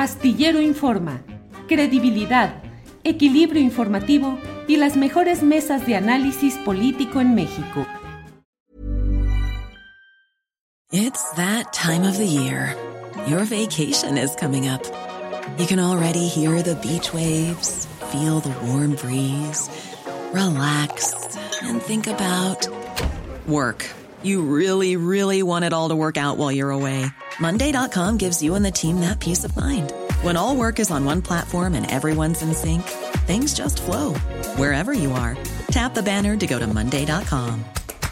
Astillero Informa, credibilidad, equilibrio informativo y las mejores mesas de análisis político en México. It's that time of the year. Your vacation is coming up. You can already hear the beach waves, feel the warm breeze, relax, and think about work. You really, really want it all to work out while you're away. Monday.com gives you and the team that peace of mind. When all work is on one platform and everyone's in sync, things just flow. Wherever you are, tap the banner to go to Monday.com.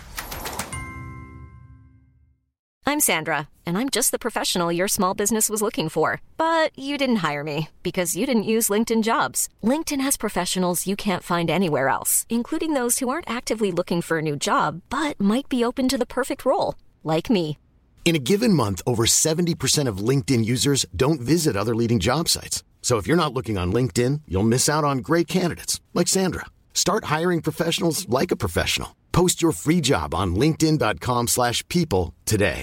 I'm Sandra, and I'm just the professional your small business was looking for. But you didn't hire me because you didn't use LinkedIn Jobs. LinkedIn has professionals you can't find anywhere else, including those who aren't actively looking for a new job, but might be open to the perfect role, like me. In a given month, over 70% of LinkedIn users don't visit other leading job sites. So if you're not looking on LinkedIn, you'll miss out on great candidates like Sandra. Start hiring professionals like a professional. Post your free job on linkedin.com/people today.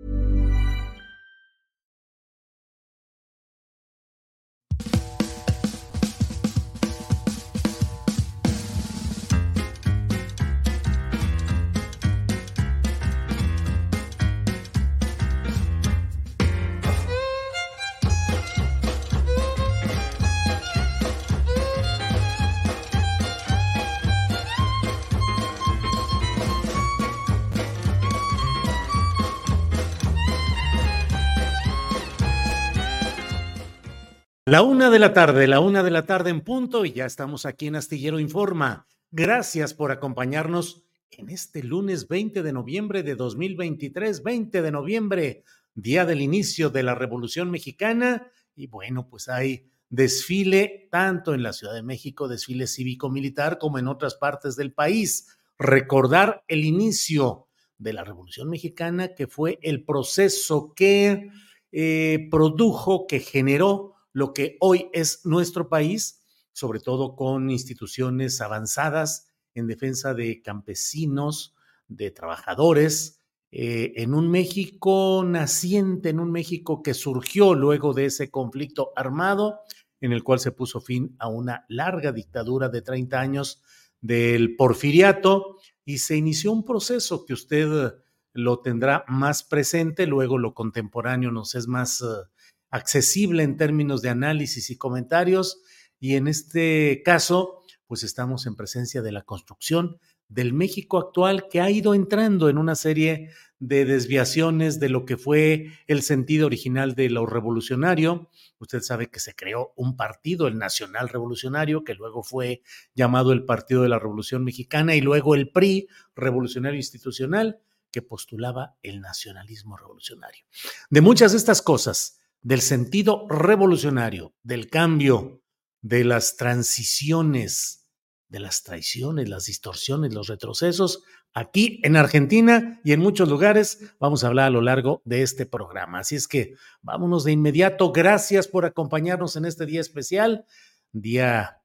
La una de la tarde en punto, y ya estamos aquí en Astillero Informa. Gracias por acompañarnos en este lunes 20 de noviembre de 2023, 20 de noviembre, día del inicio de la Revolución Mexicana. Y bueno, pues hay desfile tanto en la Ciudad de México, desfile cívico-militar, como en otras partes del país. Recordar el inicio de la Revolución Mexicana, que fue el proceso que produjo, que generó lo que hoy es nuestro país, sobre todo con instituciones avanzadas en defensa de campesinos, de trabajadores, en un México naciente, en un México que surgió luego de ese conflicto armado, en el cual se puso fin a una larga dictadura de 30 años del porfiriato, y se inició un proceso que usted lo tendrá más presente, luego lo contemporáneo nos es más accesible en términos de análisis y comentarios, y en este caso, pues estamos en presencia de la construcción del México actual, que ha ido entrando en una serie de desviaciones de lo que fue el sentido original de lo revolucionario. Usted sabe que se creó un partido, el Nacional Revolucionario, que luego fue llamado el Partido de la Revolución Mexicana, y luego el PRI, Revolucionario Institucional, que postulaba el nacionalismo revolucionario. De muchas de estas cosas, del sentido revolucionario, del cambio, de las transiciones, de las traiciones, las distorsiones, los retrocesos, aquí en Argentina y en muchos lugares vamos a hablar a lo largo de este programa. Así es que vámonos de inmediato. Gracias por acompañarnos en este día especial, día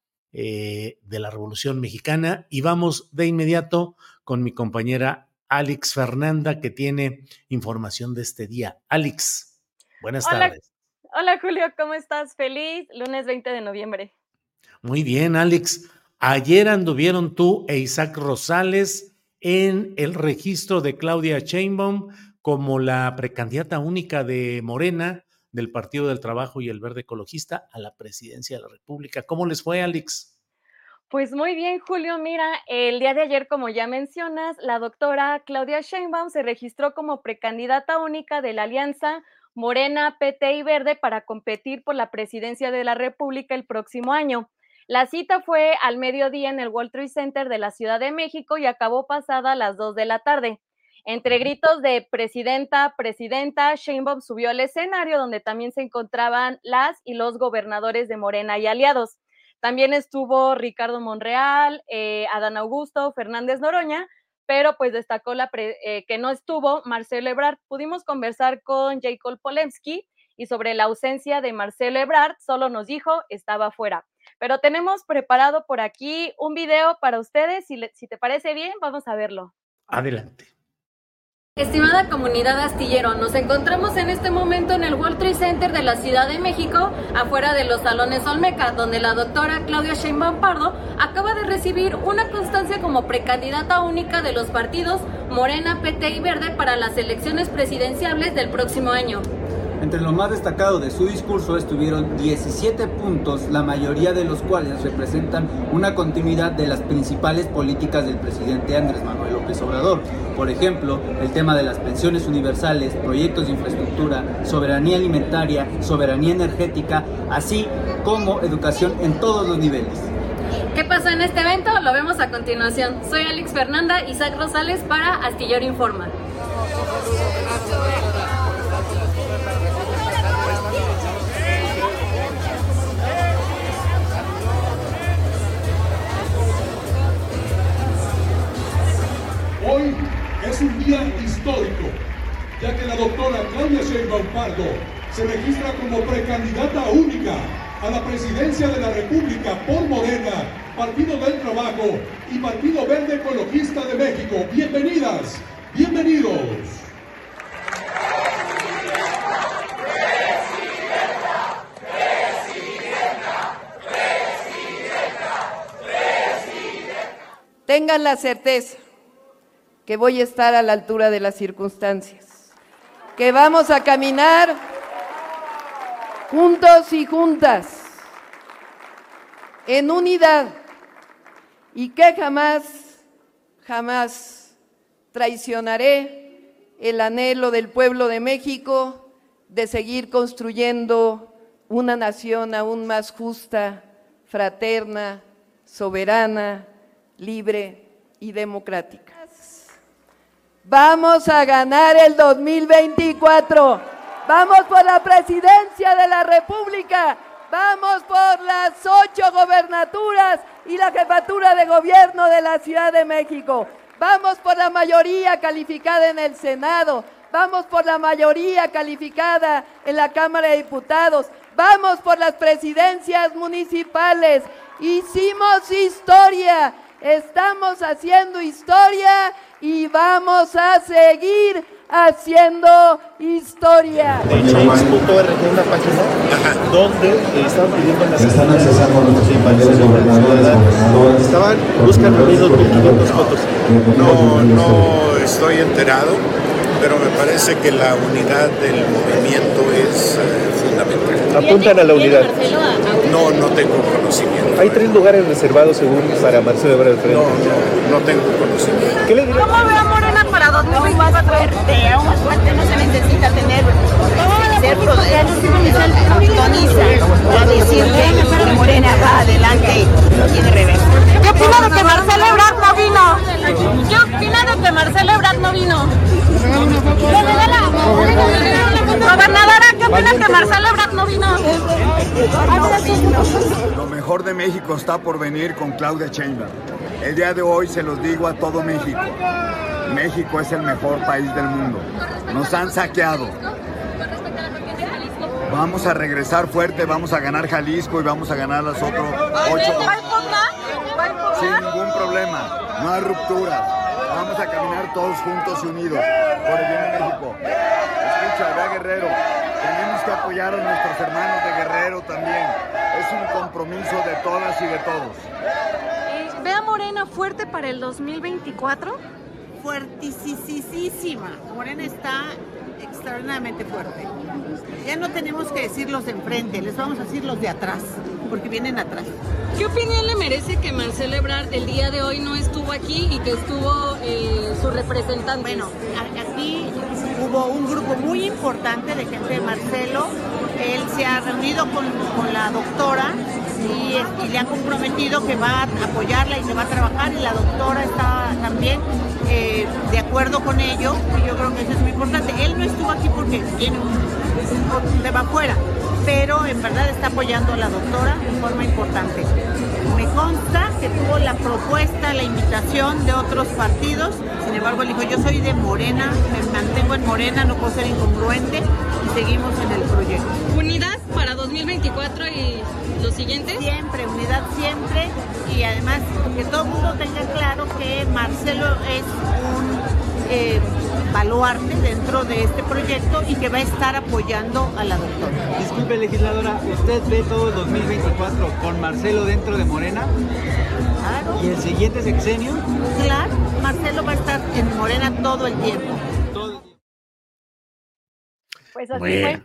de la Revolución Mexicana, y vamos de inmediato con mi compañera Alex Fernanda, que tiene información de este día. Alex. Buenas tardes. Hola Julio, ¿cómo estás? Feliz lunes 20 de noviembre. Muy bien, Alex. Ayer anduvieron tú e Isaac Rosales en el registro de Claudia Sheinbaum como la precandidata única de Morena, del Partido del Trabajo y el Verde Ecologista, a la presidencia de la República. ¿Cómo les fue, Alex? Pues muy bien, Julio. Mira, el día de ayer, como ya mencionas, la doctora Claudia Sheinbaum se registró como precandidata única de la alianza Morena, PT y Verde para competir por la presidencia de la República el próximo año. La cita fue al mediodía en el World Trade Center de la Ciudad de México y acabó pasada a las 2 de la tarde. Entre gritos de presidenta, presidenta, Sheinbaum subió al escenario donde también se encontraban las y los gobernadores de Morena y aliados. También estuvo Ricardo Monreal, Adán Augusto, Fernández Noroña, pero pues destacó que no estuvo Marcelo Ebrard. Pudimos conversar con Jacob Polemski y sobre la ausencia de Marcelo Ebrard, solo nos dijo estaba fuera. Pero tenemos preparado por aquí un video para ustedes, si te parece bien, vamos a verlo. Adelante. Estimada comunidad astillero, nos encontramos en este momento en el World Trade Center de la Ciudad de México, afuera de los salones Olmeca, donde la doctora Claudia Sheinbaum Pardo acaba de recibir una constancia como precandidata única de los partidos Morena, PT y Verde para las elecciones presidenciales del próximo año. Entre lo más destacado de su discurso estuvieron 17 puntos, la mayoría de los cuales representan una continuidad de las principales políticas del presidente Andrés Manuel López Obrador. Por ejemplo, el tema de las pensiones universales, proyectos de infraestructura, soberanía alimentaria, soberanía energética, así como educación en todos los niveles. ¿Qué pasó en este evento? Lo vemos a continuación. Soy Alex Fernanda, Isaac Rosales para Astillero Informa. Hoy es un día histórico, ya que la doctora Claudia Sheinbaum Pardo se registra como precandidata única a la presidencia de la República por Morena, Partido del Trabajo y Partido Verde Ecologista de México. Bienvenidas, bienvenidos. Tengan la certeza que voy a estar a la altura de las circunstancias, que vamos a caminar juntos y juntas, en unidad, y que jamás traicionaré el anhelo del pueblo de México de seguir construyendo una nación aún más justa, fraterna, soberana, libre y democrática. Vamos a ganar el 2024, vamos por la presidencia de la República, vamos por las 8 gobernaturas y la jefatura de gobierno de la Ciudad de México, vamos por la mayoría calificada en el Senado, vamos por la mayoría calificada en la Cámara de Diputados, vamos por las presidencias municipales. Hicimos historia, estamos haciendo historia y vamos a seguir haciendo historia. De change.org, una página donde estaban pidiendo las están accesando nuestros compañeros gobernadores. Estaban buscando 2.500 votos. No estoy enterado, pero me parece que la unidad del movimiento es fundamental. ¿Apuntan a la unidad? No tengo conocimiento. Hay 3 lugares reservados según para Marcelo Ebrard del Frente. No tengo conocimiento. ¿Qué le diría? ¿Cómo ve a Morena para 2024? No se necesita tener ser sintoniza a decir que Morena va adelante y tiene reversa. ¿Qué opina de que Marcelo Ebrard no vino? ¿Qué opina de que Marcelo Ebrard no vino? Gobernadora, ¿qué opina que Marcelo Ebrard no vino? Lo mejor de México está por venir con Claudia Sheinbaum. El día de hoy se los digo a todo México. México es el mejor país del mundo. Nos han saqueado. Vamos a regresar fuerte, vamos a ganar Jalisco y vamos a ganar las otras 8. Sin ningún problema, no hay ruptura. Vamos a caminar todos juntos y unidos por el bien de México. Escucha, vea Guerrero, tenemos que apoyar a nuestros hermanos de Guerrero también. Es un compromiso de todas y de todos. ¿Ve a Morena fuerte para el 2024? Fuertisísima. Morena está extraordinariamente fuerte. Ya no tenemos que decir los de enfrente, les vamos a decir los de atrás, porque vienen atrás. ¿Qué opinión le merece que Marcelo Ebrard el día de hoy no estuvo aquí y que estuvo su representante? Bueno, aquí hubo un grupo muy importante de gente de Marcelo. Él se ha reunido con la doctora y le ha comprometido que va a apoyarla y que va a trabajar, y la doctora está también de acuerdo con ello, y yo creo que eso es muy importante. Él no estuvo aquí porque tiene un tema afuera, pero en verdad está apoyando a la doctora de forma importante. Me consta que tuvo la propuesta, la invitación de otros partidos, sin embargo él dijo: yo soy de Morena, me mantengo en Morena, no puedo ser incongruente, y seguimos en el proyecto. ¿Unidad para 2024 y los siguientes? Siempre, unidad siempre, y además que todo el mundo tenga claro que Marcelo es baluarte dentro de este proyecto y que va a estar apoyando a la doctora. Disculpe, legisladora, ¿usted ve todo el 2024 con Marcelo dentro de Morena? Claro. ¿Y el siguiente sexenio? Claro, Marcelo va a estar en Morena todo el tiempo. Pues así Bueno,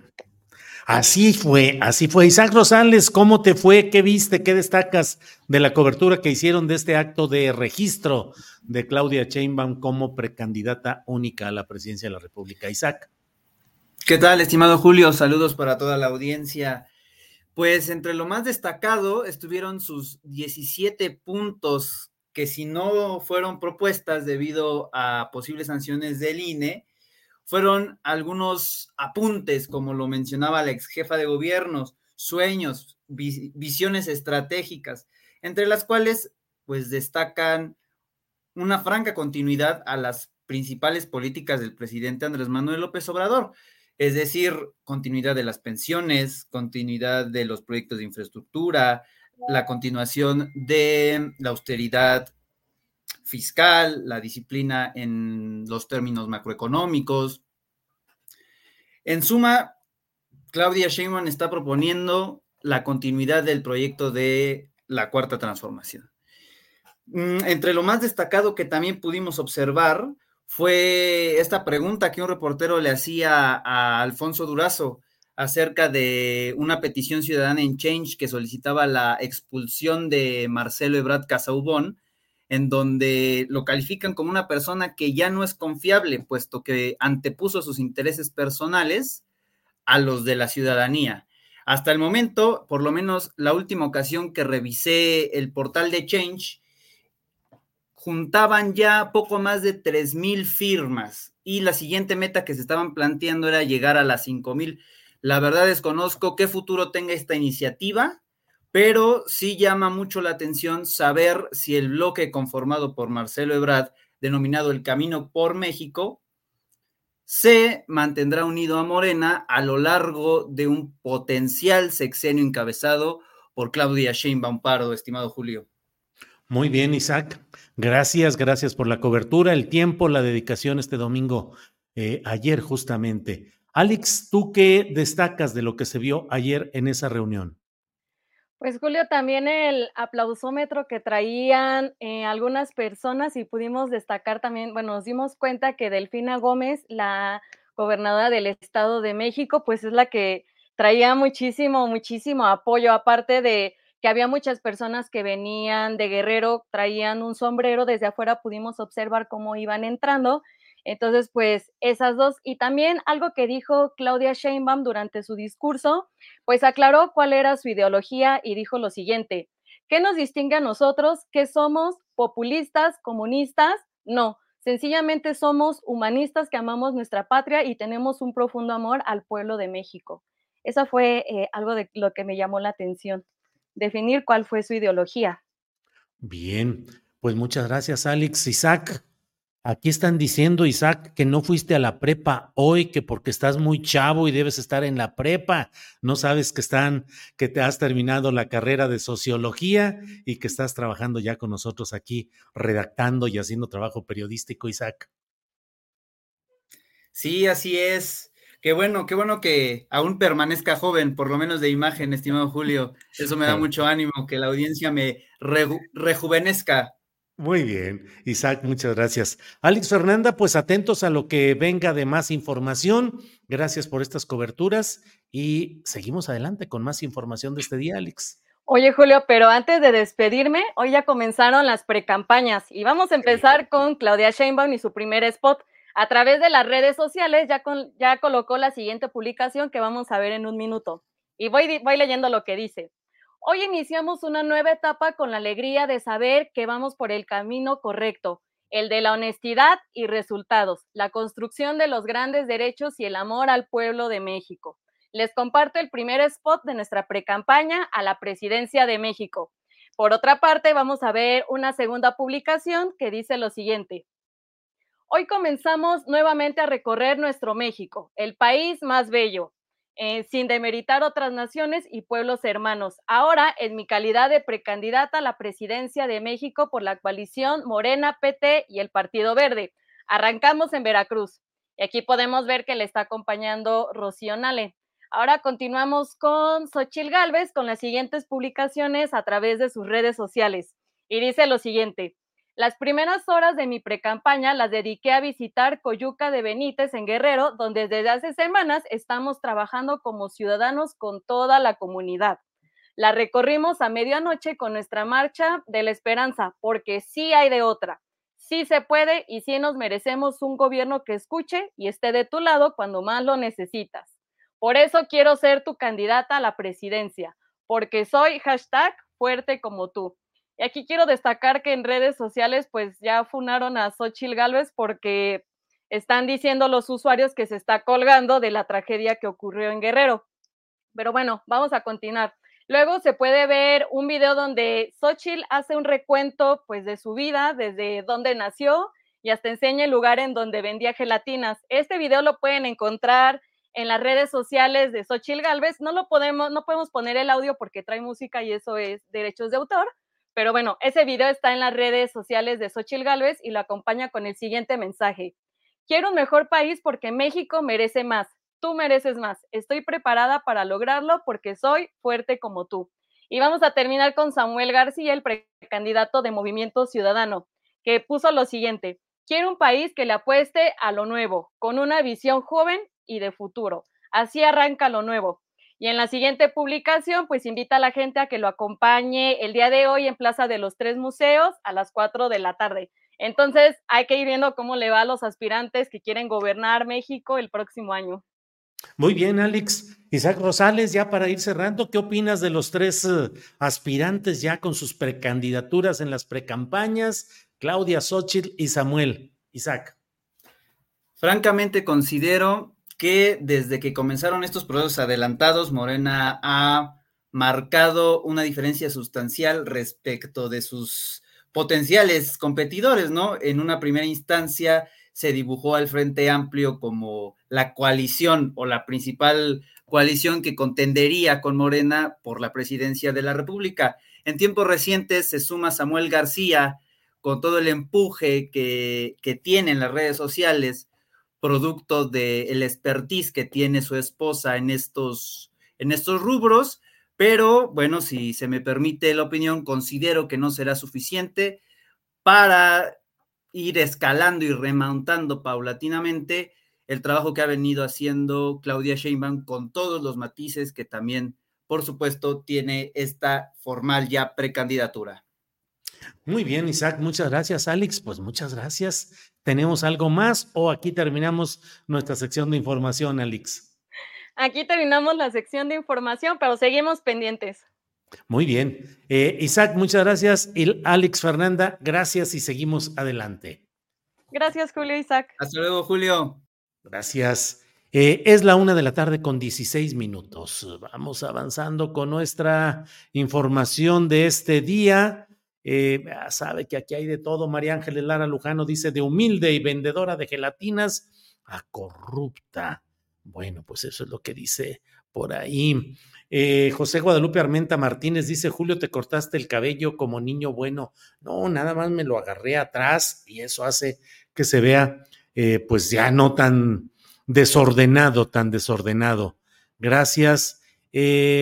fue. así fue. Isaac Rosales, ¿cómo te fue? ¿Qué viste? ¿Qué destacas de la cobertura que hicieron de este acto de registro de Claudia Sheinbaum como precandidata única a la presidencia de la República? Isaac. ¿Qué tal, estimado Julio? Saludos para toda la audiencia. Pues entre lo más destacado estuvieron sus 17 puntos que, si no fueron propuestas debido a posibles sanciones del INE, fueron algunos apuntes, como lo mencionaba la ex jefa de gobiernos, sueños, visiones estratégicas, entre las cuales pues destacan una franca continuidad a las principales políticas del presidente Andrés Manuel López Obrador, es decir, continuidad de las pensiones, continuidad de los proyectos de infraestructura, la continuación de la austeridad fiscal, la disciplina en los términos macroeconómicos. En suma, Claudia Sheinbaum está proponiendo la continuidad del proyecto de la Cuarta Transformación. Entre lo más destacado que también pudimos observar fue esta pregunta que un reportero le hacía a Alfonso Durazo acerca de una petición ciudadana en Change que solicitaba la expulsión de Marcelo Ebrard Casaubon, en donde lo califican como una persona que ya no es confiable, puesto que antepuso sus intereses personales a los de la ciudadanía. Hasta el momento, por lo menos la última ocasión que revisé el portal de Change, juntaban ya poco más de 3,000 firmas y la siguiente meta que se estaban planteando era llegar a las 5,000. La verdad desconozco qué futuro tenga esta iniciativa, pero sí llama mucho la atención saber si el bloque conformado por Marcelo Ebrard, denominado El Camino por México, se mantendrá unido a Morena a lo largo de un potencial sexenio encabezado por Claudia Sheinbaum Pardo, estimado Julio. Muy bien, Isaac. Gracias por la cobertura, el tiempo, la dedicación este domingo, ayer justamente. Alex, ¿tú qué destacas de lo que se vio ayer en esa reunión? Pues Julio, también el aplausómetro que traían algunas personas y pudimos destacar también, bueno, nos dimos cuenta que Delfina Gómez, la gobernadora del Estado de México, pues es la que traía muchísimo apoyo, aparte de que había muchas personas que venían de Guerrero, traían un sombrero, desde afuera pudimos observar cómo iban entrando. Entonces, pues esas dos, y también algo que dijo Claudia Sheinbaum durante su discurso, pues aclaró cuál era su ideología y dijo lo siguiente: ¿qué nos distingue a nosotros? ¿Qué somos? ¿Populistas? ¿Comunistas? No, sencillamente somos humanistas que amamos nuestra patria y tenemos un profundo amor al pueblo de México. Eso fue algo de lo que me llamó la atención, definir cuál fue su ideología. Bien, pues muchas gracias, Alex. Isaac, aquí están diciendo, Isaac, que no fuiste a la prepa hoy, que porque estás muy chavo y debes estar en la prepa. No sabes que te has terminado la carrera de sociología y que estás trabajando ya con nosotros aquí, redactando y haciendo trabajo periodístico, Isaac. Sí, así es. Qué bueno que aún permanezca joven, por lo menos de imagen, estimado Julio. Eso me da mucho ánimo, que la audiencia me rejuvenezca. Muy bien, Isaac, muchas gracias. Alex, Fernanda, pues atentos a lo que venga de más información. Gracias por estas coberturas y seguimos adelante con más información de este día, Alex. Oye, Julio, pero antes de despedirme, hoy ya comenzaron las precampañas y vamos a empezar con Claudia Sheinbaum y su primer spot. A través de las redes sociales ya colocó la siguiente publicación que vamos a ver en un minuto. Y voy leyendo lo que dice. Hoy iniciamos una nueva etapa con la alegría de saber que vamos por el camino correcto, el de la honestidad y resultados, la construcción de los grandes derechos y el amor al pueblo de México. Les comparto el primer spot de nuestra precampaña a la presidencia de México. Por otra parte, vamos a ver una segunda publicación que dice lo siguiente. Hoy comenzamos nuevamente a recorrer nuestro México, el país más bello, sin demeritar otras naciones y pueblos hermanos. Ahora, en mi calidad de precandidata a la presidencia de México por la coalición Morena, PT y el Partido Verde. Arrancamos en Veracruz. Y aquí podemos ver que le está acompañando Rocío Nale. Ahora continuamos con Xóchitl Gálvez con las siguientes publicaciones a través de sus redes sociales. Y dice lo siguiente: las primeras horas de mi precampaña las dediqué a visitar Coyuca de Benítez en Guerrero, donde desde hace semanas estamos trabajando como ciudadanos con toda la comunidad. La recorrimos a medianoche con nuestra marcha de la esperanza, porque sí hay de otra. Sí se puede y sí nos merecemos un gobierno que escuche y esté de tu lado cuando más lo necesitas. Por eso quiero ser tu candidata a la presidencia, porque soy #fuerte como tú. Y aquí quiero destacar que en redes sociales pues ya funaron a Xóchitl Gálvez porque están diciendo los usuarios que se está colgando de la tragedia que ocurrió en Guerrero. Pero bueno, vamos a continuar. Luego se puede ver un video donde Xóchitl hace un recuento pues de su vida, desde dónde nació y hasta enseña el lugar en donde vendía gelatinas. Este video lo pueden encontrar en las redes sociales de Xóchitl Gálvez. No podemos poner el audio porque trae música y eso es derechos de autor, pero bueno, ese video está en las redes sociales de Xóchitl Gálvez y lo acompaña con el siguiente mensaje: quiero un mejor país porque México merece más. Tú mereces más. Estoy preparada para lograrlo porque soy fuerte como tú. Y vamos a terminar con Samuel García, el precandidato de Movimiento Ciudadano, que puso lo siguiente: quiero un país que le apueste a lo nuevo, con una visión joven y de futuro. Así arranca lo nuevo. Y en la siguiente publicación, pues invita a la gente a que lo acompañe el día de hoy en Plaza de los Tres Museos a las 4 de la tarde. Entonces, hay que ir viendo cómo le va a los aspirantes que quieren gobernar México el próximo año. Muy bien, Alex. Isaac Rosales, ya para ir cerrando, ¿qué opinas de los tres aspirantes ya con sus precandidaturas en las precampañas? Claudia, Xóchitl y Samuel. Isaac. Francamente considero que desde que comenzaron estos procesos adelantados, Morena ha marcado una diferencia sustancial respecto de sus potenciales competidores, ¿no? En una primera instancia se dibujó al Frente Amplio como la coalición o la principal coalición que contendería con Morena por la presidencia de la República. En tiempos recientes se suma Samuel García con todo el empuje que tiene en las redes sociales, producto del expertise que tiene su esposa en estos rubros, pero bueno, si se me permite la opinión, considero que no será suficiente para ir escalando y remontando paulatinamente el trabajo que ha venido haciendo Claudia Sheinbaum con todos los matices que también, por supuesto, tiene esta formal ya precandidatura. Muy bien, Isaac, muchas gracias. Alex, pues muchas gracias. ¿Tenemos algo más o aquí terminamos nuestra sección de información, Alex? Aquí terminamos la sección de información, pero seguimos pendientes. Muy bien. Isaac, muchas gracias. Y Alex, Fernanda, gracias y seguimos adelante. Gracias, Julio, Isaac. Hasta luego, Julio. Gracias. Es la 1:16 p.m. Vamos avanzando con nuestra información de este día. Sabe que aquí hay de todo. María Ángeles Lara Lujano dice: de humilde y vendedora de gelatinas a corrupta. Bueno, pues eso es lo que dice por ahí. José Guadalupe Armenta Martínez dice: Julio, te cortaste el cabello como niño bueno. No, nada más me lo agarré atrás y eso hace que se vea pues ya no tan desordenado. Gracias. ¿Qué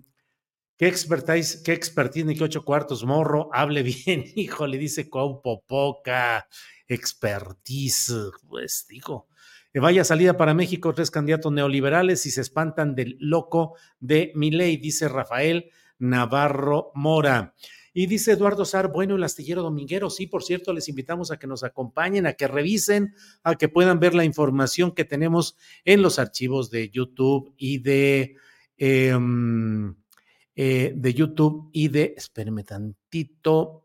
expertise ni qué 8 cuartos, morro? Hable bien, hijo, le dice poca expertise. Pues digo, vaya salida para México, 3 candidatos neoliberales y se espantan del loco de Milei, dice Rafael Navarro Mora. Y dice Eduardo Sar, bueno, el astillero dominguero, sí, por cierto, les invitamos a que nos acompañen, a que revisen, a que puedan ver la información que tenemos en los archivos de YouTube y de YouTube y de, espérenme tantito,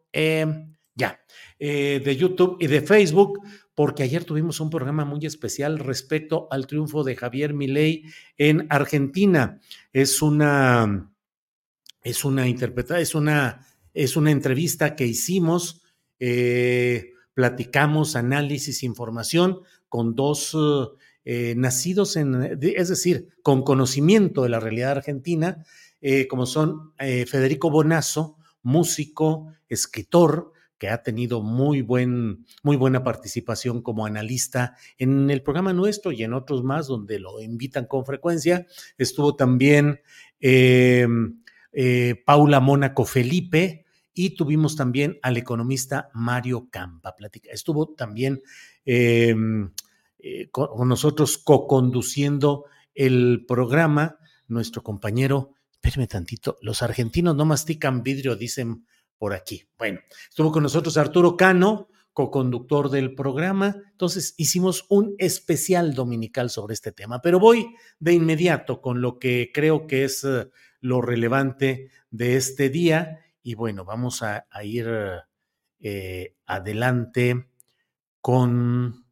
de YouTube y de Facebook, porque ayer tuvimos un programa muy especial respecto al triunfo de Javier Milei en Argentina. Es una entrevista que hicimos, platicamos, análisis, información con dos nacidos es decir, con conocimiento de la realidad argentina, como son Federico Bonazo, músico, escritor, que ha tenido muy buena participación como analista en el programa nuestro y en otros más donde lo invitan con frecuencia. Estuvo también Paula Mónaco Felipe y tuvimos también al economista Mario Campa. Estuvo también con nosotros co-conduciendo el programa nuestro compañero, espérame tantito, los argentinos no mastican vidrio, dicen por aquí. Bueno, estuvo con nosotros Arturo Cano, co-conductor del programa. Entonces hicimos un especial dominical sobre este tema, pero voy de inmediato con lo que creo que es lo relevante de este día y bueno, vamos a ir adelante con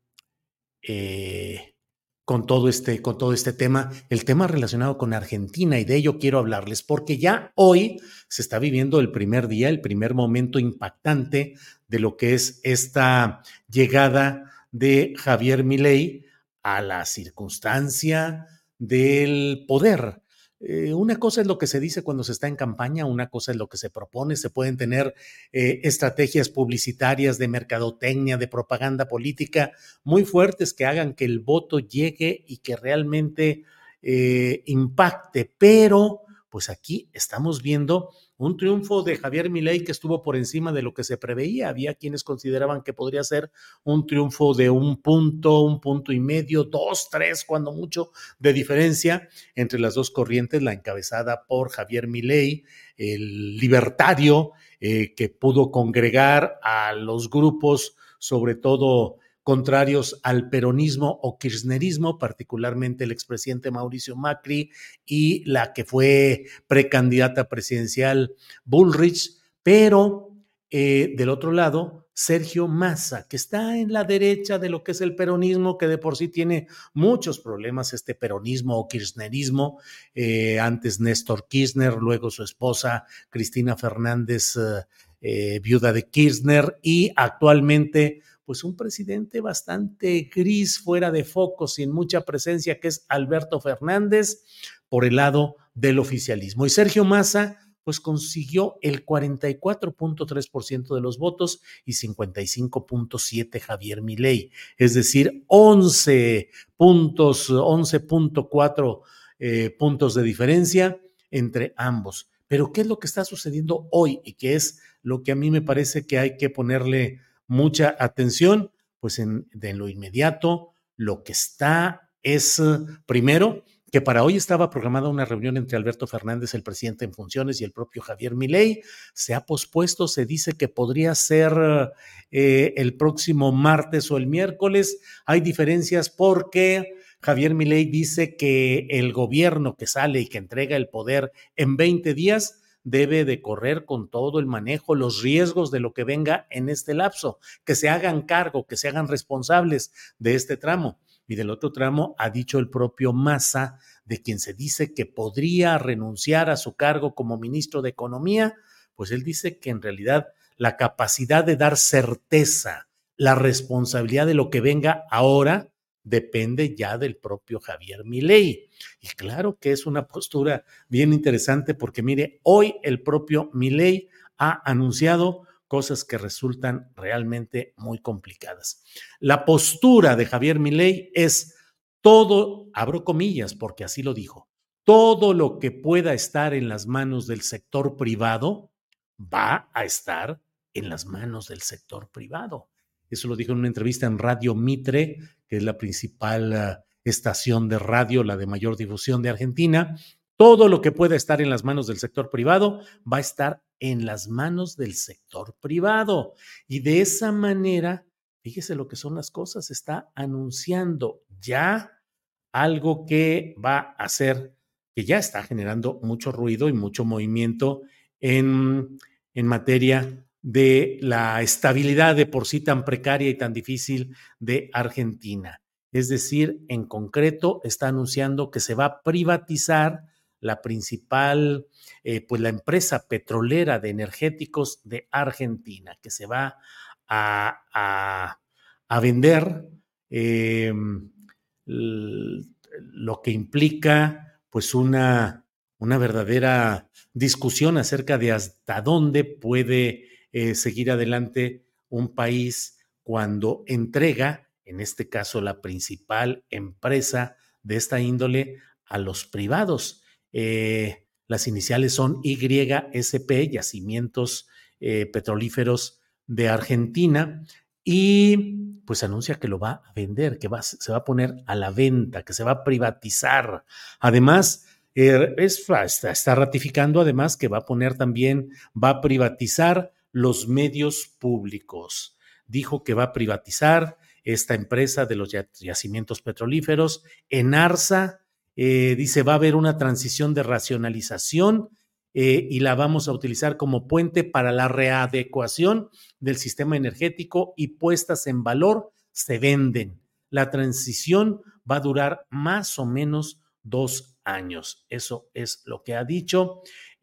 todo este tema, el tema relacionado con Argentina, y de ello quiero hablarles, porque ya hoy se está viviendo el primer día, el primer momento impactante de lo que es esta llegada de Javier Milei a la circunstancia del poder. Una cosa es lo que se dice cuando se está en campaña, una cosa es lo que se propone. Se pueden tener estrategias publicitarias de mercadotecnia, de propaganda política muy fuertes que hagan que el voto llegue y que realmente impacte, pero pues aquí estamos viendo un triunfo de Javier Milei que estuvo por encima de lo que se preveía. Había quienes consideraban que podría ser un triunfo de un punto y medio, 2, 3, cuando mucho, de diferencia entre las dos corrientes, la encabezada por Javier Milei, el libertario, que pudo congregar a los grupos, sobre todo contrarios al peronismo o kirchnerismo, particularmente el expresidente Mauricio Macri y la que fue precandidata presidencial Bullrich, pero del otro lado, Sergio Massa, que está en la derecha de lo que es el peronismo, que de por sí tiene muchos problemas, este peronismo o kirchnerismo, antes Néstor Kirchner, luego su esposa Cristina Fernández, viuda de Kirchner, y actualmente pues un presidente bastante gris, fuera de foco, sin mucha presencia, que es Alberto Fernández, por el lado del oficialismo. Y Sergio Massa pues consiguió el 44.3% de los votos y 55.7% Javier Milei, es decir, 11.4 puntos de diferencia entre ambos. Pero ¿qué es lo que está sucediendo hoy y qué es lo que a mí me parece que hay que ponerle mucha atención? Pues en lo inmediato lo que está es, primero, que para hoy estaba programada una reunión entre Alberto Fernández, el presidente en funciones, y el propio Javier Milei. Se ha pospuesto, se dice que podría ser el próximo martes o el miércoles. Hay diferencias porque Javier Milei dice que el gobierno que sale y que entrega el poder en 20 días debe de correr con todo el manejo, los riesgos de lo que venga en este lapso, que se hagan cargo, que se hagan responsables de este tramo. Y del otro tramo ha dicho el propio Massa, de quien se dice que podría renunciar a su cargo como ministro de Economía, pues él dice que en realidad la capacidad de dar certeza, la responsabilidad de lo que venga ahora, depende ya del propio Javier Milei. Y claro que es una postura bien interesante porque mire, hoy el propio Milei ha anunciado cosas que resultan realmente muy complicadas. La postura de Javier Milei es todo, abro comillas porque así lo dijo, todo lo que pueda estar en las manos del sector privado va a estar en las manos del sector privado. Eso lo dijo en una entrevista en Radio Mitre, que es la principal estación de radio, la de mayor difusión de Argentina. Todo lo que pueda estar en las manos del sector privado va a estar en las manos del sector privado. Y de esa manera, fíjese lo que son las cosas, está anunciando ya algo que va a hacer, que ya está generando mucho ruido y mucho movimiento en materia de la estabilidad de por sí tan precaria y tan difícil de Argentina. Es decir, en concreto, está anunciando que se va a privatizar la principal, pues la empresa petrolera de energéticos de Argentina, que se va a vender, lo que implica pues una verdadera discusión acerca de hasta dónde puede seguir adelante un país cuando entrega, en este caso, la principal empresa de esta índole a los privados. Las iniciales son YSP, Yacimientos Petrolíferos de Argentina, y pues anuncia que lo va a vender, que se va a poner a la venta, que se va a privatizar. Además, está ratificando además que va a privatizar los medios públicos. Dijo que va a privatizar esta empresa de los yacimientos petrolíferos. Enarsa, dice, va a haber una transición de racionalización y la vamos a utilizar como puente para la readecuación del sistema energético y puestas en valor se venden. La transición va a durar más o menos 2 años. Eso es lo que ha dicho.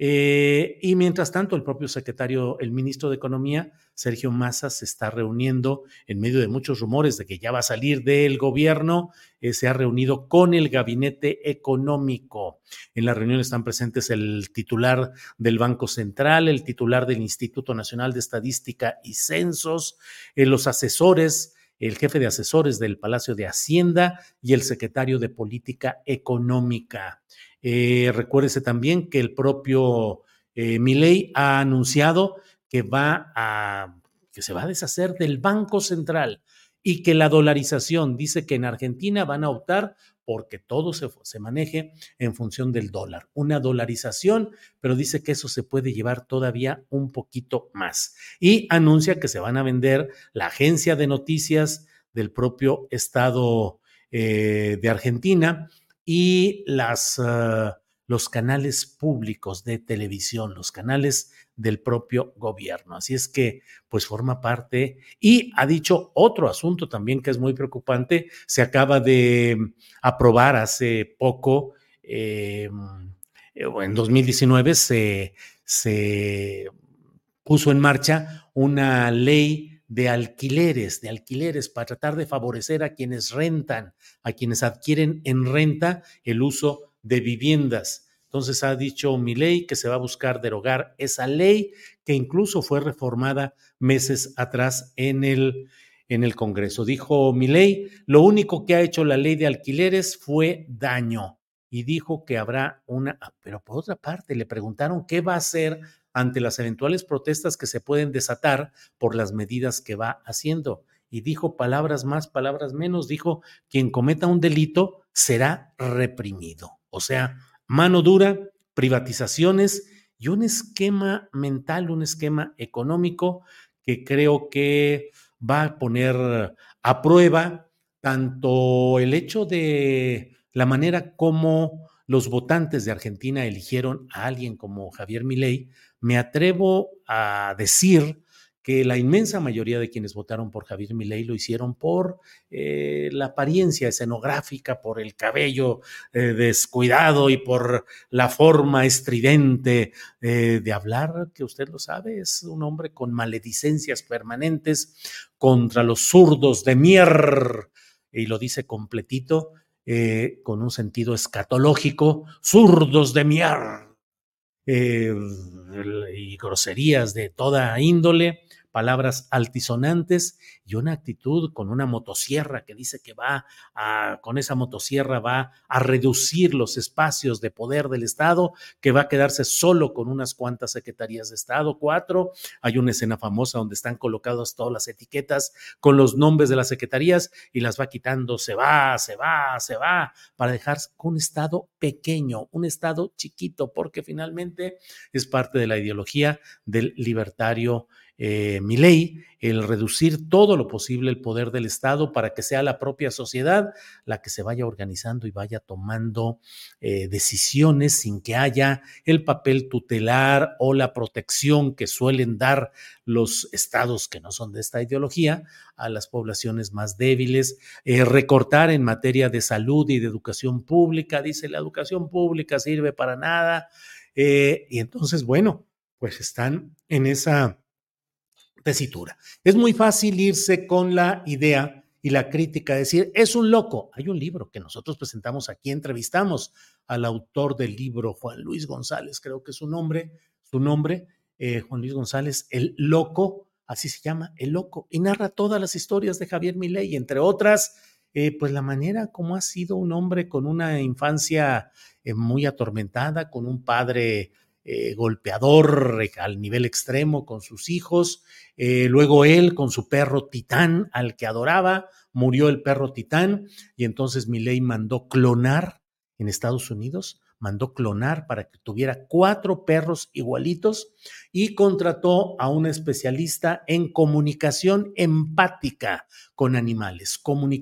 Y mientras tanto, el ministro de Economía, Sergio Massa, se está reuniendo en medio de muchos rumores de que ya va a salir del gobierno. Se ha reunido con el gabinete económico. En la reunión están presentes el titular del Banco Central, el titular del Instituto Nacional de Estadística y Censos, los asesores, el jefe de asesores del Palacio de Hacienda y el secretario de Política Económica. Recuérdese también que el propio Milei ha anunciado que se va a deshacer del Banco Central y que la dolarización, dice que en Argentina van a optar porque todo se maneje en función del dólar. Una dolarización, pero dice que eso se puede llevar todavía un poquito más. Y anuncia que se van a vender la agencia de noticias del propio Estado de Argentina y los canales públicos de televisión, los canales del propio gobierno. Así es que, pues forma parte. Y ha dicho otro asunto también que es muy preocupante. Se acaba de aprobar hace poco, en 2019 se puso en marcha una ley de alquileres para tratar de favorecer a quienes rentan, a quienes adquieren en renta el uso de viviendas. Entonces ha dicho Milei que se va a buscar derogar esa ley que incluso fue reformada meses atrás en el Congreso. Dijo Milei, lo único que ha hecho la ley de alquileres fue daño y dijo que habrá pero por otra parte le preguntaron qué va a hacer ante las eventuales protestas que se pueden desatar por las medidas que va haciendo. Y dijo palabras más, palabras menos, dijo, quien cometa un delito será reprimido. O sea, mano dura, privatizaciones y un esquema mental, un esquema económico que creo que va a poner a prueba tanto el hecho de la manera como los votantes de Argentina eligieron a alguien como Javier Milei. Me atrevo a decir que la inmensa mayoría de quienes votaron por Javier Milei lo hicieron por la apariencia escenográfica, por el cabello descuidado y por la forma estridente de hablar, que usted lo sabe, es un hombre con maledicencias permanentes contra los zurdos de mierda, y lo dice completito, con un sentido escatológico, zurdos de mierda. Y groserías de toda índole, palabras altisonantes y una actitud con una motosierra que dice que con esa motosierra va a reducir los espacios de poder del Estado, que va a quedarse solo con unas cuantas secretarías de Estado, 4. Hay una escena famosa donde están colocadas todas las etiquetas con los nombres de las secretarías y las va quitando, se va, para dejar un Estado pequeño, un Estado chiquito, porque finalmente es parte de la ideología del libertario Milei, el reducir todo lo posible el poder del Estado para que sea la propia sociedad la que se vaya organizando y vaya tomando decisiones sin que haya el papel tutelar o la protección que suelen dar los estados que no son de esta ideología a las poblaciones más débiles, recortar en materia de salud y de educación pública. Dice, la educación pública sirve para nada, y entonces, bueno, pues están en esa tesitura. Es muy fácil irse con la idea y la crítica, decir, es un loco. Hay un libro que nosotros presentamos aquí, entrevistamos al autor del libro, Juan Luis González, creo que es su nombre, Juan Luis González, el loco, así se llama, el loco, y narra todas las historias de Javier Milei, entre otras, pues la manera como ha sido un hombre con una infancia muy atormentada, con un padre golpeador al nivel extremo con sus hijos, luego él con su perro Titán, al que adoraba, murió el perro Titán, y entonces Milei mandó clonar en Estados Unidos, mandó clonar para que tuviera 4 perros igualitos y contrató a una especialista en comunicación empática con animales,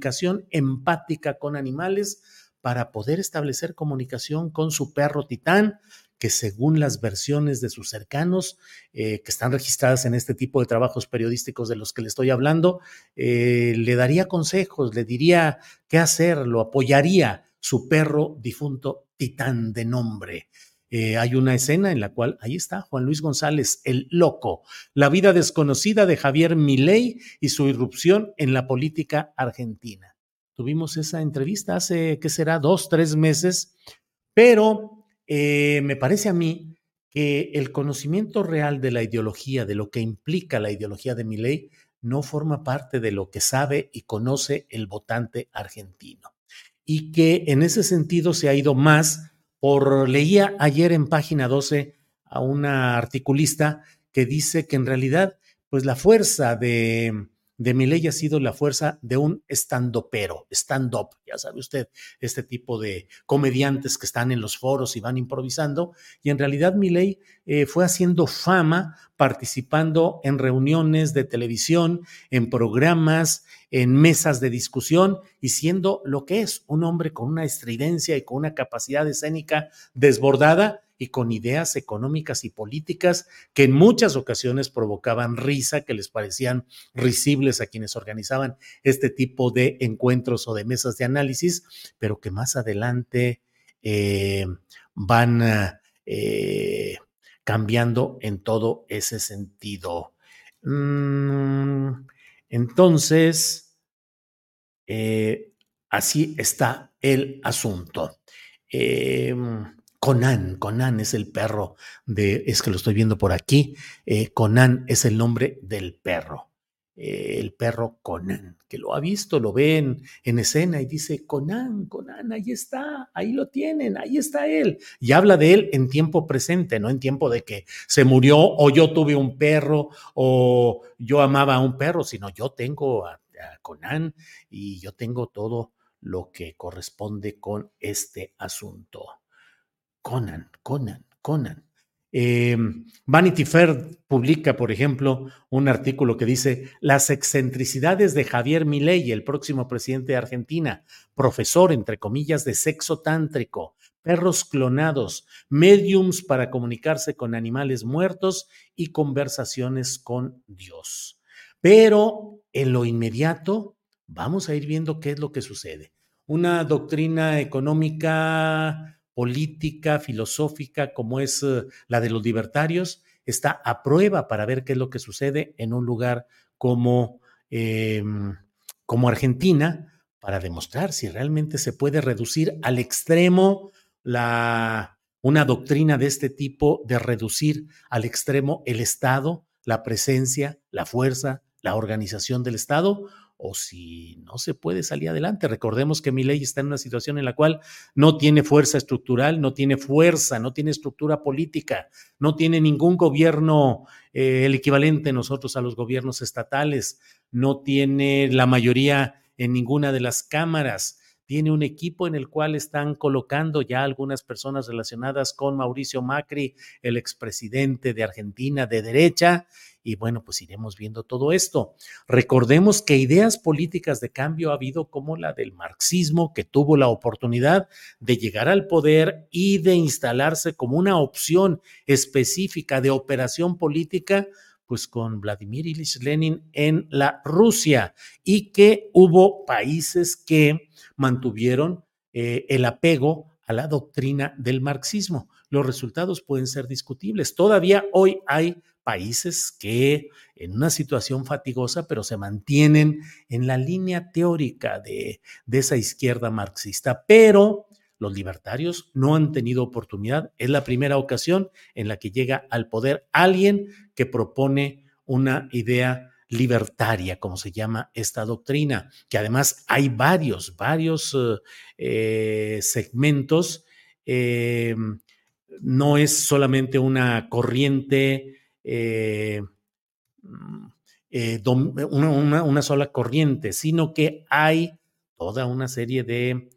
para poder establecer comunicación con su perro Titán, que según las versiones de sus cercanos, que están registradas en este tipo de trabajos periodísticos de los que le estoy hablando, le daría consejos, le diría qué hacer, lo apoyaría su perro difunto Titán de nombre. Hay una escena en la cual, ahí está Juan Luis González, el loco, la vida desconocida de Javier Milei y su irrupción en la política argentina. Tuvimos esa entrevista hace, ¿qué será? 2-3 meses, pero me parece a mí que el conocimiento real de la ideología, de lo que implica la ideología de Milei, no forma parte de lo que sabe y conoce el votante argentino. Y que en ese sentido se ha ido más leía ayer en Página 12 a una articulista que dice que en realidad, pues la fuerza de Milei ha sido la fuerza de un stand-upero, stand-up, ya sabe usted, este tipo de comediantes que están en los foros y van improvisando, y en realidad Milei fue haciendo fama participando en reuniones de televisión, en programas, en mesas de discusión y siendo lo que es un hombre con una estridencia y con una capacidad escénica desbordada y con ideas económicas y políticas que en muchas ocasiones provocaban risa, que les parecían risibles a quienes organizaban este tipo de encuentros o de mesas de análisis, pero que más adelante van cambiando en todo ese sentido. Entonces, así está el asunto. Conan es el perro es que lo estoy viendo por aquí. Conan es el nombre del perro. El perro Conan, que lo ha visto, lo ve en escena y dice, Conan, ahí está, ahí lo tienen, ahí está él. Y habla de él en tiempo presente, no en tiempo de que se murió o yo tuve un perro o yo amaba a un perro, sino yo tengo a Conan y yo tengo todo lo que corresponde con este asunto. Conan. Vanity Fair publica, por ejemplo, un artículo que dice las excentricidades de Javier Milei, el próximo presidente de Argentina, profesor, entre comillas, de sexo tántrico, perros clonados, mediums para comunicarse con animales muertos y conversaciones con Dios. Pero en lo inmediato vamos a ir viendo qué es lo que sucede. Una doctrina económica, política, filosófica, como es la de los libertarios, está a prueba para ver qué es lo que sucede en un lugar como Argentina, para demostrar si realmente se puede reducir al extremo una doctrina de este tipo, de reducir al extremo el Estado, la presencia, la fuerza, la organización del Estado, o si no se puede salir adelante. Recordemos que Milei está en una situación en la cual no tiene fuerza estructural, no tiene fuerza, no tiene estructura política, no tiene ningún gobierno, el equivalente nosotros a los gobiernos estatales, no tiene la mayoría en ninguna de las cámaras, tiene un equipo en el cual están colocando ya algunas personas relacionadas con Mauricio Macri, el expresidente de Argentina de derecha, y bueno, pues iremos viendo todo esto. Recordemos que ideas políticas de cambio ha habido como la del marxismo, que tuvo la oportunidad de llegar al poder y de instalarse como una opción específica de operación política, pues con Vladimir Ilich Lenin en la Rusia, y que hubo países que mantuvieron el apego a la doctrina del marxismo. Los resultados pueden ser discutibles. Todavía hoy hay países que en una situación fatigosa, pero se mantienen en la línea teórica de esa izquierda marxista. Pero los libertarios no han tenido oportunidad. Es la primera ocasión en la que llega al poder alguien que propone una idea libertaria, como se llama esta doctrina, que además hay varios segmentos. No es solamente una corriente, una sola corriente, sino que hay toda una serie de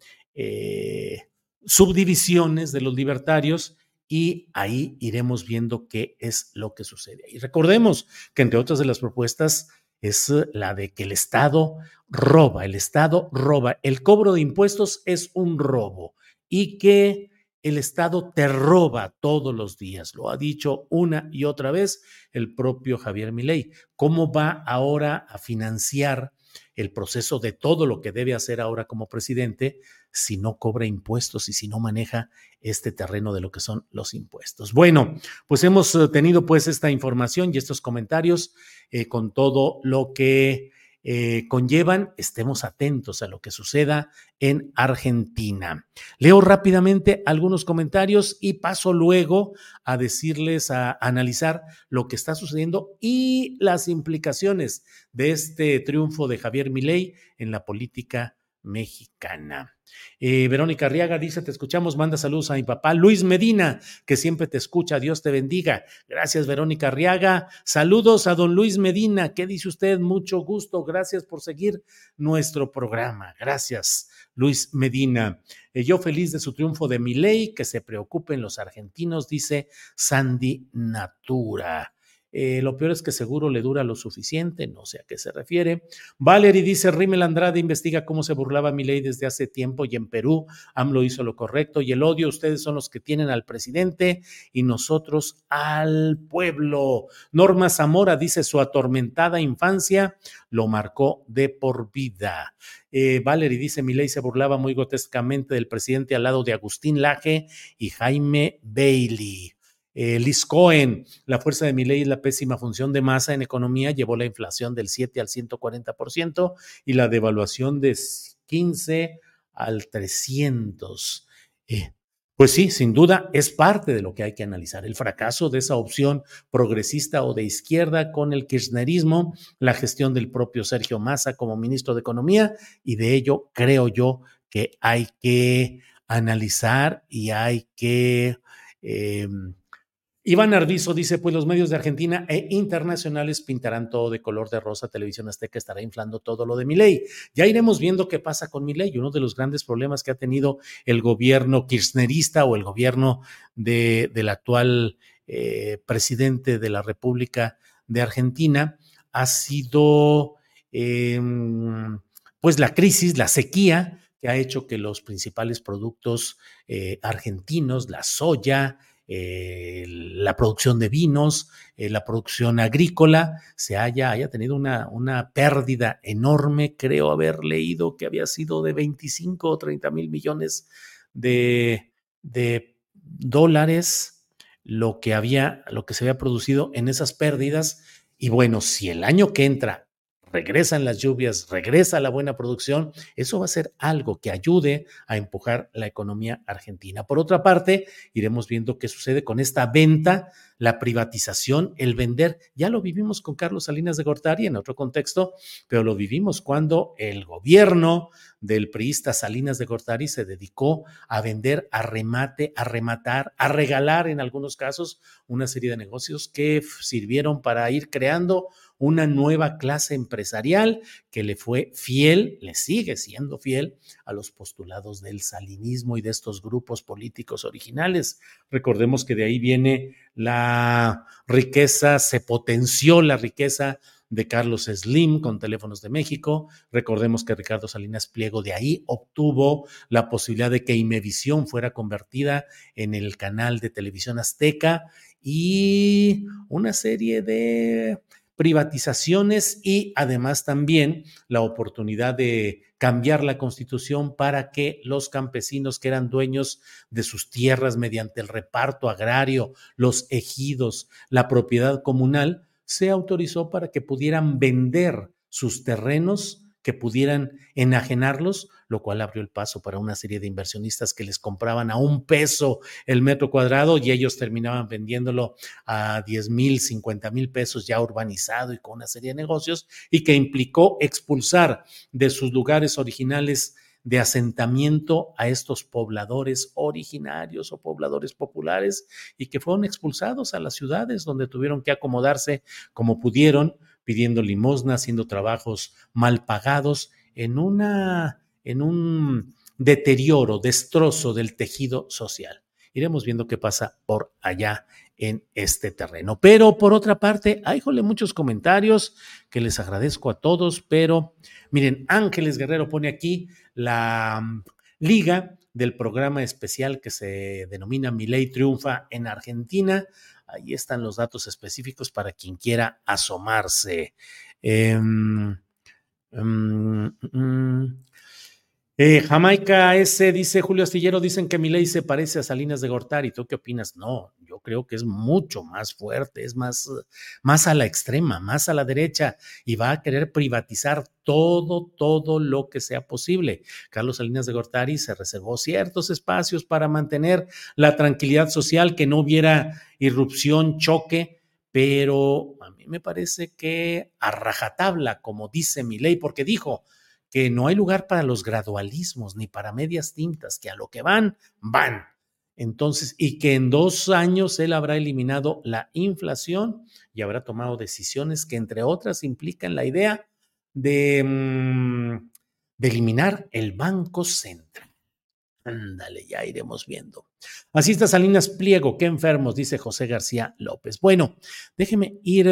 subdivisiones de los libertarios, y ahí iremos viendo qué es lo que sucede. Y recordemos que entre otras de las propuestas es la de que el Estado roba, el cobro de impuestos es un robo y que el Estado te roba todos los días. Lo ha dicho una y otra vez el propio Javier Milei. ¿Cómo va ahora a financiar el proceso de todo lo que debe hacer ahora como presidente si no cobra impuestos y si no maneja este terreno de lo que son los impuestos? Bueno, pues hemos tenido pues esta información y estos comentarios con todo lo que conllevan. Estemos atentos a lo que suceda en Argentina. Leo rápidamente algunos comentarios y paso luego a decirles, a analizar lo que está sucediendo y las implicaciones de este triunfo de Javier Milei en la política mexicana. Verónica Arriaga dice: te escuchamos, manda saludos a mi papá Luis Medina, que siempre te escucha, Dios te bendiga. Gracias, Verónica Arriaga. Saludos a don Luis Medina. ¿Qué dice usted? Mucho gusto, gracias por seguir nuestro programa. Gracias, Luis Medina. Yo feliz de su triunfo de Milei, que se preocupen los argentinos, dice Sandy Natura. Lo peor es que seguro le dura lo suficiente, no sé a qué se refiere. Valerie dice: Rímel Andrade investiga cómo se burlaba Milei desde hace tiempo y en Perú AMLO hizo lo correcto y el odio, ustedes son los que tienen al presidente y nosotros al pueblo. Norma Zamora dice: su atormentada infancia lo marcó de por vida. Valerie dice: Milei se burlaba muy grotescamente del presidente al lado de Agustín Laje y Jaime Bailey. Liz Cohen: la fuerza de Milei es la pésima función de masa en economía, llevó la inflación del 7 al 140% y la devaluación de 15 al 300. Pues sí, sin duda es parte de lo que hay que analizar. El fracaso de esa opción progresista o de izquierda con el kirchnerismo, la gestión del propio Sergio Massa como ministro de Economía, y de ello creo yo que hay que analizar y hay que... Iván Arvizo dice: pues los medios de Argentina e internacionales pintarán todo de color de rosa, Televisión Azteca estará inflando todo lo de Milei. Ya iremos viendo qué pasa con Milei. Uno de los grandes problemas que ha tenido el gobierno kirchnerista o el gobierno del actual presidente de la República de Argentina ha sido pues la crisis, la sequía, que ha hecho que los principales productos argentinos, la soya, la producción de vinos, la producción agrícola, haya tenido una pérdida enorme. Creo haber leído que había sido de 25 o 30 mil millones de dólares lo que se había producido en esas pérdidas. Y bueno, si el año que entra regresan las lluvias, regresa la buena producción, eso va a ser algo que ayude a empujar la economía argentina. Por otra parte, iremos viendo qué sucede con esta venta, la privatización, el vender. Ya lo vivimos con Carlos Salinas de Gortari en otro contexto, pero lo vivimos cuando el gobierno del priista Salinas de Gortari se dedicó a vender a remate, a rematar, a regalar en algunos casos una serie de negocios que sirvieron para ir creando una nueva clase empresarial que le fue fiel, le sigue siendo fiel a los postulados del salinismo y de estos grupos políticos originales. Recordemos que de ahí viene la riqueza, se potenció la riqueza de Carlos Slim con Teléfonos de México. Recordemos que Ricardo Salinas Pliego de ahí obtuvo la posibilidad de que Imevisión fuera convertida en el canal de Televisión Azteca y una serie de privatizaciones y además también la oportunidad de cambiar la Constitución para que los campesinos que eran dueños de sus tierras mediante el reparto agrario, los ejidos, la propiedad comunal, se autorizó para que pudieran vender sus terrenos que pudieran enajenarlos, lo cual abrió el paso para una serie de inversionistas que les compraban a $1 el metro cuadrado y ellos terminaban vendiéndolo a 10,000, 50,000 pesos ya urbanizado y con una serie de negocios, y que implicó expulsar de sus lugares originales de asentamiento a estos pobladores originarios o pobladores populares, y que fueron expulsados a las ciudades donde tuvieron que acomodarse como pudieron, pidiendo limosna, haciendo trabajos mal pagados, en un deterioro, destrozo del tejido social. Iremos viendo qué pasa por allá en este terreno. Pero por otra parte, híjole, muchos comentarios que les agradezco a todos, pero miren, Ángeles Guerrero pone aquí la liga del programa especial que se denomina Milei Triunfa en Argentina. Ahí están los datos específicos para quien quiera asomarse. Jamaica S. dice, Julio Astillero, dicen que Milei se parece a Salinas de Gortari. ¿Tú qué opinas? No, yo creo que es mucho más fuerte, es más a la extrema, más a la derecha, y va a querer privatizar todo lo que sea posible. Carlos Salinas de Gortari se reservó ciertos espacios para mantener la tranquilidad social, que no hubiera irrupción, choque, pero a mí me parece que a rajatabla, como dice Milei, porque dijo que no hay lugar para los gradualismos ni para medias tintas, que a lo que van. Entonces, y que en 2 años él habrá eliminado la inflación y habrá tomado decisiones que, entre otras, implican la idea de eliminar el Banco Central. Ándale, ya iremos viendo. Así está Salinas Pliego, qué enfermos, dice José García López. Bueno, déjeme ir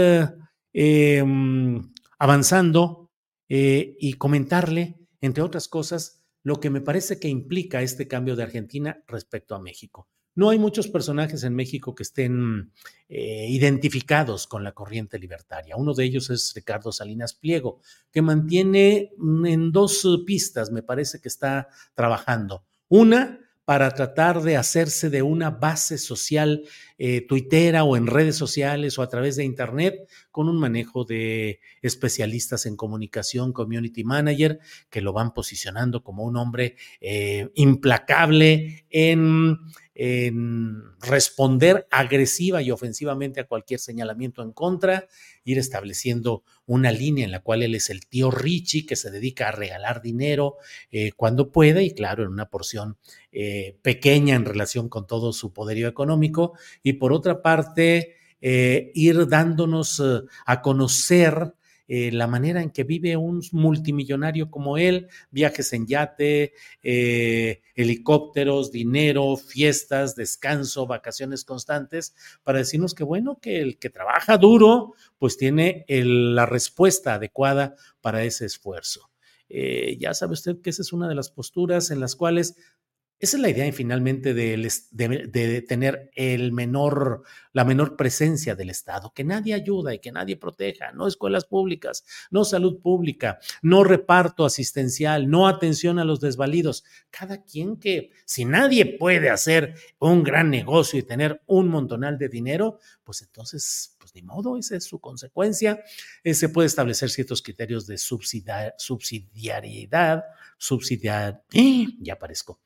avanzando y comentarle, entre otras cosas, lo que me parece que implica este cambio de Argentina respecto a México. No hay muchos personajes en México que estén identificados con la corriente libertaria. Uno de ellos es Ricardo Salinas Pliego, que mantiene en 2 pistas, me parece que está trabajando. Una, para tratar de hacerse de una base social tuitera o en redes sociales o a través de internet, con un manejo de especialistas en comunicación, community manager, que lo van posicionando como un hombre implacable en responder agresiva y ofensivamente a cualquier señalamiento en contra, ir estableciendo una línea en la cual él es el tío Richie, que se dedica a regalar dinero cuando puede, y claro, en una porción pequeña en relación con todo su poderío económico, y por otra parte ir dándonos a conocer la manera en que vive un multimillonario como él, viajes en yate, helicópteros, dinero, fiestas, descanso, vacaciones constantes, para decirnos que bueno, que el que trabaja duro, pues tiene la respuesta adecuada para ese esfuerzo. Ya sabe usted que esa es una de las posturas en las cuales esa es la idea finalmente de tener la menor presencia del Estado, que nadie ayuda y que nadie proteja, no escuelas públicas, no salud pública, no reparto asistencial, no atención a los desvalidos. Cada quien que, si nadie puede hacer un gran negocio y tener un montonal de dinero, pues entonces, pues ni modo, esa es su consecuencia. Se puede establecer ciertos criterios de subsidiariedad, ya aparezco.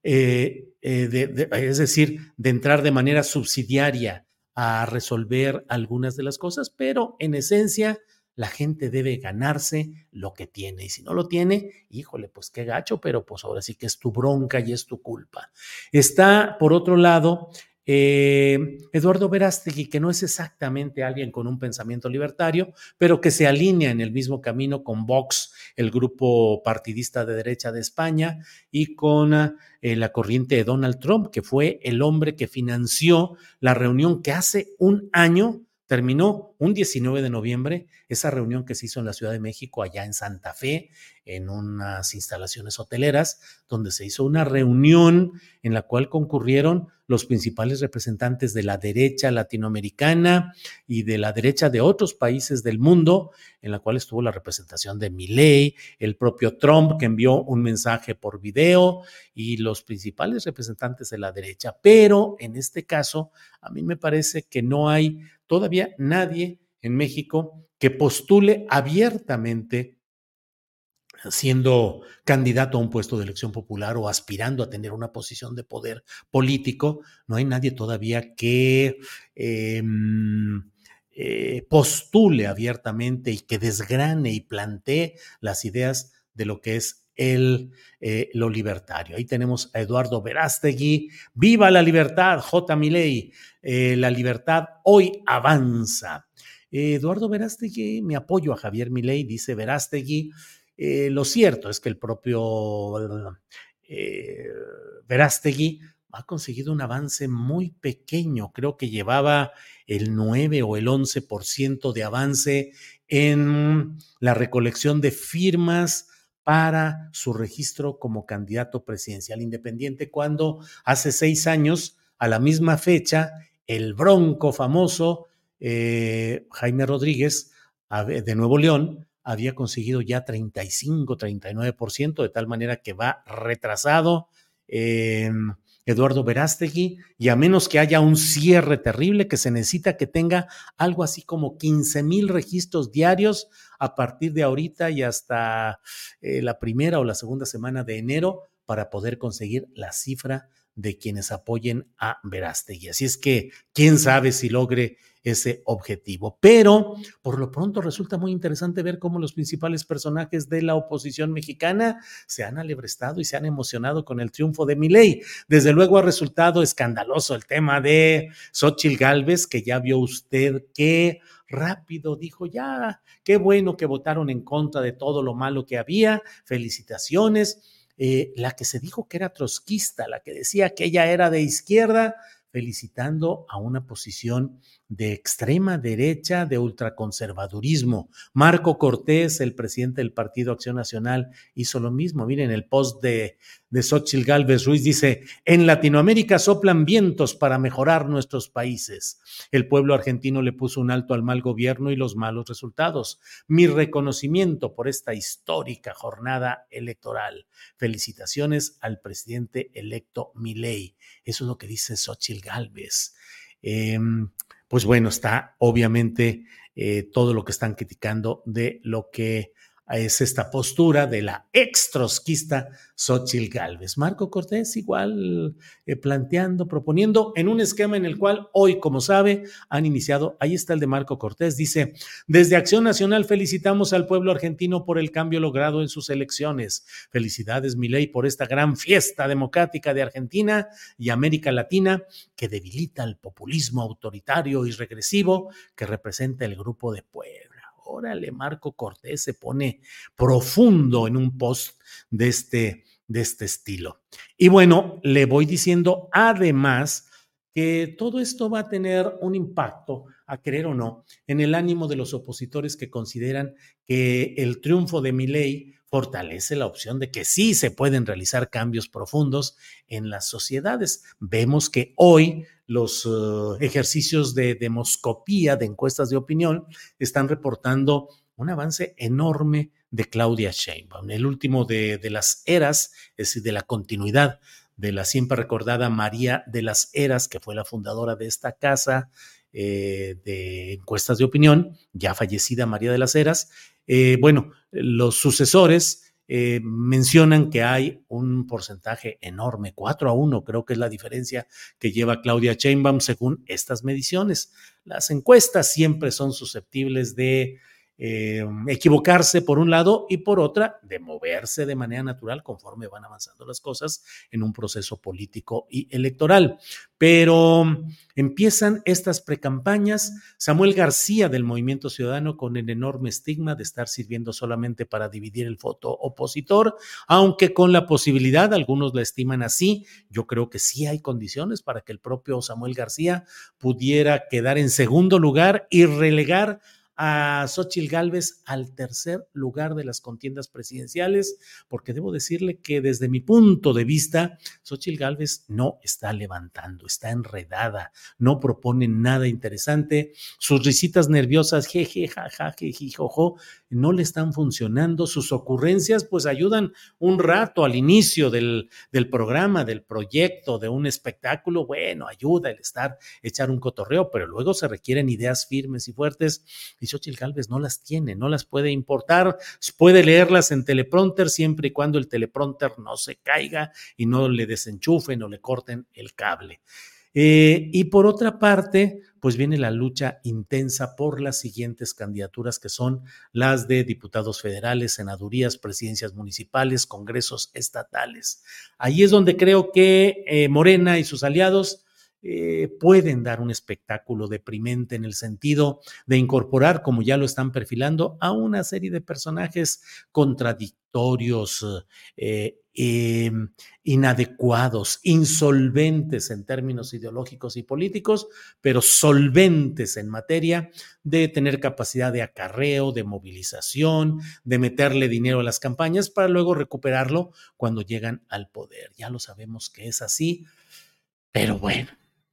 Es decir, de entrar de manera subsidiaria a resolver algunas de las cosas, pero en esencia la gente debe ganarse lo que tiene, y si no lo tiene, híjole, pues qué gacho, pero pues ahora sí que es tu bronca y es tu culpa. Está, por otro lado, Eduardo Verástegui, que no es exactamente alguien con un pensamiento libertario, pero que se alinea en el mismo camino con Vox, el grupo partidista de derecha de España, y con la corriente de Donald Trump, que fue el hombre que financió la reunión que hace un año terminó un 19 de noviembre, esa reunión que se hizo en la Ciudad de México, allá en Santa Fe, en unas instalaciones hoteleras, donde se hizo una reunión en la cual concurrieron los principales representantes de la derecha latinoamericana y de la derecha de otros países del mundo, en la cual estuvo la representación de Milei, el propio Trump, que envió un mensaje por video, y los principales representantes de la derecha. Pero en este caso, a mí me parece que no hay todavía nadie en México que postule abiertamente siendo candidato a un puesto de elección popular o aspirando a tener una posición de poder político, no hay nadie todavía que postule abiertamente y que desgrane y plantee las ideas de lo que es lo libertario. Ahí tenemos a Eduardo Verástegui. ¡Viva la libertad, J. Milei! La libertad hoy avanza. Eduardo Verástegui, mi apoyo a Javier Milei, dice Verástegui. Lo cierto es que el propio Verástegui ha conseguido un avance muy pequeño. Creo que llevaba el 9 o el 11% de avance en la recolección de firmas para su registro como candidato presidencial independiente, cuando hace 6 años, a la misma fecha, el bronco famoso Jaime Rodríguez, de Nuevo León, había conseguido ya 35-39%, de tal manera que va retrasado Eduardo Verástegui, y a menos que haya un cierre terrible, que se necesita que tenga algo así como 15,000 registros diarios a partir de ahorita y hasta la primera o la segunda semana de enero para poder conseguir la cifra de quienes apoyen a Verástegui. Así es que quién sabe si logre ese objetivo. Pero por lo pronto resulta muy interesante ver cómo los principales personajes de la oposición mexicana se han alebrestado y se han emocionado con el triunfo de Milei. Desde luego ha resultado escandaloso el tema de Xóchitl Gálvez, que ya vio usted que rápido dijo, ya, qué bueno que votaron en contra de todo lo malo que había, felicitaciones. La que se dijo que era trotskista, la que decía que ella era de izquierda, felicitando a una posición de extrema derecha, de ultraconservadurismo. Marco Cortés, el presidente del Partido Acción Nacional, hizo lo mismo. Miren el post de Xóchitl Gálvez Ruiz, dice: en Latinoamérica soplan vientos para mejorar nuestros países. El pueblo argentino le puso un alto al mal gobierno y los malos resultados. Mi reconocimiento por esta histórica jornada electoral. Felicitaciones al presidente electo Milei. Eso es lo que dice Xóchitl Gálvez. Pues bueno, está obviamente todo lo que están criticando de lo que es esta postura de la ex-trotskista Xóchitl Gálvez. Marco Cortés igual proponiendo en un esquema en el cual hoy, como sabe, han iniciado, ahí está el de Marco Cortés, dice: desde Acción Nacional felicitamos al pueblo argentino por el cambio logrado en sus elecciones. Felicidades, Milei, por esta gran fiesta democrática de Argentina y América Latina que debilita el populismo autoritario y regresivo que representa el Grupo de Puebla. Órale, Marco Cortés se pone profundo en un post de este estilo. Y bueno, le voy diciendo además que todo esto va a tener un impacto, a querer o no, en el ánimo de los opositores que consideran que el triunfo de Milei fortalece la opción de que sí se pueden realizar cambios profundos en las sociedades. Vemos que hoy los ejercicios de demoscopía, de encuestas de opinión, están reportando un avance enorme de Claudia Sheinbaum. El último de las eras, es decir, de la continuidad de la siempre recordada María de las Heras, que fue la fundadora de esta casa de encuestas de opinión, ya fallecida María de las Heras. Bueno, los sucesores mencionan que hay un porcentaje enorme, 4-1, creo que es la diferencia que lleva Claudia Sheinbaum según estas mediciones. Las encuestas siempre son susceptibles de equivocarse por un lado y por otra de moverse de manera natural conforme van avanzando las cosas en un proceso político y electoral. Pero empiezan estas precampañas. Samuel García del Movimiento Ciudadano con el enorme estigma de estar sirviendo solamente para dividir el voto opositor, aunque con la posibilidad, algunos la estiman así, yo creo que sí hay condiciones para que el propio Samuel García pudiera quedar en segundo lugar y relegar a Xóchitl Gálvez al tercer lugar de las contiendas presidenciales, porque debo decirle que desde mi punto de vista, Xóchitl Gálvez no está levantando, está enredada, no propone nada interesante, sus risitas nerviosas, jeje, jaja, jejijojo, no le están funcionando, sus ocurrencias pues ayudan un rato al inicio del programa, del proyecto, de un espectáculo, bueno, ayuda el echar un cotorreo, pero luego se requieren ideas firmes y fuertes, y Xóchitl Gálvez no las tiene, no las puede importar, puede leerlas en teleprompter siempre y cuando el teleprompter no se caiga y no le desenchufen o le corten el cable. Y por otra parte, pues viene la lucha intensa por las siguientes candidaturas, que son las de diputados federales, senadurías, presidencias municipales, congresos estatales. Ahí es donde creo que Morena y sus aliados pueden dar un espectáculo deprimente en el sentido de incorporar, como ya lo están perfilando, a una serie de personajes contradictorios, inadecuados, insolventes en términos ideológicos y políticos, pero solventes en materia de tener capacidad de acarreo, de movilización, de meterle dinero a las campañas para luego recuperarlo cuando llegan al poder. Ya lo sabemos que es así, pero bueno.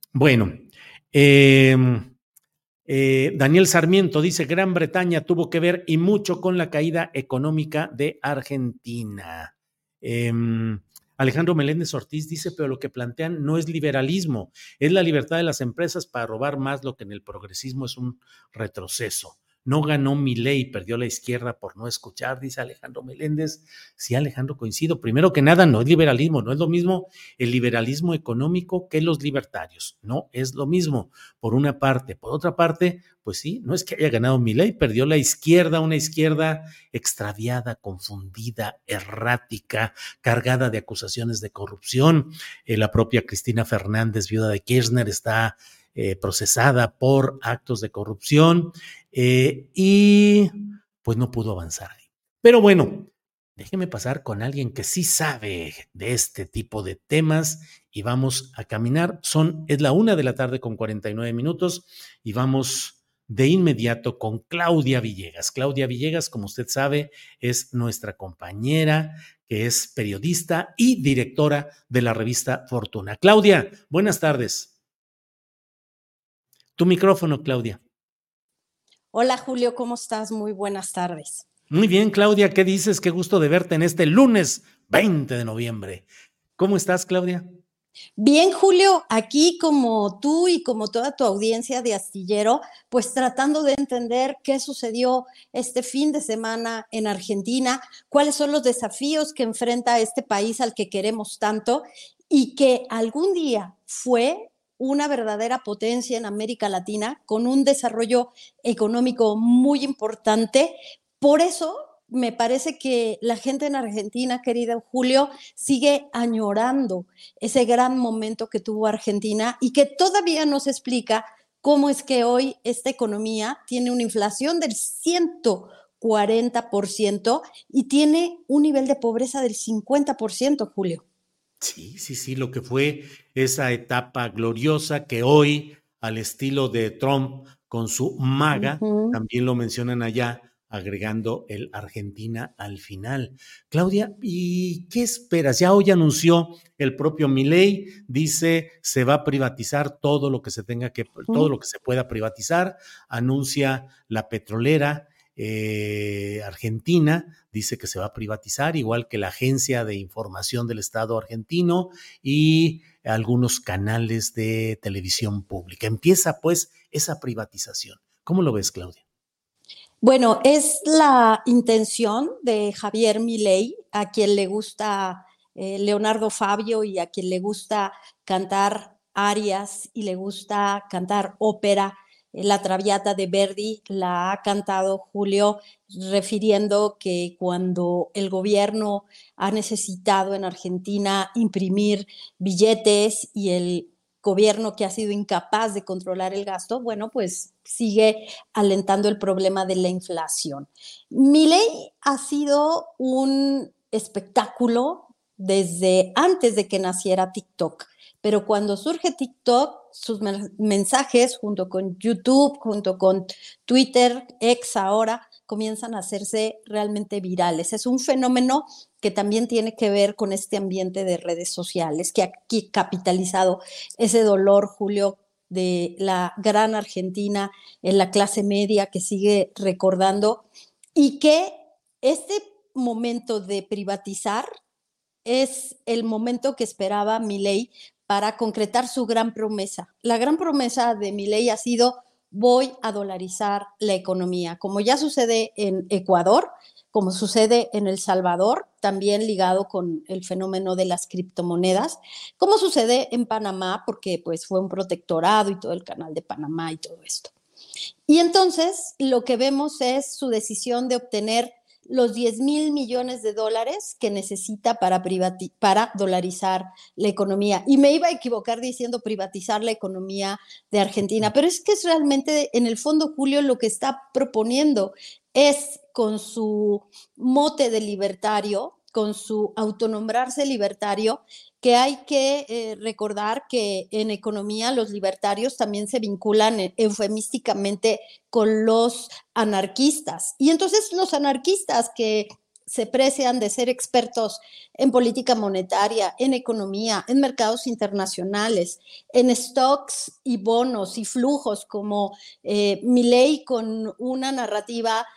Daniel Sarmiento dice: Gran Bretaña tuvo que ver y mucho con la caída económica de Argentina. Alejandro Meléndez Ortiz dice: pero lo que plantean no es liberalismo, es la libertad de las empresas para robar más, lo que en el progresismo es un retroceso. No ganó Milei, perdió la izquierda por no escuchar, dice Alejandro Meléndez. Sí, Alejandro, coincido. Primero que nada, no es liberalismo, no es lo mismo el liberalismo económico que los libertarios. No es lo mismo, por una parte. Por otra parte, pues sí, no es que haya ganado Milei, perdió la izquierda, una izquierda extraviada, confundida, errática, cargada de acusaciones de corrupción. La propia Cristina Fernández, viuda de Kirchner, está procesada por actos de corrupción y pues no pudo avanzar ahí. Pero bueno, déjeme pasar con alguien que sí sabe de este tipo de temas y vamos a caminar. Es la 1:49 p.m. y vamos de inmediato con Claudia Villegas. Claudia Villegas, como usted sabe, es nuestra compañera, que es periodista y directora de la revista Fortuna. Claudia, buenas tardes. Tu micrófono, Claudia. Hola, Julio, ¿cómo estás? Muy buenas tardes. Muy bien, Claudia, ¿qué dices? Qué gusto de verte en este lunes 20 de noviembre. ¿Cómo estás, Claudia? Bien, Julio, aquí como tú y como toda tu audiencia de Astillero, pues tratando de entender qué sucedió este fin de semana en Argentina, cuáles son los desafíos que enfrenta este país al que queremos tanto y que algún día fue una verdadera potencia en América Latina con un desarrollo económico muy importante. Por eso me parece que la gente en Argentina, querida Julio, sigue añorando ese gran momento que tuvo Argentina y que todavía nos explica cómo es que hoy esta economía tiene una inflación del 140% y tiene un nivel de pobreza del 50%, Julio. Sí, lo que fue esa etapa gloriosa que hoy, al estilo de Trump con su MAGA, también lo mencionan allá, agregando el Argentina al final. Claudia, ¿y qué esperas? Ya hoy anunció el propio Milei, dice se va a privatizar todo lo que se tenga que, todo lo que se pueda privatizar, anuncia la petrolera Argentina, dice que se va a privatizar, igual que la Agencia de Información del Estado argentino y algunos canales de televisión pública. Empieza pues esa privatización. ¿Cómo lo ves, Claudia? Bueno, es la intención de Javier Milei, a quien le gusta Leonardo Fabio y a quien le gusta cantar arias y le gusta cantar ópera. La Traviata de Verdi la ha cantado Julio, refiriendo que cuando el gobierno ha necesitado en Argentina imprimir billetes y el gobierno que ha sido incapaz de controlar el gasto, bueno, pues sigue alentando el problema de la inflación. Milei ha sido un espectáculo desde antes de que naciera TikTok, pero cuando surge TikTok, sus mensajes junto con YouTube, junto con Twitter, X ahora, comienzan a hacerse realmente virales. Es un fenómeno que también tiene que ver con este ambiente de redes sociales, que ha capitalizado ese dolor, Julio, de la gran Argentina en la clase media que sigue recordando, y que este momento de privatizar es el momento que esperaba Milei para concretar su gran promesa. La gran promesa de Milei ha sido voy a dolarizar la economía, como ya sucede en Ecuador, como sucede en El Salvador, también ligado con el fenómeno de las criptomonedas, como sucede en Panamá, porque pues fue un protectorado y todo el canal de Panamá y todo esto. Y entonces lo que vemos es su decisión de obtener los 10,000 millones de dólares que necesita para dolarizar la economía. Y me iba a equivocar diciendo privatizar la economía de Argentina, pero es que es realmente, en el fondo, Julio, lo que está proponiendo es, con su mote de libertario, con su autonombrarse libertario, que hay que recordar que en economía los libertarios también se vinculan eufemísticamente con los anarquistas. Y entonces los anarquistas que se precian de ser expertos en política monetaria, en economía, en mercados internacionales, en stocks y bonos y flujos, como Milei, con una narrativa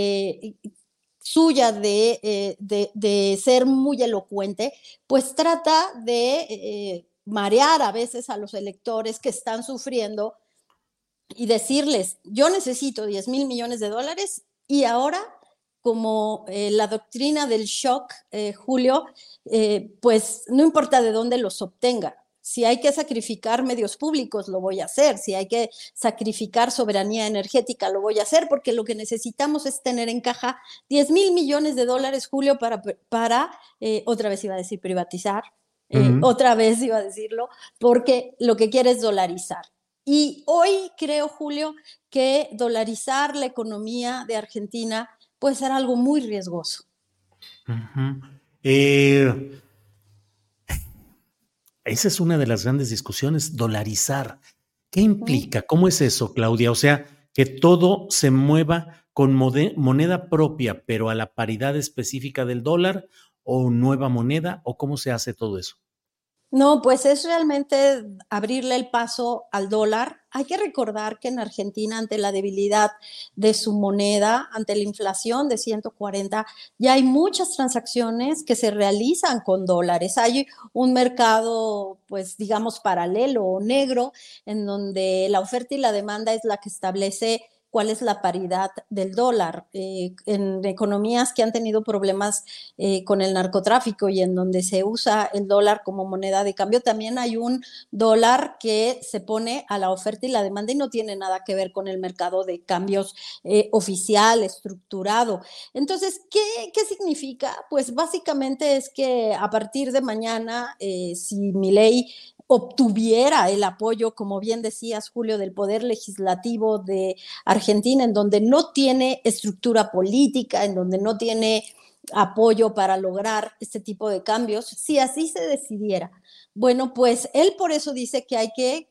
suya de ser muy elocuente, pues trata de marear a veces a los electores que están sufriendo y decirles, yo necesito 10,000 millones de dólares y ahora, como la doctrina del shock, Julio, pues no importa de dónde los obtenga. Si hay que sacrificar medios públicos, lo voy a hacer. Si hay que sacrificar soberanía energética, lo voy a hacer, porque lo que necesitamos es tener en caja 10,000 millones de dólares, Julio, para otra vez iba a decir privatizar, otra vez iba a decirlo, porque lo que quiere es dolarizar. Y hoy creo, Julio, que dolarizar la economía de Argentina puede ser algo muy riesgoso. Esa es una de las grandes discusiones, dolarizar. ¿Qué implica? ¿Cómo es eso, Claudia? O sea, que todo se mueva con moneda propia, pero a la paridad específica del dólar, o nueva moneda, o cómo se hace todo eso. No, pues es realmente abrirle el paso al dólar. Hay que recordar que en Argentina, ante la debilidad de su moneda, ante la inflación de 140, ya hay muchas transacciones que se realizan con dólares. Hay un mercado, pues digamos, paralelo o negro, en donde la oferta y la demanda es la que establece cuál es la paridad del dólar. En economías que han tenido problemas con el narcotráfico y en donde se usa el dólar como moneda de cambio, también hay un dólar que se pone a la oferta y la demanda y no tiene nada que ver con el mercado de cambios oficial, estructurado. Entonces, ¿qué significa? Pues básicamente es que a partir de mañana, si Milei obtuviera el apoyo, como bien decías, Julio, del Poder Legislativo de Argentina, en donde no tiene estructura política, en donde no tiene apoyo para lograr este tipo de cambios, si así se decidiera. Bueno, pues él por eso dice que hay que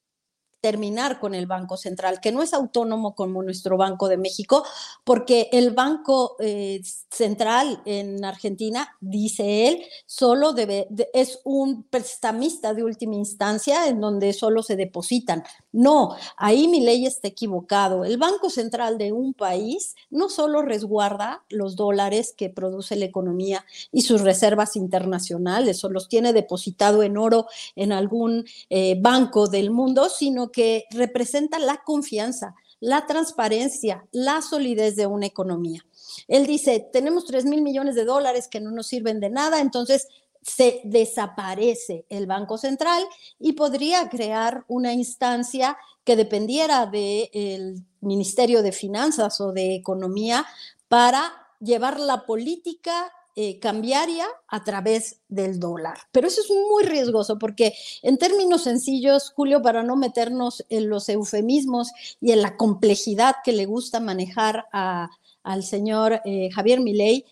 terminar con el Banco Central, que no es autónomo como nuestro Banco de México, porque el Banco Central en Argentina, dice él, solo es un prestamista de última instancia en donde solo se depositan. No, ahí Milei está equivocado. El Banco Central de un país no solo resguarda los dólares que produce la economía y sus reservas internacionales, o los tiene depositado en oro en algún banco del mundo, sino que representa la confianza, la transparencia, la solidez de una economía. Él dice, tenemos 3,000 millones de dólares que no nos sirven de nada, entonces se desaparece el Banco Central y podría crear una instancia que dependiera del Ministerio de Finanzas o de Economía para llevar la política cambiaria a través del dólar. Pero eso es muy riesgoso porque, en términos sencillos, Julio, para no meternos en los eufemismos y en la complejidad que le gusta manejar al señor Javier Milei,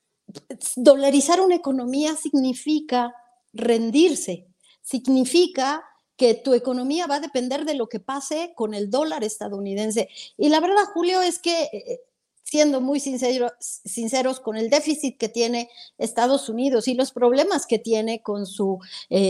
dolarizar una economía significa rendirse, significa que tu economía va a depender de lo que pase con el dólar estadounidense. Y la verdad, Julio, es que siendo muy sinceros con el déficit que tiene Estados Unidos y los problemas que tiene con su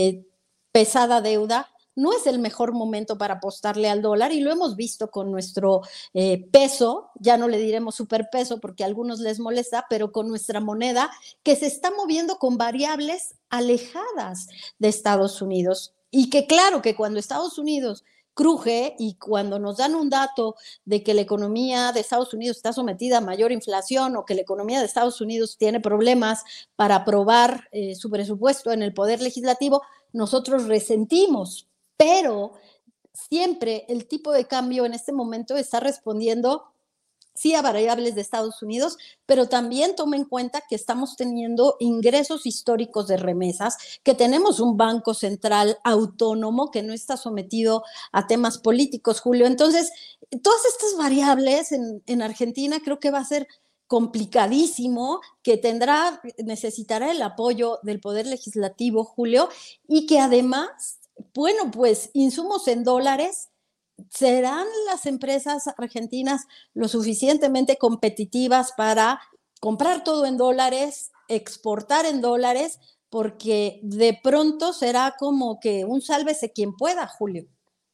pesada deuda, no es el mejor momento para apostarle al dólar, y lo hemos visto con nuestro peso, ya no le diremos superpeso porque a algunos les molesta, pero con nuestra moneda que se está moviendo con variables alejadas de Estados Unidos. Y que claro que cuando Estados Unidos cruje, y cuando nos dan un dato de que la economía de Estados Unidos está sometida a mayor inflación o que la economía de Estados Unidos tiene problemas para aprobar su presupuesto en el Poder Legislativo, nosotros resentimos, pero siempre el tipo de cambio en este momento está respondiendo sí a variables de Estados Unidos, pero también toma en cuenta que estamos teniendo ingresos históricos de remesas, que tenemos un banco central autónomo que no está sometido a temas políticos, Julio. Entonces, todas estas variables en Argentina creo que va a ser complicadísimo, que necesitará el apoyo del Poder Legislativo, Julio, y que además, bueno, pues insumos en dólares. ¿Serán las empresas argentinas lo suficientemente competitivas para comprar todo en dólares, exportar en dólares? Porque de pronto será como que un sálvese quien pueda, Julio.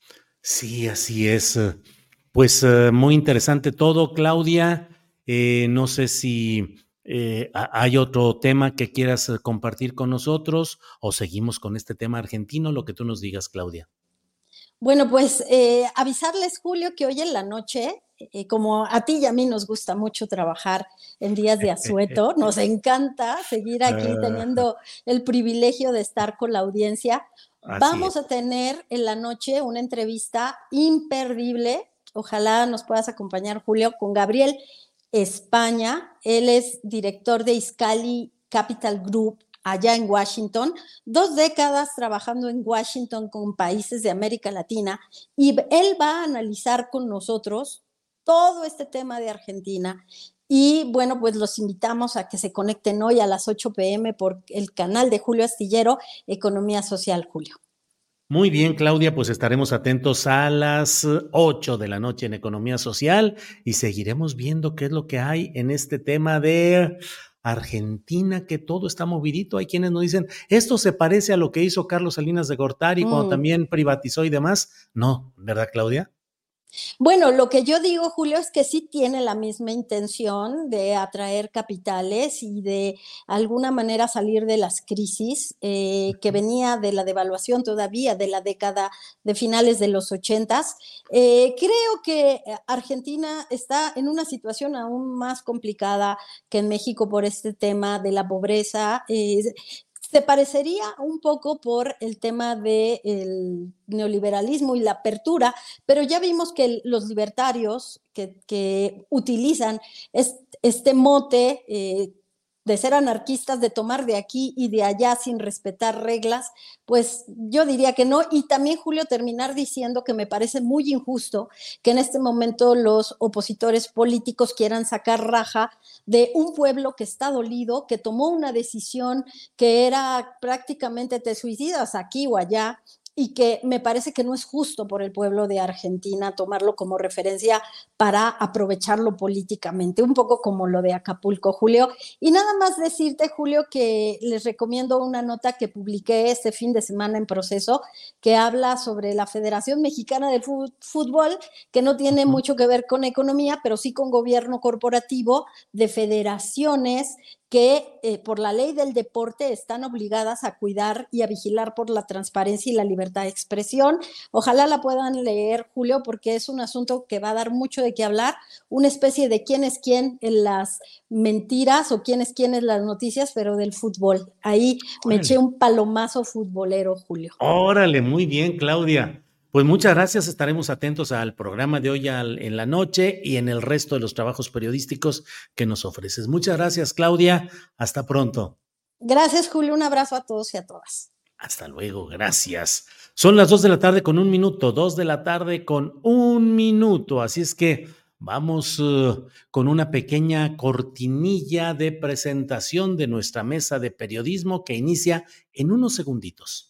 Sí, así es. Pues muy interesante todo, Claudia. No sé si hay otro tema que quieras compartir con nosotros o seguimos con este tema argentino, lo que tú nos digas, Claudia. Bueno, pues avisarles, Julio, que hoy en la noche, como a ti y a mí nos gusta mucho trabajar en días de asueto, nos encanta seguir aquí teniendo el privilegio de estar con la audiencia. Vamos a tener en la noche una entrevista imperdible, ojalá nos puedas acompañar, Julio, con Gabriel España. Él es director de Iscali Capital Group allá en Washington, 2 décadas trabajando en Washington con países de América Latina, y él va a analizar con nosotros todo este tema de Argentina. Y bueno, pues los invitamos a que se conecten hoy a las 8 p.m. por el canal de Julio Astillero, Economía Social, Julio. Muy bien, Claudia, pues estaremos atentos a las 8 de la noche en Economía Social y seguiremos viendo qué es lo que hay en este tema de Argentina, que todo está movidito. Hay quienes nos dicen, esto se parece a lo que hizo Carlos Salinas de Gortari cuando también privatizó y demás. No, ¿verdad, Claudia? Bueno, lo que yo digo, Julio, es que sí tiene la misma intención de atraer capitales y de alguna manera salir de las crisis que venía de la devaluación todavía de la década de finales de los 80s. Creo que Argentina está en una situación aún más complicada que en México por este tema de la pobreza. Se parecería un poco por el tema del neoliberalismo y la apertura, pero ya vimos que los libertarios que utilizan este mote de ser anarquistas, de tomar de aquí y de allá sin respetar reglas, pues yo diría que no. Y también, Julio, terminar diciendo que me parece muy injusto que en este momento los opositores políticos quieran sacar raja de un pueblo que está dolido, que tomó una decisión que era prácticamente te suicidas aquí o allá, y que me parece que no es justo por el pueblo de Argentina tomarlo como referencia para aprovecharlo políticamente, un poco como lo de Acapulco, Julio. Y nada más decirte, Julio, que les recomiendo una nota que publiqué este fin de semana en Proceso, que habla sobre la Federación Mexicana de Fútbol, que no tiene mucho que ver con economía, pero sí con gobierno corporativo de federaciones que por la ley del deporte están obligadas a cuidar y a vigilar por la transparencia y la libertad de expresión. Ojalá la puedan leer, Julio, porque es un asunto que va a dar mucho de qué hablar, una especie de quién es quién en las mentiras o quién es quién en las noticias, pero del fútbol. Ahí me eché un palomazo futbolero, Julio. Órale, muy bien, Claudia. Pues muchas gracias, estaremos atentos al programa de hoy en la noche y en el resto de los trabajos periodísticos que nos ofreces. Muchas gracias, Claudia. Hasta pronto. Gracias, Julio. Un abrazo a todos y a todas. Hasta luego, gracias. Son las 2 de la tarde con 1 minuto, 2 de la tarde con 1 minuto. Así es que vamos con una pequeña cortinilla de presentación de nuestra mesa de periodismo que inicia en unos segunditos.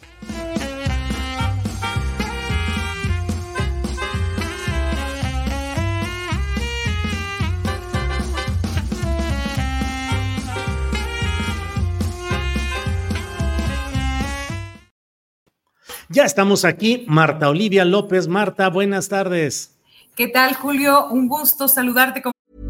Ya estamos aquí, Marta Olivia López. Marta, buenas tardes. ¿Qué tal, Julio? Un gusto saludarte.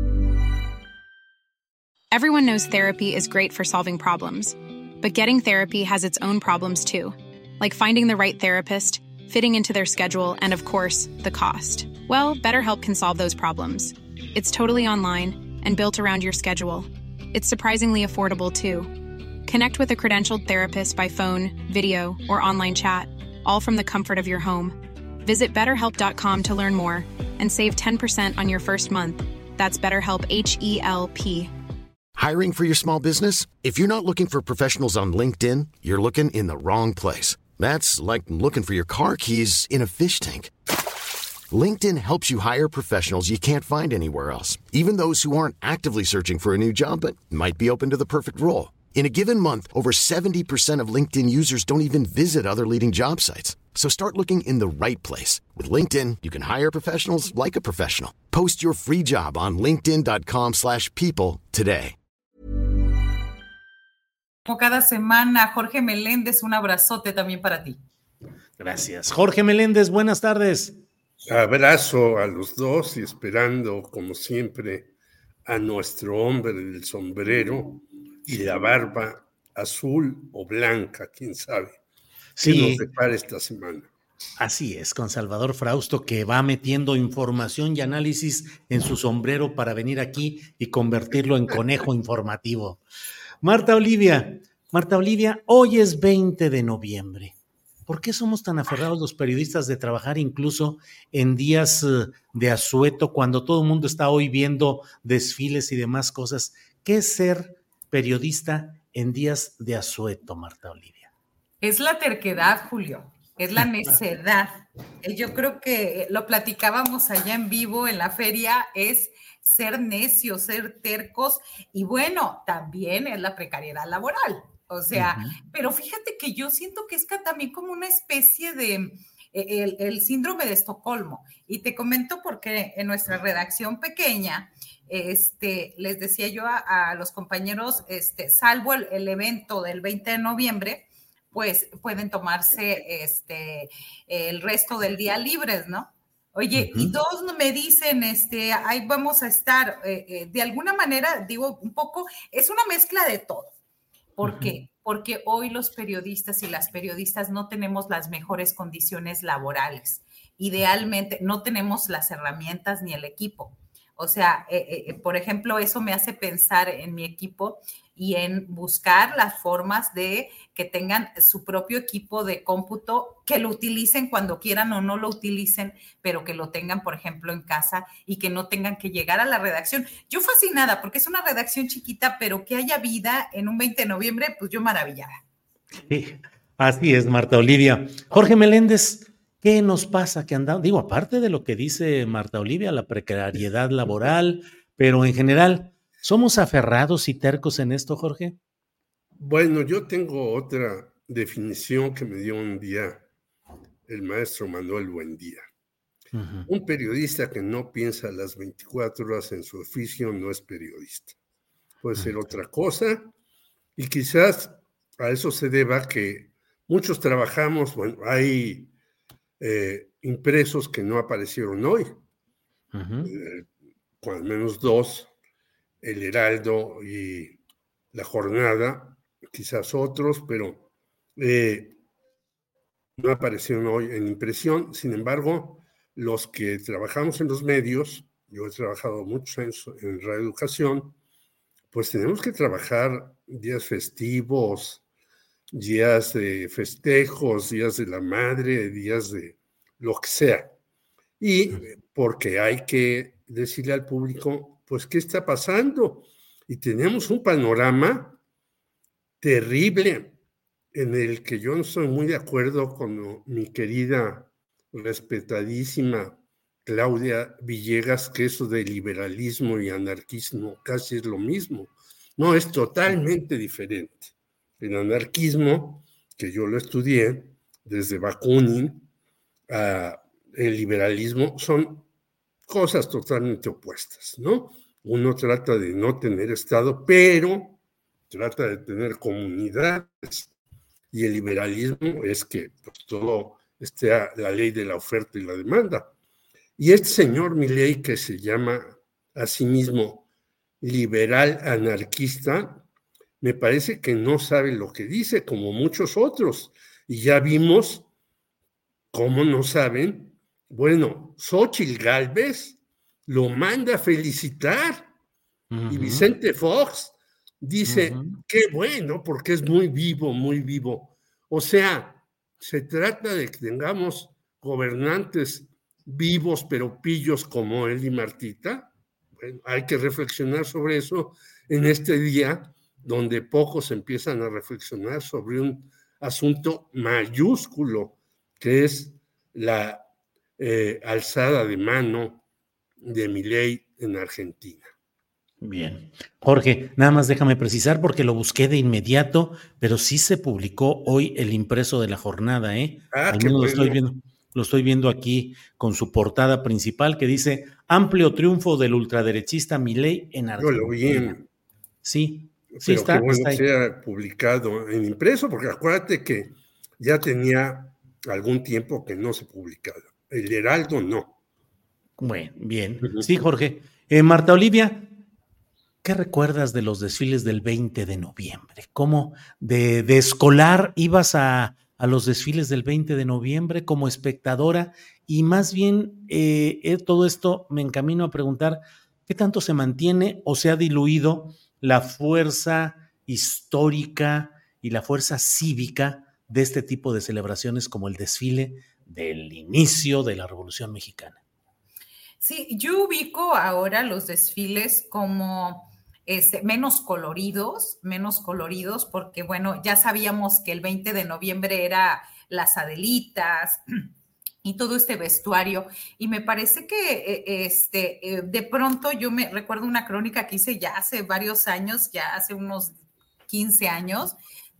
Everyone knows therapy is great for solving problems, but getting therapy has its own problems too, like finding the right therapist, fitting into their schedule, and of course, the cost. Well, BetterHelp can solve those problems. It's totally online and built around your schedule. It's surprisingly affordable, too. Connect with a credentialed therapist by phone, video, or online chat, all from the comfort of your home. Visit BetterHelp.com to learn more and save 10% on your first month. That's BetterHelp, H-E-L-P. Hiring for your small business? If you're not looking for professionals on LinkedIn, you're looking in the wrong place. That's like looking for your car keys in a fish tank. LinkedIn helps you hire professionals you can't find anywhere else, even those who aren't actively searching for a new job but might be open to the perfect role. In a given month, over 70% of LinkedIn users don't even visit other leading job sites. So start looking in the right place. With LinkedIn, you can hire professionals like a professional. Post your free job on linkedin.com/people today. Como cada semana, Jorge Meléndez, un abrazote también para ti. Gracias. Jorge Meléndez, buenas tardes. Abrazo a los dos y esperando, como siempre, a nuestro hombre del sombrero y la barba azul o blanca, quién sabe. Sí. ¿Qué nos depara esta semana? Así es, con Salvador Frausto, que va metiendo información y análisis en su sombrero para venir aquí y convertirlo en conejo informativo. Marta Olivia, hoy es 20 de noviembre. ¿Por qué somos tan aferrados los periodistas de trabajar incluso en días de asueto, cuando todo el mundo está hoy viendo desfiles y demás cosas? ¿Qué es ser periodista en días de asueto, Marta Olivia? Es la terquedad, Julio, es la necedad. Yo creo que lo platicábamos allá en vivo en la feria, es ser necios, ser tercos, y bueno, también es la precariedad laboral. O sea, pero fíjate que yo siento que es también como una especie de el síndrome de Estocolmo. Y te comento porque en nuestra redacción pequeña, les decía yo a los compañeros, salvo el evento del 20 de noviembre, pues pueden tomarse el resto del día libres, ¿no? Oye, y todos me dicen, ahí vamos a estar, de alguna manera, digo, un poco, es una mezcla de todo. ¿Por qué? Porque hoy los periodistas y las periodistas no tenemos las mejores condiciones laborales. Idealmente no tenemos las herramientas ni el equipo. O sea, por ejemplo, eso me hace pensar en mi equipo y en buscar las formas de que tengan su propio equipo de cómputo, que lo utilicen cuando quieran o no lo utilicen, pero que lo tengan, por ejemplo, en casa y que no tengan que llegar a la redacción. Yo fascinada, porque es una redacción chiquita, pero que haya vida en un 20 de noviembre, pues yo maravillada. Sí, así es, Marta Olivia. Jorge Meléndez, ¿qué nos pasa? Que andamos, digo, aparte de lo que dice Marta Olivia, la precariedad laboral, pero en general, ¿somos aferrados y tercos en esto, Jorge? Bueno, yo tengo otra definición que me dio un día el maestro Manuel Buendía. Un periodista que no piensa las 24 horas en su oficio no es periodista. Puede ser otra cosa, y quizás a eso se deba que muchos trabajamos, bueno, hay impresos que no aparecieron hoy, al menos dos, El Heraldo y La Jornada, quizás otros, pero no aparecieron hoy en impresión. Sin embargo, los que trabajamos en los medios, yo he trabajado muchos años en radioeducación, pues tenemos que trabajar días festivos, días de festejos, días de la madre, días de lo que sea. Y porque hay que decirle al público, pues, ¿qué está pasando? Y tenemos un panorama terrible en el que yo no estoy muy de acuerdo con mi querida, respetadísima Claudia Villegas, que eso de liberalismo y anarquismo casi es lo mismo. No, es totalmente diferente. El anarquismo, que yo lo estudié desde Bakunin, el liberalismo, son cosas totalmente opuestas, ¿no? Uno trata de no tener Estado, pero trata de tener comunidades. Y el liberalismo es que pues, todo esté a la ley de la oferta y la demanda. Y este señor Milei, que se llama a sí mismo liberal anarquista, me parece que no sabe lo que dice, como muchos otros. Y ya vimos ¿Cómo no saben? Bueno, Xóchitl Gálvez lo manda a felicitar. Y Vicente Fox dice, qué bueno, porque es muy vivo, muy vivo. O sea, se trata de que tengamos gobernantes vivos pero pillos como él y Martita. Bueno, hay que reflexionar sobre eso en este día donde pocos empiezan a reflexionar sobre un asunto mayúsculo que es la alzada de mano de Milei en Argentina. Bien. Jorge, nada más déjame precisar porque lo busqué de inmediato, pero sí se publicó hoy el impreso de la jornada, ¿eh? Al menos lo estoy viendo aquí con su portada principal que dice amplio triunfo del ultraderechista Milei en Argentina. Yo lo vi Sí, sí está. Qué bueno está que sea publicado en impreso, porque acuérdate que ya tenía algún tiempo que no se publicaba. El Heraldo no. Bueno, bien. Sí, Jorge. Marta Olivia, ¿qué recuerdas de los desfiles del 20 de noviembre? ¿Cómo de escolar ibas a los desfiles del 20 de noviembre como espectadora? Y más bien, todo esto me encamino a preguntar, ¿qué tanto se mantiene o se ha diluido la fuerza histórica y la fuerza cívica de este tipo de celebraciones como el desfile del inicio de la Revolución Mexicana? Sí, yo ubico ahora los desfiles como menos coloridos, porque bueno, ya sabíamos que el 20 de noviembre era las Adelitas y todo este vestuario, y me parece que de pronto yo me recuerdo una crónica que hice ya hace varios años, ya hace unos 15 años,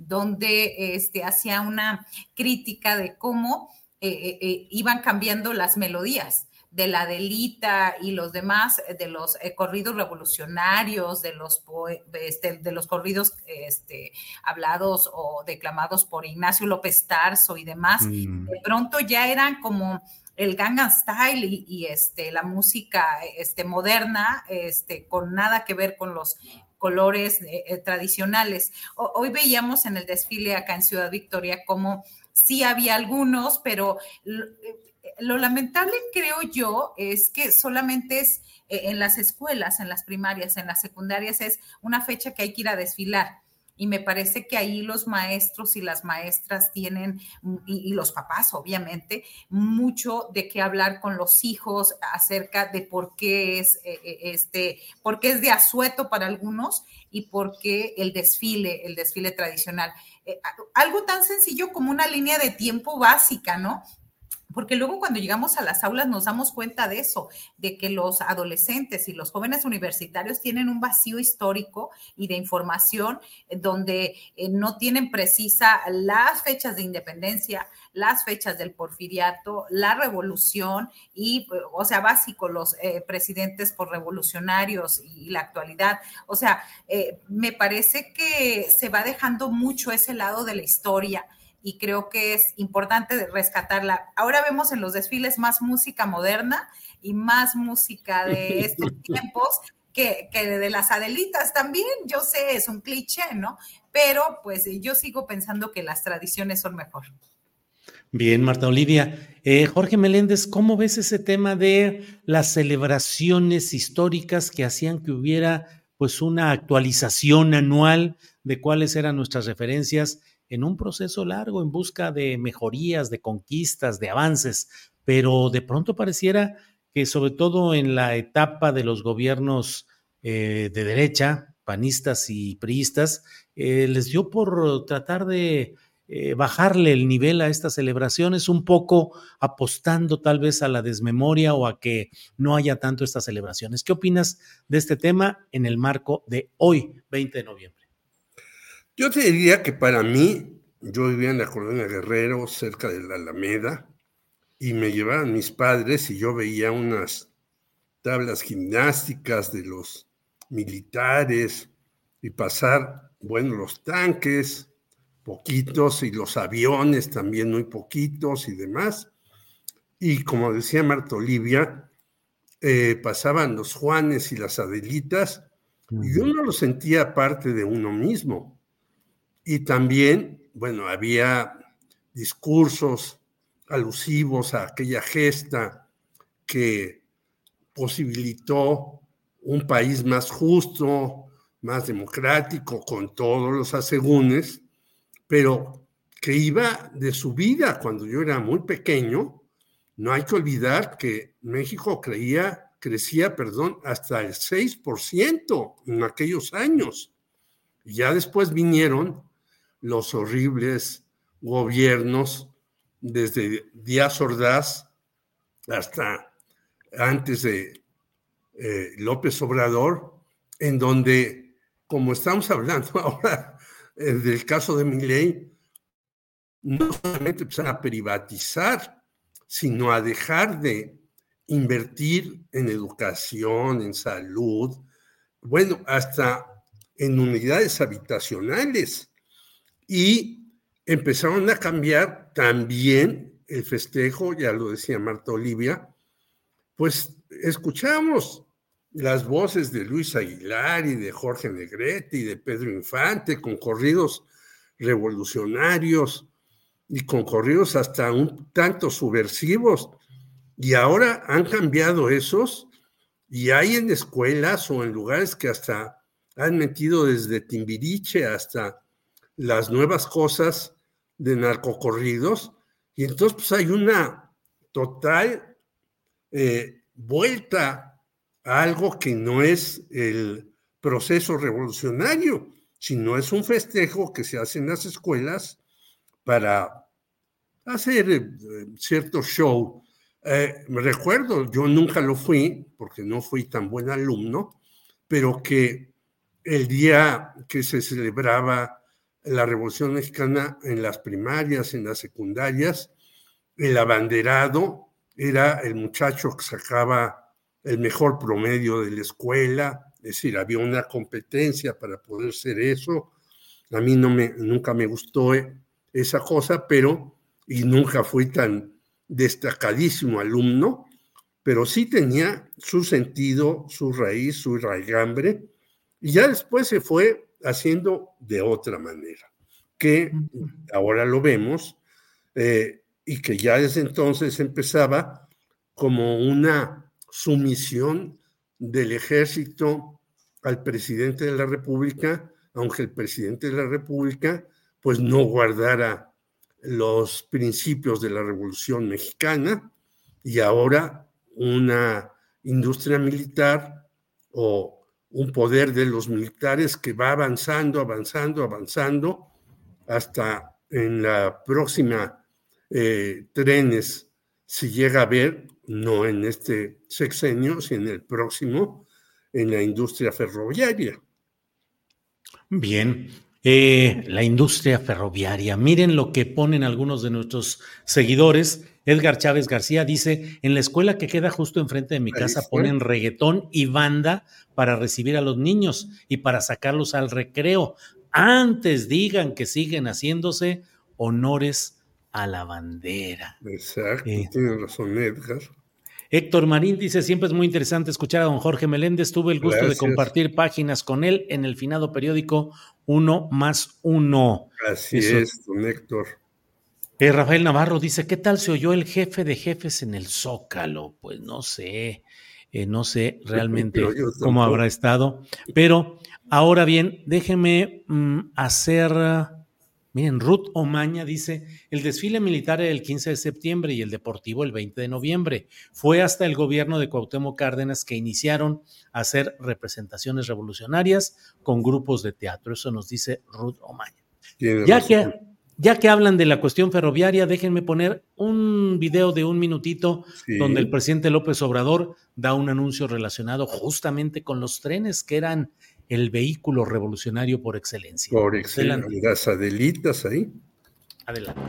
donde hacía una crítica de cómo iban cambiando las melodías de la Adelita y los demás, de los corridos revolucionarios, de los corridos hablados o declamados por Ignacio López Tarso y demás, de pronto ya eran como el Gangnam Style y la música moderna, con nada que ver con los colores tradicionales. Hoy veíamos en el desfile acá en Ciudad Victoria como sí había algunos, pero lo lamentable, creo yo, es que solamente es en las escuelas, en las primarias, en las secundarias, es una fecha que hay que ir a desfilar. Y me parece que ahí los maestros y las maestras tienen, y los papás, obviamente, mucho de qué hablar con los hijos acerca de por qué es de asueto para algunos y por qué el desfile tradicional. Algo tan sencillo como una línea de tiempo básica, ¿no? Porque luego cuando llegamos a las aulas nos damos cuenta de eso, de que los adolescentes y los jóvenes universitarios tienen un vacío histórico y de información donde no tienen precisa las fechas de independencia, las fechas del porfiriato, la revolución y, o sea, básico, los presidentes por revolucionarios y la actualidad. O sea, me parece que se va dejando mucho ese lado de la historia y creo que es importante rescatarla. Ahora vemos en los desfiles más música moderna y más música de estos tiempos que de las Adelitas también. Yo sé, es un cliché, ¿no? Pero pues yo sigo pensando que las tradiciones son mejor. Bien, Marta Olivia. Jorge Meléndez, ¿cómo ves ese tema de las celebraciones históricas que hacían que hubiera pues una actualización anual de cuáles eran nuestras referencias en un proceso largo en busca de mejorías, de conquistas, de avances, pero de pronto pareciera que sobre todo en la etapa de los gobiernos de derecha, panistas y priistas, les dio por tratar de bajarle el nivel a estas celebraciones, un poco apostando tal vez a la desmemoria o a que no haya tanto estas celebraciones. ¿Qué opinas de este tema en el marco de hoy, 20 de noviembre? Yo te diría que para mí, yo vivía en la colonia Guerrero, cerca de la Alameda, y me llevaban mis padres y yo veía unas tablas gimnásticas de los militares y pasar, bueno, los tanques, poquitos, y los aviones también muy poquitos y demás. Y como decía Marta Olivia, pasaban los Juanes y las Adelitas, y uno lo sentía parte de uno mismo. Y también, bueno, había discursos alusivos a aquella gesta que posibilitó un país más justo, más democrático, con todos los asegúnes, pero que iba de su vida. Cuando yo era muy pequeño, no hay que olvidar que México crecía, hasta el 6% en aquellos años. Y ya después vinieron los horribles gobiernos, desde Díaz Ordaz hasta antes de López Obrador, en donde, como estamos hablando ahora del caso de Milei, no solamente empezaron a privatizar, sino a dejar de invertir en educación, en salud, bueno, hasta en unidades habitacionales. Y empezaron a cambiar también el festejo, ya lo decía Marta Olivia, pues escuchamos las voces de Luis Aguilar y de Jorge Negrete y de Pedro Infante con corridos revolucionarios y con corridos hasta un tanto subversivos, y ahora han cambiado esos y hay en escuelas o en lugares que hasta han metido desde Timbiriche hasta las nuevas cosas de narcocorridos, y entonces pues hay una total vuelta a algo que no es el proceso revolucionario, sino es un festejo que se hace en las escuelas para hacer cierto show. Me recuerdo, yo nunca lo fui, porque no fui tan buen alumno, pero que el día que se celebraba la Revolución Mexicana en las primarias, en las secundarias, el abanderado era el muchacho que sacaba el mejor promedio de la escuela, es decir, había una competencia para poder ser eso. A mí nunca me gustó esa cosa, y nunca fui tan destacadísimo alumno, pero sí tenía su sentido, su raíz, su raigambre, y ya después se fue haciendo de otra manera, que ahora lo vemos, y que ya desde entonces empezaba como una sumisión del ejército al presidente de la República, aunque el presidente de la República pues no guardara los principios de la Revolución Mexicana, y ahora una industria militar o un poder de los militares que va avanzando hasta en la próxima trenes, si llega a haber, no en este sexenio, sino en el próximo, en la industria ferroviaria. Bien, la industria ferroviaria. Miren lo que ponen algunos de nuestros seguidores. Edgar Chávez García dice, en la escuela que queda justo enfrente de mi casa ponen reggaetón y banda para recibir a los niños y para sacarlos al recreo. Antes digan que siguen haciéndose honores a la bandera. Exacto, tiene razón Edgar. Héctor Marín dice, siempre es muy interesante escuchar a don Jorge Meléndez. Tuve el gusto de compartir páginas con él en el finado periódico 1+1. Así es, don Héctor. Rafael Navarro dice, ¿qué tal se oyó el jefe de jefes en el Zócalo? Pues no sé realmente cómo habrá estado. Pero ahora bien, déjeme hacer... Miren, Ruth Omaña dice, el desfile militar era el 15 de septiembre y el deportivo el 20 de noviembre. Fue hasta el gobierno de Cuauhtémoc Cárdenas que iniciaron a hacer representaciones revolucionarias con grupos de teatro. Eso nos dice Ruth Omaña. Ya que hablan de la cuestión ferroviaria, déjenme poner un video de 1 minutito donde el presidente López Obrador da un anuncio relacionado justamente con los trenes, que eran el vehículo revolucionario por excelencia. Por excelencia, las Adelitas ahí. Adelante.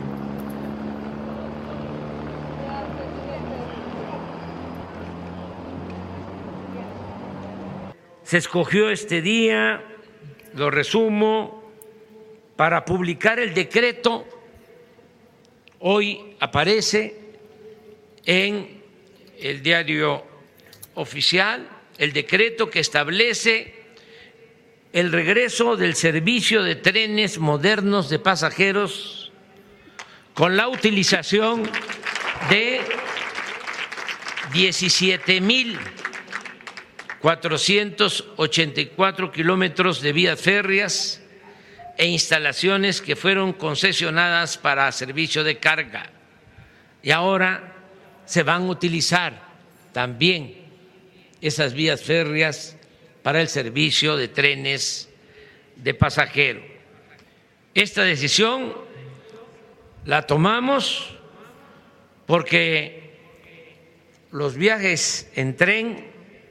Se escogió este día, lo resumo, para publicar el decreto. Hoy aparece en el diario oficial el decreto que establece el regreso del servicio de trenes modernos de pasajeros con la utilización de 17,484 kilómetros de vías férreas e instalaciones que fueron concesionadas para servicio de carga. Y ahora se van a utilizar también esas vías férreas para el servicio de trenes de pasajeros. Esta decisión la tomamos porque los viajes en tren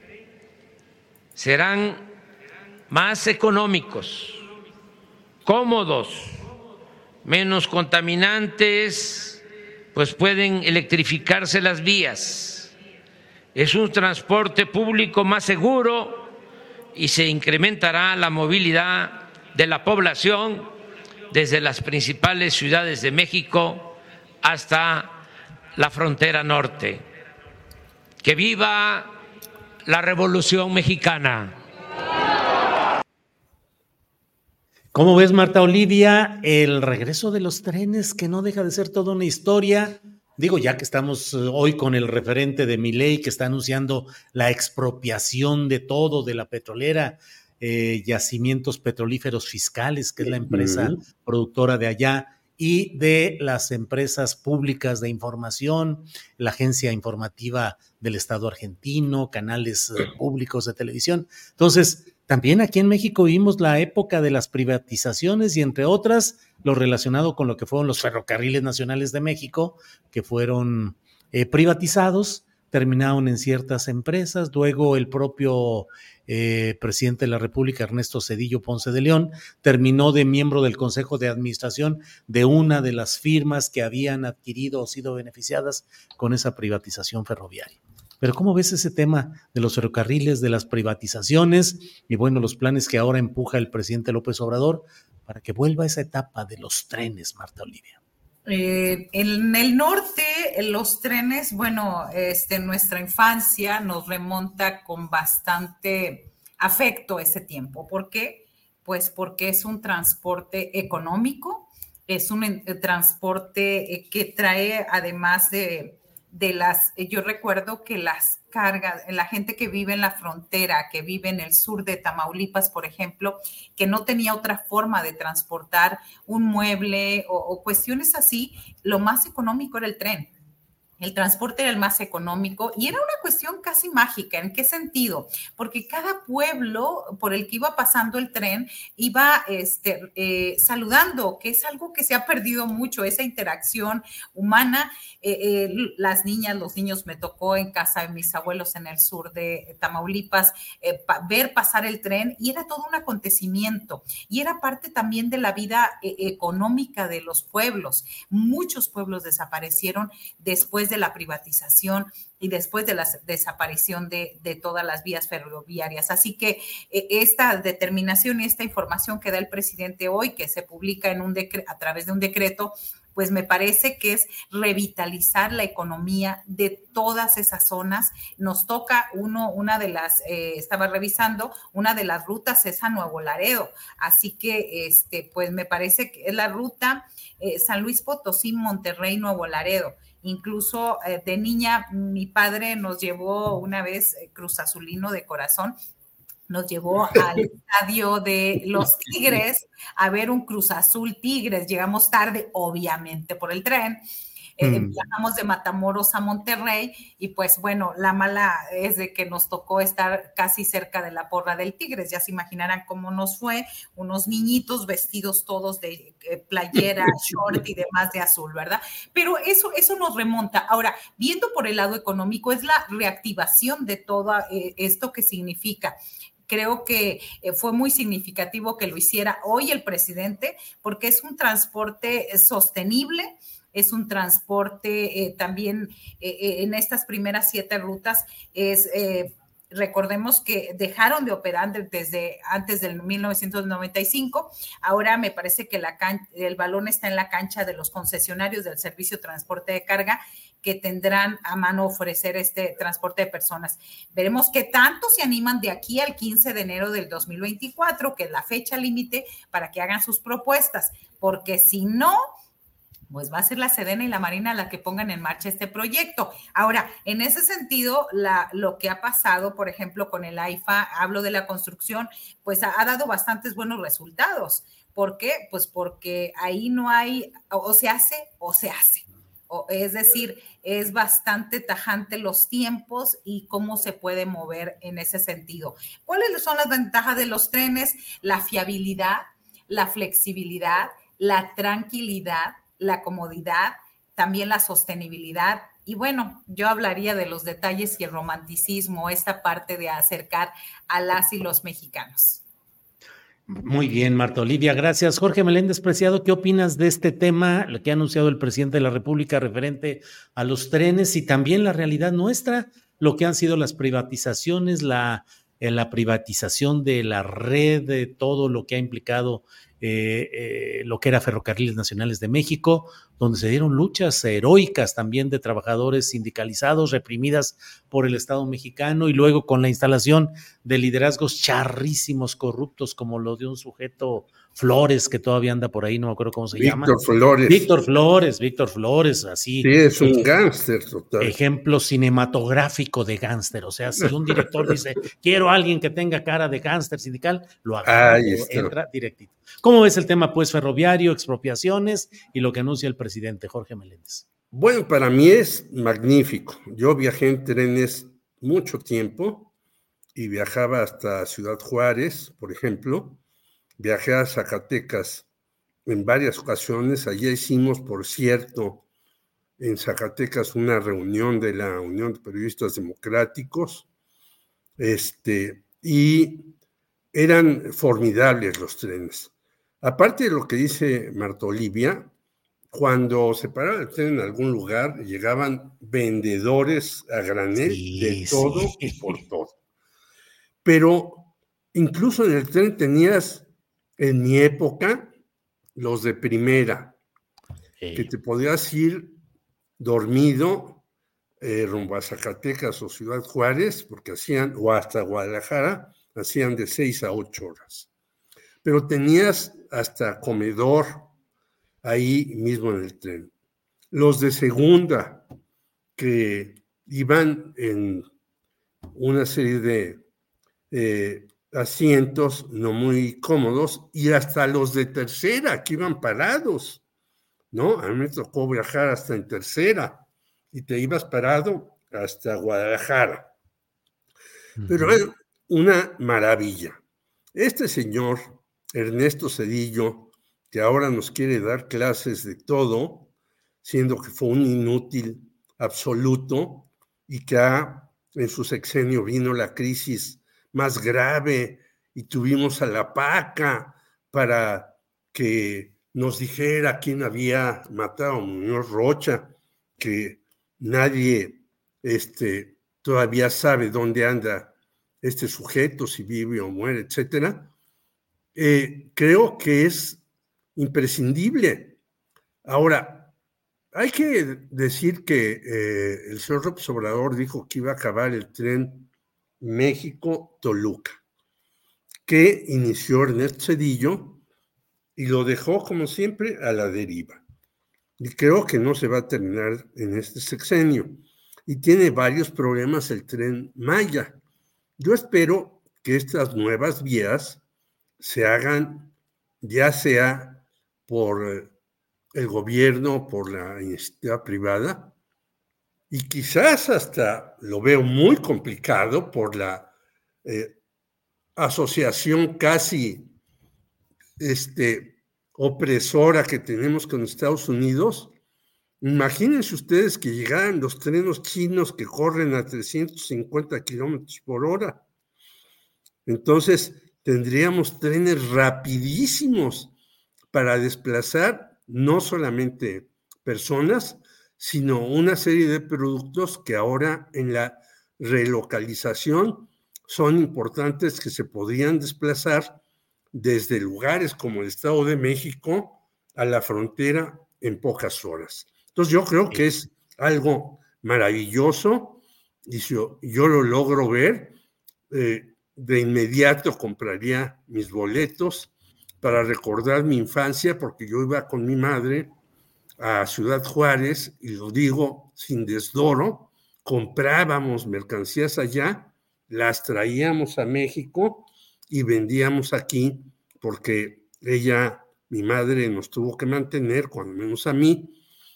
serán más económicos, cómodos, menos contaminantes, pues pueden electrificarse las vías. Es un transporte público más seguro y se incrementará la movilidad de la población desde las principales ciudades de México hasta la frontera norte. ¡Que viva la Revolución Mexicana! ¿Cómo ves, Marta Olivia, el regreso de los trenes, que no deja de ser toda una historia? Digo, ya que estamos hoy con el referente de Milei, que está anunciando la expropiación de todo, de la petrolera, Yacimientos Petrolíferos Fiscales, que es la empresa productora de allá, y de las empresas públicas de información, la Agencia Informativa del Estado Argentino, canales públicos de televisión. Entonces, también aquí en México vimos la época de las privatizaciones y, entre otras, lo relacionado con lo que fueron los ferrocarriles nacionales de México, que fueron privatizados, terminaron en ciertas empresas. Luego el propio presidente de la República, Ernesto Zedillo Ponce de León, terminó de miembro del Consejo de Administración de una de las firmas que habían adquirido o sido beneficiadas con esa privatización ferroviaria. Pero ¿cómo ves ese tema de los ferrocarriles, de las privatizaciones y, bueno, los planes que ahora empuja el presidente López Obrador para que vuelva esa etapa de los trenes, Marta Olivia? En el norte, los trenes, bueno, nuestra infancia nos remonta con bastante afecto ese tiempo. ¿Por qué? Pues porque es un transporte económico, es un transporte que trae, además de las, yo recuerdo que las cargas, la gente que vive en la frontera, que vive en el sur de Tamaulipas, por ejemplo, que no tenía otra forma de transportar un mueble o cuestiones así, lo más económico era el tren. El transporte era el más económico y era una cuestión casi mágica. ¿En qué sentido? Porque cada pueblo por el que iba pasando el tren iba saludando, que es algo que se ha perdido mucho, esa interacción humana. Las niñas, los niños, me tocó en casa de mis abuelos en el sur de Tamaulipas ver pasar el tren y era todo un acontecimiento y era parte también de la vida económica de los pueblos. Muchos pueblos desaparecieron después de la privatización y después de la desaparición de todas las vías ferroviarias. Así que esta determinación y esta información que da el presidente hoy, que se publica en a través de un decreto, pues me parece que es revitalizar la economía de todas esas zonas. Nos toca una de las, estaba revisando, una de las rutas es a Nuevo Laredo. Así que, pues me parece que es la ruta San Luis Potosí, Monterrey, Nuevo Laredo. Incluso de niña, mi padre nos llevó una vez, Cruz Azulino de corazón, nos llevó al estadio de los Tigres a ver un Cruz Azul Tigres. Llegamos tarde, obviamente, por el tren. Viajamos de Matamoros a Monterrey y pues bueno, la mala es de que nos tocó estar casi cerca de la porra del Tigres. Ya se imaginarán cómo nos fue, unos niñitos vestidos todos de playera, short y demás de azul, ¿verdad? Pero eso nos remonta. Ahora, viendo por el lado económico, es la reactivación de todo esto que significa. Creo que fue muy significativo que lo hiciera hoy el presidente porque es un transporte sostenible, es un transporte también en estas primeras 7 rutas recordemos que dejaron de operar desde antes del 1995. Ahora me parece que el balón está en la cancha de los concesionarios del servicio de transporte de carga que tendrán a mano ofrecer este transporte de personas. Veremos qué tanto se animan de aquí al 15 de enero del 2024, que es la fecha límite para que hagan sus propuestas, porque si no, pues va a ser la Sedena y la Marina la que pongan en marcha este proyecto. Ahora, en ese sentido, lo que ha pasado, por ejemplo, con el AIFA, hablo de la construcción, pues ha dado bastantes buenos resultados. ¿Por qué? Pues porque ahí no hay, o se hace, es decir, es bastante tajante los tiempos y cómo se puede mover en ese sentido. ¿Cuáles son las ventajas de los trenes? La fiabilidad, la flexibilidad, la tranquilidad, la comodidad, también la sostenibilidad. Y bueno, yo hablaría de los detalles y el romanticismo, esta parte de acercar a las y los mexicanos. Muy bien, Marta Olivia, gracias. Jorge Meléndez Preciado, ¿qué opinas de este tema, lo que ha anunciado el presidente de la República referente a los trenes y también la realidad nuestra, lo que han sido las privatizaciones, la privatización de la red, de todo lo que ha implicado lo que era Ferrocarriles Nacionales de México, donde se dieron luchas heroicas también de trabajadores sindicalizados, reprimidas por el Estado mexicano, y luego con la instalación de liderazgos charrísimos, corruptos, como lo de un sujeto Flores, que todavía anda por ahí, no me acuerdo cómo se llama. Víctor Flores, así. Sí, es un gángster total. Ejemplo cinematográfico de gángster, o sea, si un director dice, quiero a alguien que tenga cara de gángster sindical, lo haga, entra directito. ¿Cómo ves el tema, pues, ferroviario, expropiaciones y lo que anuncia el presidente Jorge Meléndez? Bueno, para mí es magnífico. Yo viajé en trenes mucho tiempo y viajaba hasta Ciudad Juárez, por ejemplo. Viajé a Zacatecas en varias ocasiones. Allí hicimos, por cierto, en Zacatecas una reunión de la Unión de Periodistas Democráticos. Y eran formidables los trenes. Aparte de lo que dice Marta Olivia, cuando se paraba el tren en algún lugar, llegaban vendedores a granel de todo y por todo. Pero incluso en el tren tenías, en mi época, los de primera, que te podías ir dormido rumbo a Zacatecas o Ciudad Juárez, porque o hasta Guadalajara, hacían de 6 a 8 horas. Pero tenías hasta comedor ahí mismo en el tren. Los de segunda, que iban en una serie de asientos no muy cómodos, y hasta los de tercera, que iban parados, ¿no? A mí me tocó viajar hasta en tercera, y te ibas parado hasta Guadalajara. Pero era una maravilla. Este señor, Ernesto Zedillo, que ahora nos quiere dar clases de todo, siendo que fue un inútil absoluto, y que en su sexenio vino la crisis más grave, y tuvimos a la PACA para que nos dijera quién había matado a Muñoz Rocha, que nadie todavía sabe dónde anda este sujeto, si vive o muere, etcétera. Creo que es imprescindible. Ahora, hay que decir que el señor López Obrador dijo que iba a acabar el tren México-Toluca, que inició Ernesto Zedillo y lo dejó, como siempre, a la deriva. Y creo que no se va a terminar en este sexenio. Y tiene varios problemas el tren Maya. Yo espero que estas nuevas vías se hagan ya sea por el gobierno, por la iniciativa privada, y quizás hasta lo veo muy complicado por la asociación casi opresora que tenemos con Estados Unidos. Imagínense ustedes que llegaran los trenes chinos que corren a 350 kilómetros por hora. Entonces, tendríamos trenes rapidísimos para desplazar no solamente personas, sino una serie de productos que ahora en la relocalización son importantes, que se podrían desplazar desde lugares como el Estado de México a la frontera en pocas horas. Entonces yo creo que es algo maravilloso, y si yo lo logro ver, de inmediato compraría mis boletos para recordar mi infancia, porque yo iba con mi madre a Ciudad Juárez, y lo digo sin desdoro, comprábamos mercancías allá, las traíamos a México y vendíamos aquí, porque mi madre nos tuvo que mantener, cuando menos a mí,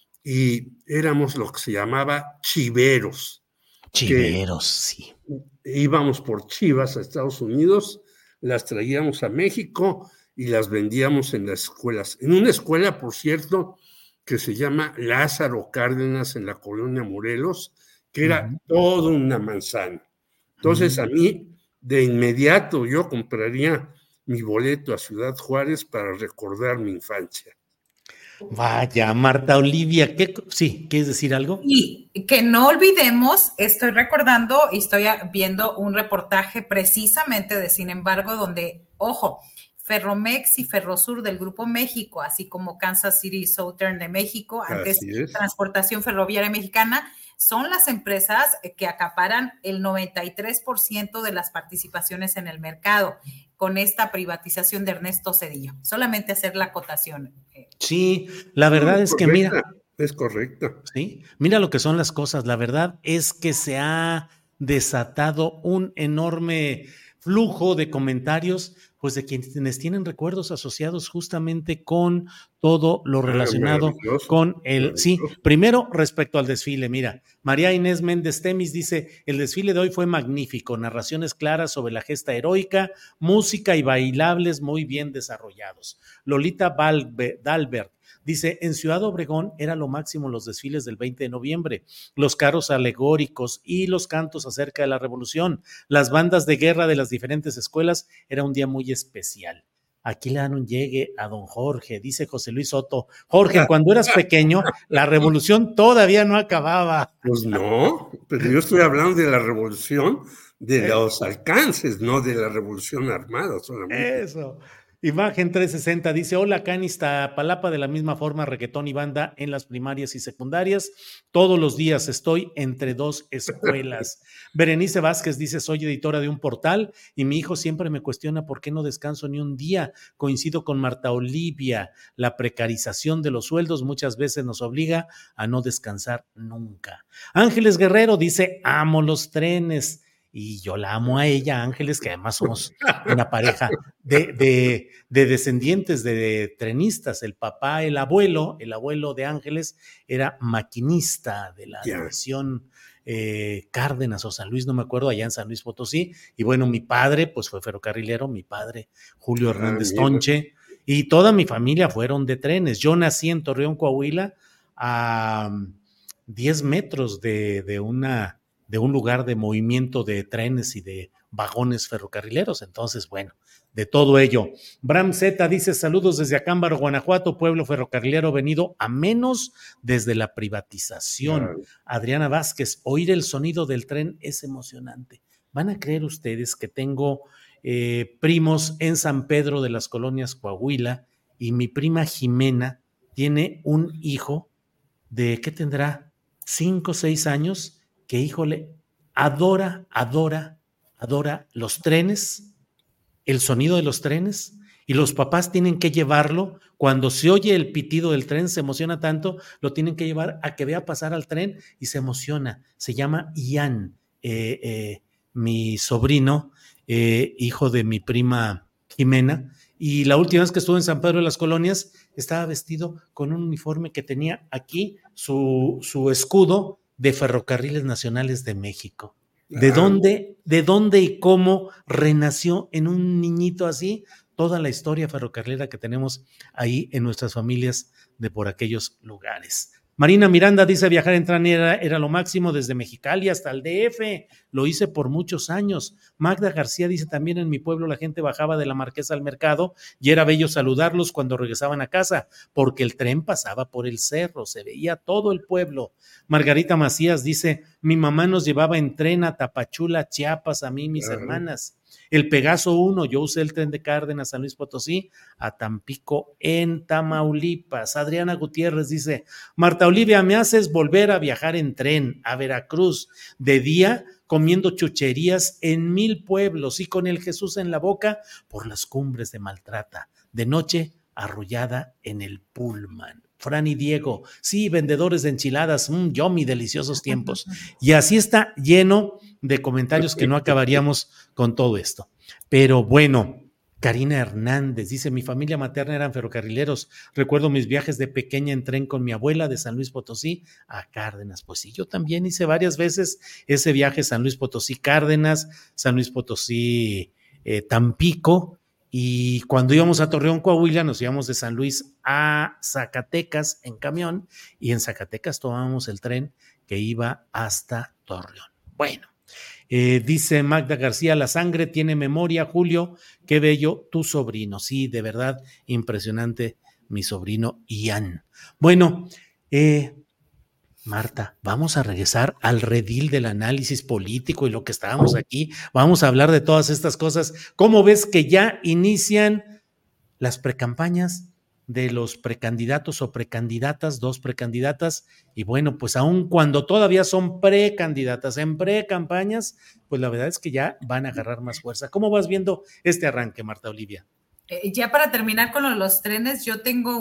y éramos lo que se llamaba chiveros. Chiveros, sí. Íbamos por chivas a Estados Unidos, las traíamos a México y las vendíamos en las escuelas. En una escuela, por cierto, que se llama Lázaro Cárdenas en la colonia Morelos, que era toda una manzana. Entonces, a mí, de inmediato, yo compraría mi boleto a Ciudad Juárez para recordar mi infancia. Vaya, Marta Olivia, sí, ¿quieres decir algo? Y que no olvidemos, estoy recordando y estoy viendo un reportaje precisamente de Sin embargo, donde, ojo, Ferromex y Ferrosur del Grupo México, así como Kansas City Southern de México, antes Transportación Ferroviaria Mexicana, son las empresas que acaparan el 93% de las participaciones en el mercado con esta privatización de Ernesto Zedillo. Solamente hacer la acotación. Sí, la verdad es que mira. Es correcto. Sí, mira lo que son las cosas. La verdad es que se ha desatado un enorme flujo de comentarios, pues de quienes tienen recuerdos asociados justamente con todo lo relacionado con el... Sí, primero respecto al desfile, mira, María Inés Méndez Temis dice, el desfile de hoy fue magnífico, narraciones claras sobre la gesta heroica, música y bailables muy bien desarrollados. Lolita Dalbert dice, en Ciudad Obregón era lo máximo los desfiles del 20 de noviembre, los carros alegóricos y los cantos acerca de la revolución, las bandas de guerra de las diferentes escuelas, era un día muy especial. Aquí le dan un llegue a don Jorge, dice José Luis Soto. Jorge, cuando eras pequeño, la revolución todavía no acababa. Pues no, pero yo estoy hablando de la revolución, de los alcances, no de la revolución armada solamente. Eso. Imagen 360 dice, hola, acá en Iztapalapa de la misma forma, reggaetón y banda en las primarias y secundarias. Todos los días estoy entre dos escuelas. Berenice Vázquez dice, soy editora de un portal y mi hijo siempre me cuestiona por qué no descanso ni un día. Coincido con Marta Olivia, la precarización de los sueldos muchas veces nos obliga a no descansar nunca. Ángeles Guerrero dice, amo los trenes. Y yo la amo a ella, Ángeles, que además somos una pareja de descendientes de trenistas. El papá, el abuelo de Ángeles era maquinista de la división Cárdenas o San Luis, no me acuerdo, allá en San Luis Potosí. Y bueno, mi padre, pues fue ferrocarrilero, mi padre, Julio Hernández Tonche, y toda mi familia fueron de trenes. Yo nací en Torreón, Coahuila, a 10 metros de un lugar de movimiento de trenes y de vagones ferrocarrileros. Entonces, bueno, de todo ello. Bram Z dice, saludos desde Acámbaro, Guanajuato, pueblo ferrocarrilero venido a menos desde la privatización. Claro. Adriana Vázquez, oír el sonido del tren es emocionante. ¿Van a creer ustedes que tengo primos en San Pedro de las Colonias Coahuila y mi prima Jimena tiene un hijo de, ¿qué tendrá? 5 o 6 años, que, híjole, adora los trenes, el sonido de los trenes, y los papás tienen que llevarlo, cuando se oye el pitido del tren, se emociona tanto, lo tienen que llevar a que vea pasar al tren y se emociona. Se llama Ian, mi sobrino, hijo de mi prima Jimena, y la última vez que estuve en San Pedro de las Colonias, estaba vestido con un uniforme que tenía aquí su escudo de Ferrocarriles Nacionales de México. ¿De dónde y cómo renació en un niñito así toda la historia ferrocarrilera que tenemos ahí en nuestras familias de por aquellos lugares? Marina Miranda dice, viajar en tren era lo máximo desde Mexicali hasta el DF, lo hice por muchos años. Magda García dice, también en mi pueblo la gente bajaba de la Marquesa al mercado y era bello saludarlos cuando regresaban a casa, porque el tren pasaba por el cerro, se veía todo el pueblo. Margarita Macías dice, mi mamá nos llevaba en tren a Tapachula, Chiapas, a mí y mis hermanas. El Pegaso 1, yo usé el tren de Cárdenas, San Luis Potosí, a Tampico, en Tamaulipas. Adriana Gutiérrez dice, Marta Olivia, me haces volver a viajar en tren a Veracruz, de día comiendo chucherías en 1000 pueblos y con el Jesús en la boca por las cumbres de Maltrata, de noche arrullada en el pullman. Fran y Diego, sí, vendedores de enchiladas, yummy, deliciosos tiempos. Y así está lleno de comentarios que no acabaríamos con todo esto. Pero bueno, Karina Hernández dice, mi familia materna eran ferrocarrileros. Recuerdo mis viajes de pequeña en tren con mi abuela de San Luis Potosí a Cárdenas. Pues sí, yo también hice varias veces ese viaje San Luis Potosí, Cárdenas, San Luis Potosí, Tampico. Y cuando íbamos a Torreón, Coahuila, nos íbamos de San Luis a Zacatecas en camión y en Zacatecas tomábamos el tren que iba hasta Torreón. Bueno, dice Magda García, la sangre tiene memoria, Julio, qué bello tu sobrino. Sí, de verdad, impresionante mi sobrino Ian. Bueno, Marta, vamos a regresar al redil del análisis político y lo que estábamos aquí. Vamos a hablar de todas estas cosas. ¿Cómo ves que ya inician las precampañas de los precandidatos o precandidatas, 2 precandidatas? Y bueno, pues aun cuando todavía son precandidatas en precampañas, pues la verdad es que ya van a agarrar más fuerza. ¿Cómo vas viendo este arranque, Marta Olivia? Ya para terminar con los trenes, yo tengo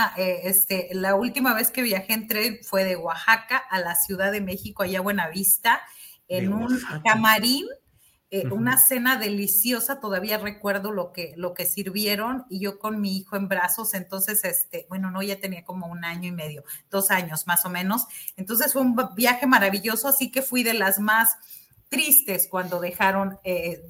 la última vez que viajé en tren fue de Oaxaca a la Ciudad de México, allá a Buenavista, en un camarín, una cena deliciosa, todavía recuerdo lo que sirvieron, y yo con mi hijo en brazos, entonces, ya tenía como 1 año y medio, 2 años más o menos, entonces fue un viaje maravilloso, así que fui de las más tristes cuando dejaron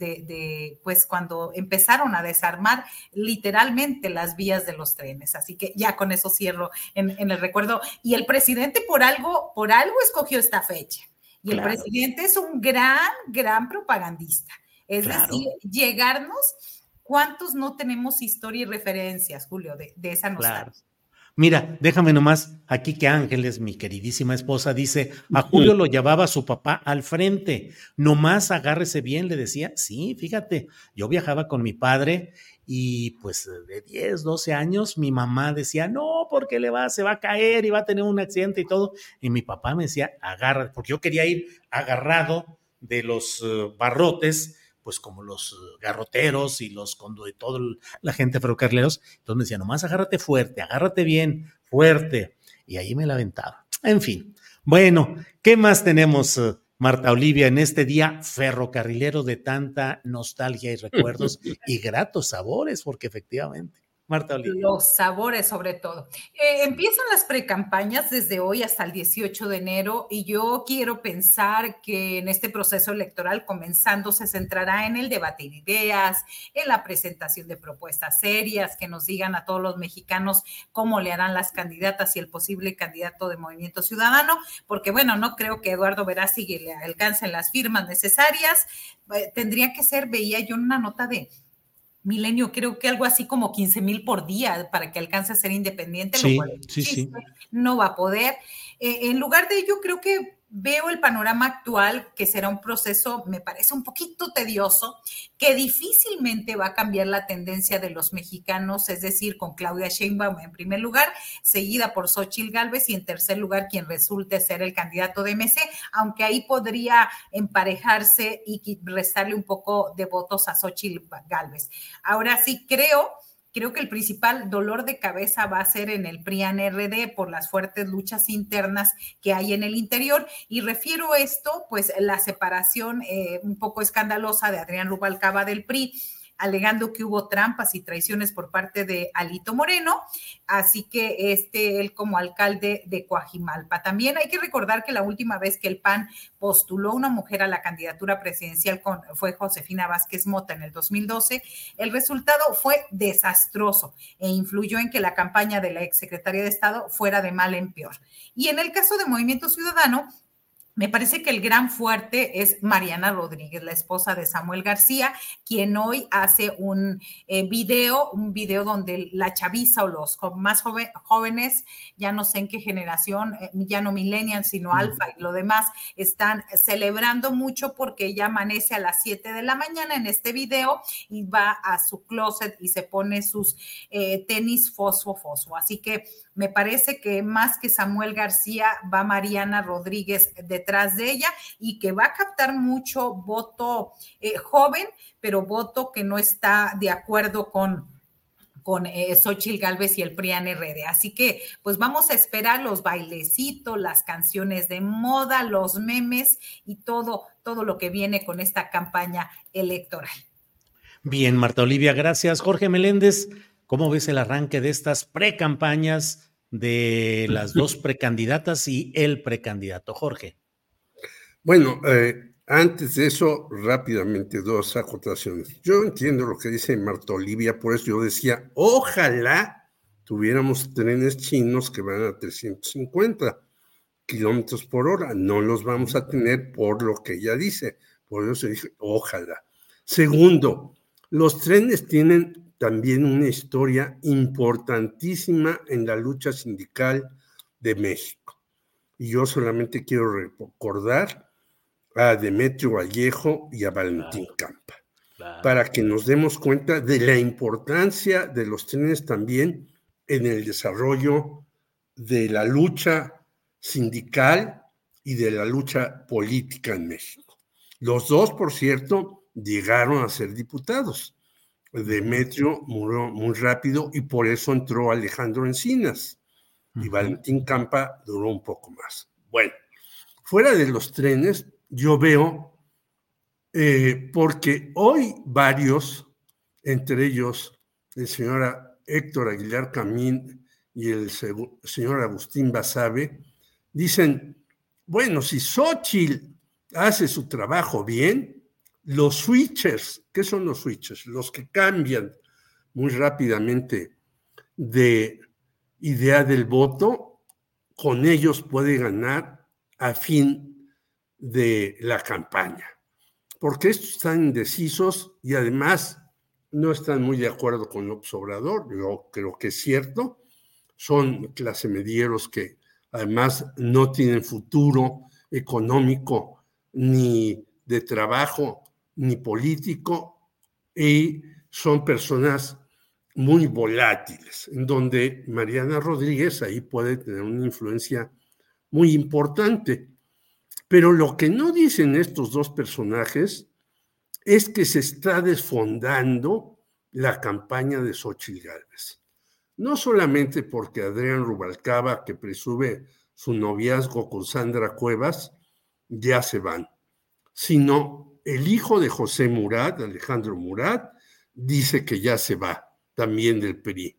pues cuando empezaron a desarmar literalmente las vías de los trenes. Así que ya con eso cierro en el recuerdo. Y el presidente por algo decisión esta fecha. Y el presidente es un gran propagandista. Es decir, llegarnos, ¿cuántos no tenemos historia y referencias, Julio, de esa nostalgia? Mira, déjame nomás aquí que Ángeles, mi queridísima esposa, dice, a Julio lo llevaba su papá al frente, nomás agárrese bien, le decía. Sí, fíjate, yo viajaba con mi padre y pues de 10, 12 años, mi mamá decía, no, porque se va a caer y va a tener un accidente y todo. Y mi papá me decía, agárrate, porque yo quería ir agarrado de los barrotes, pues como los garroteros y toda la gente ferrocarrileros. Entonces me decía, nomás agárrate fuerte, agárrate bien, fuerte. Y ahí me la aventaba. En fin. Bueno, ¿qué más tenemos, Marta Olivia, en este día ferrocarrilero de tanta nostalgia y recuerdos y gratos sabores? Porque efectivamente, Marta Olivia. Los sabores, sobre todo. Empiezan las precampañas desde hoy hasta el 18 de enero y yo quiero pensar que en este proceso electoral comenzando se centrará en el debate de ideas, en la presentación de propuestas serias que nos digan a todos los mexicanos cómo le harán las candidatas y el posible candidato de Movimiento Ciudadano, porque bueno, no creo que Eduardo Verástegui le alcancen las firmas necesarias. Tendría que ser, veía yo una nota de Milenio, creo que algo así como 15,000 por día para que alcance a ser independiente, sí, lo cual sí. No va a poder. En lugar de ello, creo que veo el panorama actual, que será un proceso, me parece un poquito tedioso, que difícilmente va a cambiar la tendencia de los mexicanos, es decir, con Claudia Sheinbaum en primer lugar, seguida por Xóchitl Gálvez y en tercer lugar quien resulte ser el candidato de MC, aunque ahí podría emparejarse y restarle un poco de votos a Xóchitl Gálvez. Ahora sí creo que el principal dolor de cabeza va a ser en el PRI-PAN-RD por las fuertes luchas internas que hay en el interior, y refiero esto, pues la separación un poco escandalosa de Adrián Rubalcaba del PRI, alegando que hubo trampas y traiciones por parte de Alito Moreno, así que él como alcalde de Coajimalpa. También hay que recordar que la última vez que el PAN postuló una mujer a la candidatura presidencial fue Josefina Vázquez Mota en el 2012, el resultado fue desastroso e influyó en que la campaña de la exsecretaria de Estado fuera de mal en peor. Y en el caso de Movimiento Ciudadano, me parece que el gran fuerte es Mariana Rodríguez, la esposa de Samuel García, quien hoy hace un video donde la chaviza o los más jóvenes, ya no sé en qué generación, ya no millennials, sino alfa y lo demás, están celebrando mucho porque ella amanece a las 7 de la mañana en este video y va a su closet y se pone sus tenis fosfo. Así que me parece que más que Samuel García va Mariana Rodríguez detrás de ella y que va a captar mucho voto joven, pero voto que no está de acuerdo con con Xóchitl Gálvez y el PRIAN-RD. Así que, pues vamos a esperar los bailecitos, las canciones de moda, los memes y todo lo que viene con esta campaña electoral. Bien, Marta Olivia, gracias. Jorge Meléndez, ¿cómo ves el arranque de estas precampañas de las dos precandidatas y el precandidato? Jorge. Bueno, antes de eso, rápidamente, dos acotaciones. Yo entiendo lo que dice Marta Olivia, por eso yo decía, ojalá tuviéramos trenes chinos que van a 350 kilómetros por hora. No los vamos a tener por lo que ella dice. Por eso dije, ojalá. Segundo, los trenes tienen también una historia importantísima en la lucha sindical de México. Y yo solamente quiero recordar a Demetrio Vallejo y a Valentín Campa, para que nos demos cuenta de la importancia de los trenes también en el desarrollo de la lucha sindical y de la lucha política en México. Los dos, por cierto, llegaron a ser diputados. Demetrio murió muy rápido y por eso entró Alejandro Encinas, y Valentín Campa duró un poco más. Bueno, fuera de los trenes, yo veo, porque hoy varios, entre ellos el señor Héctor Aguilar Camín y el señor Agustín Basabe, dicen, bueno, si Xóchitl hace su trabajo bien, los switchers, ¿qué son los switchers? Los que cambian muy rápidamente de idea del voto, con ellos puede ganar a fin de la campaña, porque estos están indecisos y además no están muy de acuerdo con López Obrador. Yo creo que es cierto, son clase medieros que además no tienen futuro económico, ni de trabajo, ni político, y son personas muy volátiles, en donde Mariana Rodríguez ahí puede tener una influencia muy importante. Pero lo que no dicen estos dos personajes es que se está desfondando la campaña de Xóchitl Gálvez. No solamente porque Adrián Rubalcaba, que presume su noviazgo con Sandra Cuevas, ya se van, sino el hijo de José Murat, Alejandro Murat, dice que ya se va también del PRI.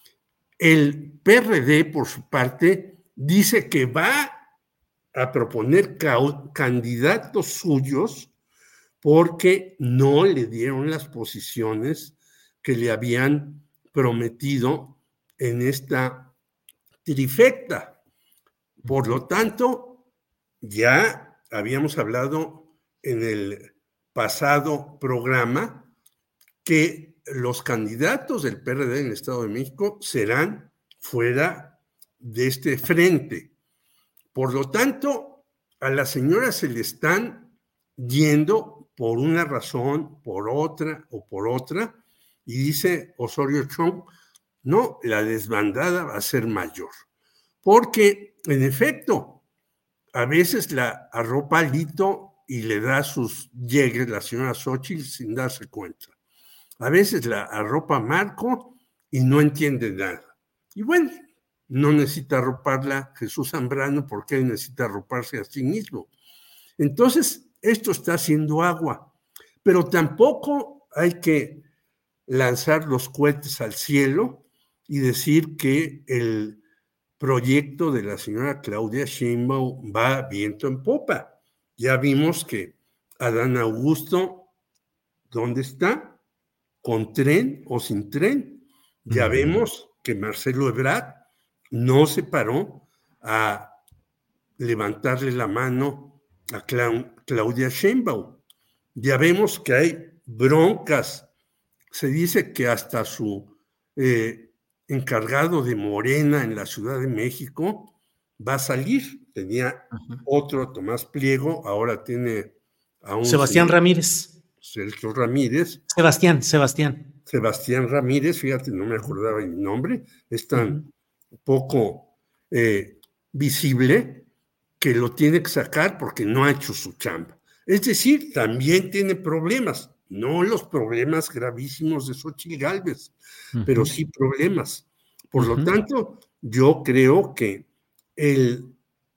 El PRD, por su parte, dice que va a proponer candidatos suyos porque no le dieron las posiciones que le habían prometido en esta trifecta. Por lo tanto, ya habíamos hablado en el pasado programa que los candidatos del PRD en el Estado de México serán fuera de este frente. Por lo tanto, a la señora se le están yendo por una razón, por otra o por otra, y dice Osorio Chong, no, la desbandada va a ser mayor. Porque, en efecto, a veces la arropa Alito y le da sus llegues la señora Xóchitl sin darse cuenta. A veces la arropa Marco y no entiende nada. Y bueno, no necesita arroparla Jesús Zambrano porque él necesita arroparse a sí mismo. Entonces, esto está haciendo agua, pero tampoco hay que lanzar los cohetes al cielo y decir que el proyecto de la señora Claudia Sheinbaum va viento en popa. Ya vimos que Adán Augusto, ¿dónde está? ¿Con tren o sin tren? Ya vemos que Marcelo Ebrard no se paró a levantarle la mano a Claudia Sheinbaum. Ya vemos que hay broncas. Se dice que hasta su encargado de Morena en la Ciudad de México va a salir. Tenía otro, Tomás Pliego, ahora tiene a un Sebastián Ramírez. Sergio Ramírez. Sebastián Ramírez, fíjate, no me acordaba el nombre, es tan poco visible que lo tiene que sacar porque no ha hecho su chamba. Es decir, también tiene problemas, no los problemas gravísimos de Xóchitl Gálvez, pero sí problemas. Por lo tanto, yo creo que el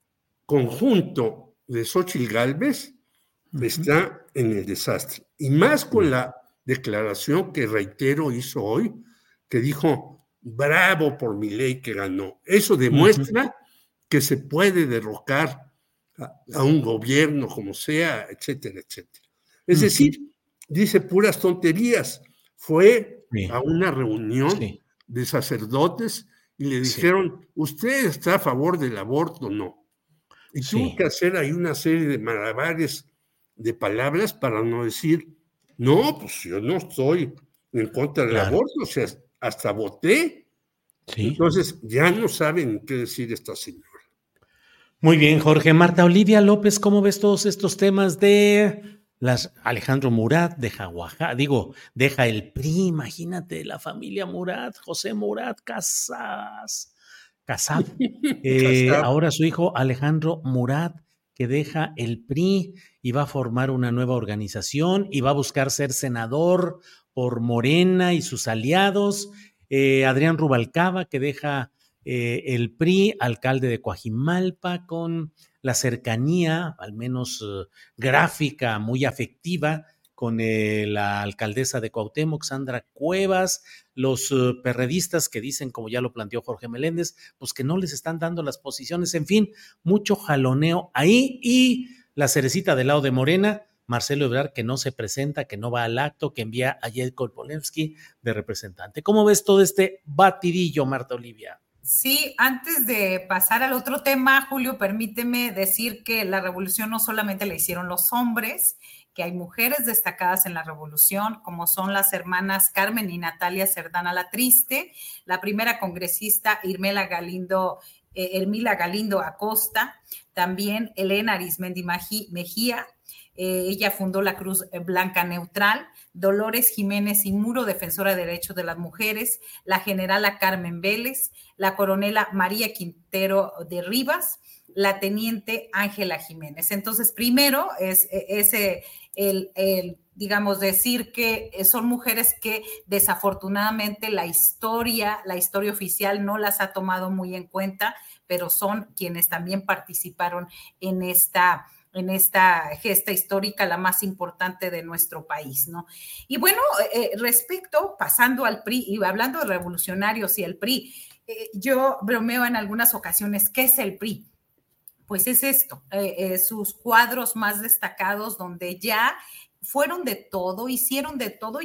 conjunto de Xóchitl Gálvez está en el desastre. Y más con la declaración que, reitero, hizo hoy, que dijo, bravo por Milei que ganó. Eso demuestra que se puede derrocar a un gobierno como sea, etcétera, etcétera. Es decir, dice puras tonterías. Fue a una reunión de sacerdotes y le dijeron, ¿usted está a favor del aborto o no? Y tuvo que hacer ahí una serie de malabares de palabras para no decir, no, pues yo no estoy en contra del aborto, o sea, hasta voté. Entonces ya no saben qué decir esta señora. Muy bien, Jorge. Marta Olivia López, ¿cómo ves todos estos temas de Alejandro Murat, deja el PRI, imagínate, la familia Murat, José Murat, Casab. Ahora su hijo Alejandro Murat, que deja el PRI y va a formar una nueva organización y va a buscar ser senador por Morena y sus aliados. Adrián Rubalcaba, que deja el PRI, alcalde de Coajimalpa, con la cercanía, al menos gráfica, muy afectiva, con la alcaldesa de Cuauhtémoc, Sandra Cuevas, los perredistas que dicen, como ya lo planteó Jorge Meléndez, pues que no les están dando las posiciones, en fin, mucho jaloneo ahí, y la cerecita del lado de Morena, Marcelo Ebrard, que no se presenta, que no va al acto, que envía a Jacob Polensky de representante. ¿Cómo ves todo este batidillo, Marta Olivia? Sí, antes de pasar al otro tema, Julio, permíteme decir que la revolución no solamente la hicieron los hombres, que hay mujeres destacadas en la revolución, como son las hermanas Carmen y Natalia Cerdán Alatriste, la primera congresista Ermila Galindo Acosta, también Elena Arizmendi Mejía, ella fundó la Cruz Blanca Neutral, Dolores Jiménez y Muro, defensora de derechos de las mujeres, la generala Carmen Vélez, la coronela María Quintero de Rivas, la teniente Ángela Jiménez. Entonces, primero es digamos, decir que son mujeres que desafortunadamente la historia oficial no las ha tomado muy en cuenta, pero son quienes también participaron en esta gesta histórica, la más importante de nuestro país, ¿no? Y bueno, pasando al PRI y hablando de revolucionarios y el PRI, yo bromeo en algunas ocasiones, ¿qué es el PRI? Pues es esto, sus cuadros más destacados donde ya fueron de todo, hicieron de todo,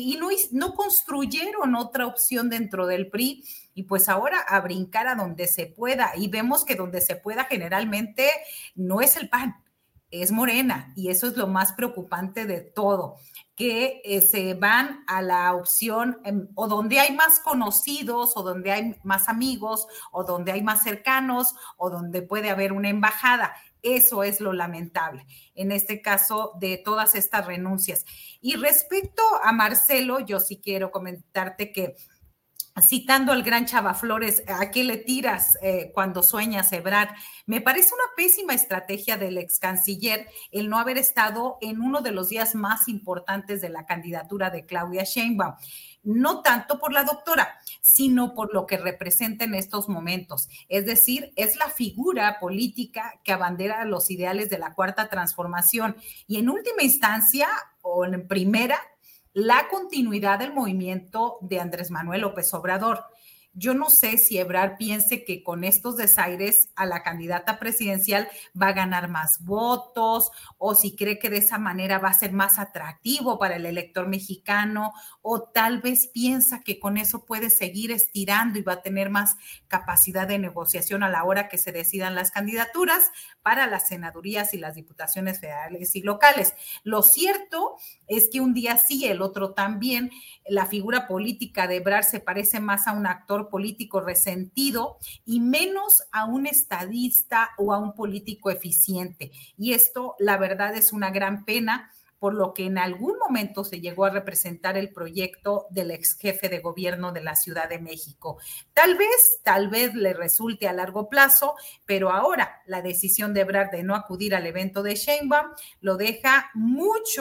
no construyeron otra opción dentro del PRI, y pues ahora a brincar a donde se pueda, y vemos que donde se pueda generalmente no es el PAN, es Morena, y eso es lo más preocupante de todo, que se van a la opción o donde hay más conocidos, o donde hay más amigos, o donde hay más cercanos, o donde puede haber una embajada. Eso es lo lamentable en este caso de todas estas renuncias. Y respecto a Marcelo, yo sí quiero comentarte que, citando al gran Chava Flores, ¿a qué le tiras cuando sueñas, Ebrard? Me parece una pésima estrategia del ex canciller el no haber estado en uno de los días más importantes de la candidatura de Claudia Sheinbaum. No tanto por la doctora, sino por lo que representa en estos momentos. Es decir, es la figura política que abandera los ideales de la Cuarta Transformación y en última instancia, o en primera, la continuidad del movimiento de Andrés Manuel López Obrador. Yo no sé si Ebrard piense que con estos desaires a la candidata presidencial va a ganar más votos, o si cree que de esa manera va a ser más atractivo para el elector mexicano, o tal vez piensa que con eso puede seguir estirando y va a tener más capacidad de negociación a la hora que se decidan las candidaturas para las senadurías y las diputaciones federales y locales. Lo cierto es que un día sí, el otro también, la figura política de Ebrard se parece más a un actor político resentido y menos a un estadista o a un político eficiente. Y esto, la verdad, es una gran pena, por lo que en algún momento se llegó a representar el proyecto del ex jefe de gobierno de la Ciudad de México. Tal vez le resulte a largo plazo, pero ahora la decisión de Ebrard de no acudir al evento de Sheinbaum lo deja mucho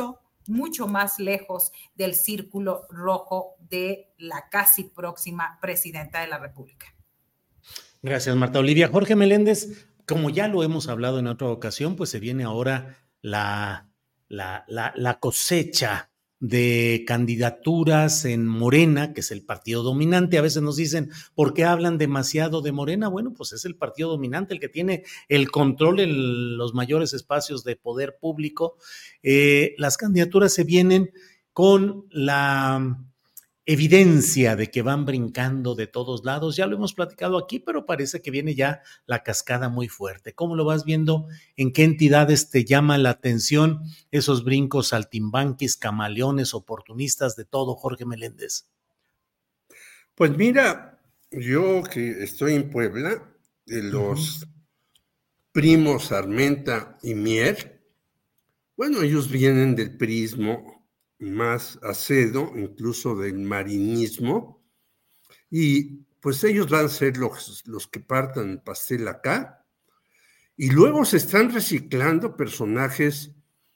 mucho más lejos del círculo rojo de la casi próxima presidenta de la República. Gracias, Marta Olivia. Jorge Meléndez, como ya lo hemos hablado en otra ocasión, pues se viene ahora la cosecha de candidaturas en Morena, que es el partido dominante. A veces nos dicen, ¿por qué hablan demasiado de Morena? Bueno, pues es el partido dominante el que tiene el control en los mayores espacios de poder público. Las candidaturas se vienen con la evidencia de que van brincando de todos lados. Ya lo hemos platicado aquí, pero parece que viene ya la cascada muy fuerte. ¿Cómo lo vas viendo? ¿En qué entidades te llama la atención esos brincos saltimbanquis, camaleones, oportunistas, de todo, Jorge Meléndez? Pues mira, yo que estoy en Puebla, los primos Armenta y Mier, bueno, ellos vienen del priismo más acedo, incluso del marinismo, y pues ellos van a ser los que partan el pastel acá, y luego se están reciclando personajes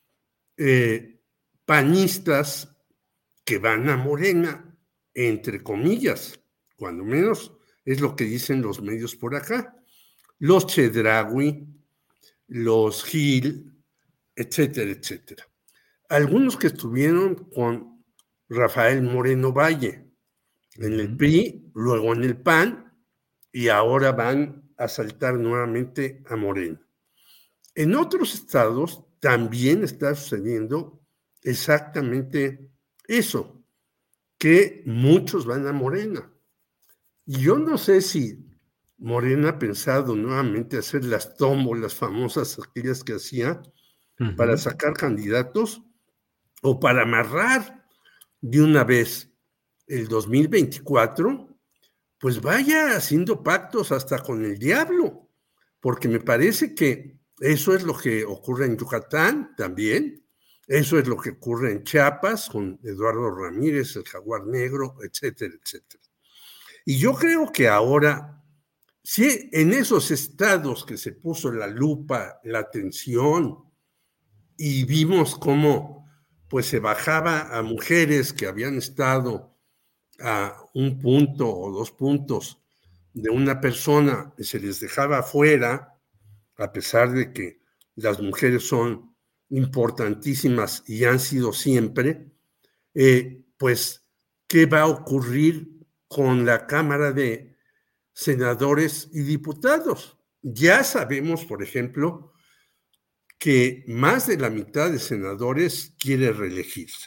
panistas que van a Morena, entre comillas, cuando menos es lo que dicen los medios por acá, los Chedraui, los Gil, etcétera, etcétera. Algunos que estuvieron con Rafael Moreno Valle en el PRI, luego en el PAN, y ahora van a saltar nuevamente a Morena. En otros estados también está sucediendo exactamente eso, que muchos van a Morena. Y yo no sé si Morena ha pensado nuevamente hacer las tómbolas famosas, aquellas que hacía, para sacar candidatos, o para amarrar de una vez el 2024, pues vaya haciendo pactos hasta con el diablo, porque me parece que eso es lo que ocurre en Yucatán también, eso es lo que ocurre en Chiapas con Eduardo Ramírez, el Jaguar Negro, etcétera, etcétera. Y yo creo que ahora, si en esos estados que se puso la lupa, la atención, y vimos cómo pues se bajaba a mujeres que habían estado a 1 punto o 2 puntos de una persona y se les dejaba afuera, a pesar de que las mujeres son importantísimas y han sido siempre, pues, ¿qué va a ocurrir con la Cámara de Senadores y Diputados? Ya sabemos, por ejemplo, que más de la mitad de senadores quiere reelegirse.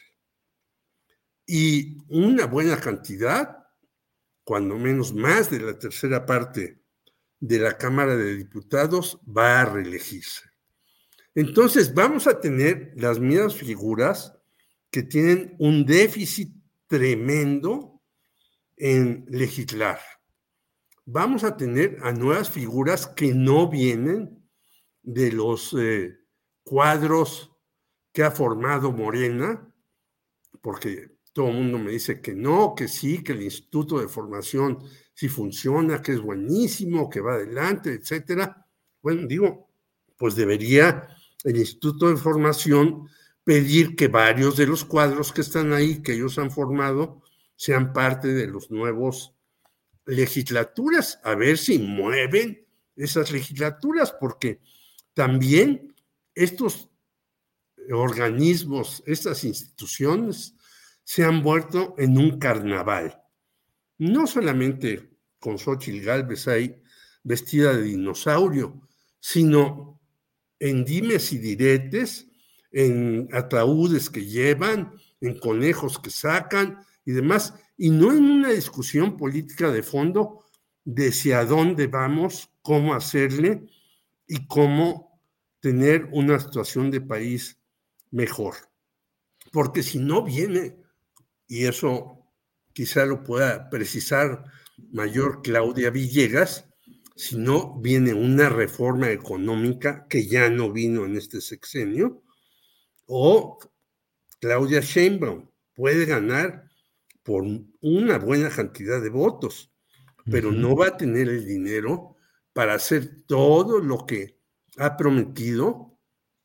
Y una buena cantidad, cuando menos más de la tercera parte de la Cámara de Diputados, va a reelegirse. Entonces vamos a tener las mismas figuras que tienen un déficit tremendo en legislar. Vamos a tener a nuevas figuras que no vienen de los cuadros que ha formado Morena, porque todo el mundo me dice que no, que sí, que el Instituto de Formación sí funciona, que es buenísimo, que va adelante, etcétera. Bueno, digo, pues debería el Instituto de Formación pedir que varios de los cuadros que están ahí, que ellos han formado, sean parte de los nuevos legislaturas, a ver si mueven esas legislaturas, porque también estos organismos, estas instituciones se han vuelto en un carnaval. No solamente con Xóchitl Gálvez ahí vestida de dinosaurio, sino en dimes y diretes, en ataúdes que llevan, en conejos que sacan y demás, y no en una discusión política de fondo de hacia dónde vamos, cómo hacerle y cómo tener una situación de país mejor. Porque si no viene, y eso quizá lo pueda precisar mayor Claudia Villegas, si no viene una reforma económica que ya no vino en este sexenio, o Claudia Sheinbaum puede ganar por una buena cantidad de votos, pero no va a tener el dinero para hacer todo lo que ha prometido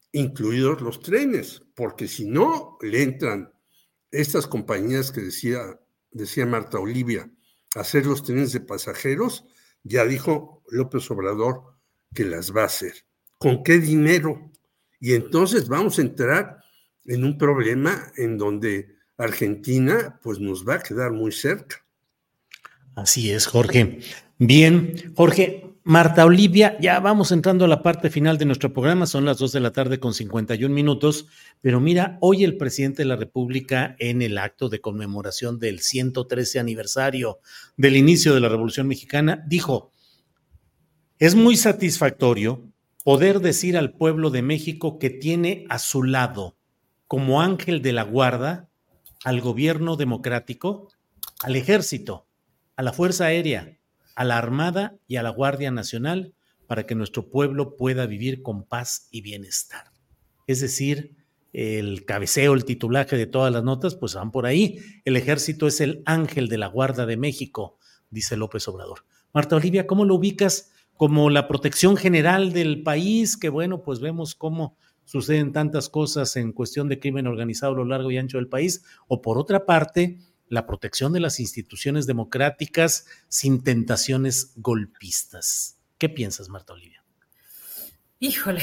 incluidos los trenes, porque si no le entran estas compañías que decía Marta Olivia, a hacer los trenes de pasajeros, ya dijo López Obrador que las va a hacer. ¿Con qué dinero? Y entonces vamos a entrar en un problema en donde Argentina pues nos va a quedar muy cerca. Así es, Jorge. Bien, Jorge, Marta Olivia, ya vamos entrando a la parte final de nuestro programa, son las 2:51 p.m, pero mira, hoy el presidente de la República, en el acto de conmemoración del 113 aniversario del inicio de la Revolución Mexicana, dijo: es muy satisfactorio poder decir al pueblo de México que tiene a su lado, como ángel de la guarda, al gobierno democrático, al ejército, a la Fuerza Aérea, a la Armada y a la Guardia Nacional, para que nuestro pueblo pueda vivir con paz y bienestar. Es decir, el cabeceo, el titulaje de todas las notas, pues van por ahí. El ejército es el ángel de la guarda de México, dice López Obrador. Marta Olivia, ¿cómo lo ubicas? Como la protección general del país, que bueno, pues vemos cómo suceden tantas cosas en cuestión de crimen organizado a lo largo y ancho del país, o por otra parte, la protección de las instituciones democráticas sin tentaciones golpistas. ¿Qué piensas, Marta Olivia? Híjole,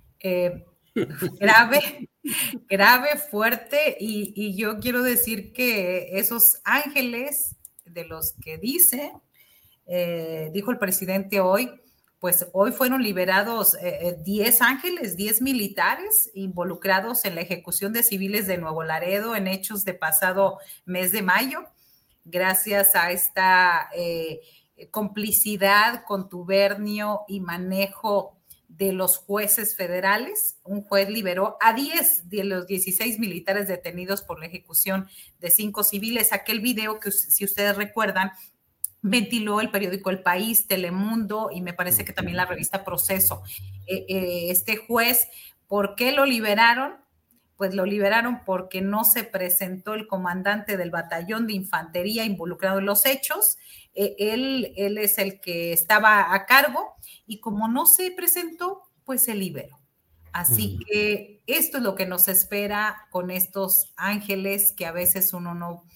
grave, fuerte, y yo quiero decir que esos ángeles de los que dijo el presidente hoy, pues hoy fueron liberados 10 ángeles, 10 militares involucrados en la ejecución de civiles de Nuevo Laredo en hechos de pasado mes de mayo, gracias a esta complicidad, contubernio y manejo de los jueces federales. Un juez liberó a 10 de los 16 militares detenidos por la ejecución de 5 civiles. Aquel video que, si ustedes recuerdan, ventiló el periódico El País, Telemundo y me parece que también la revista Proceso. Este juez, ¿por qué lo liberaron? Pues lo liberaron porque no se presentó el comandante del batallón de infantería involucrado en los hechos. Él es el que estaba a cargo y como no se presentó, pues se liberó. Así que esto es lo que nos espera con estos ángeles que a veces uno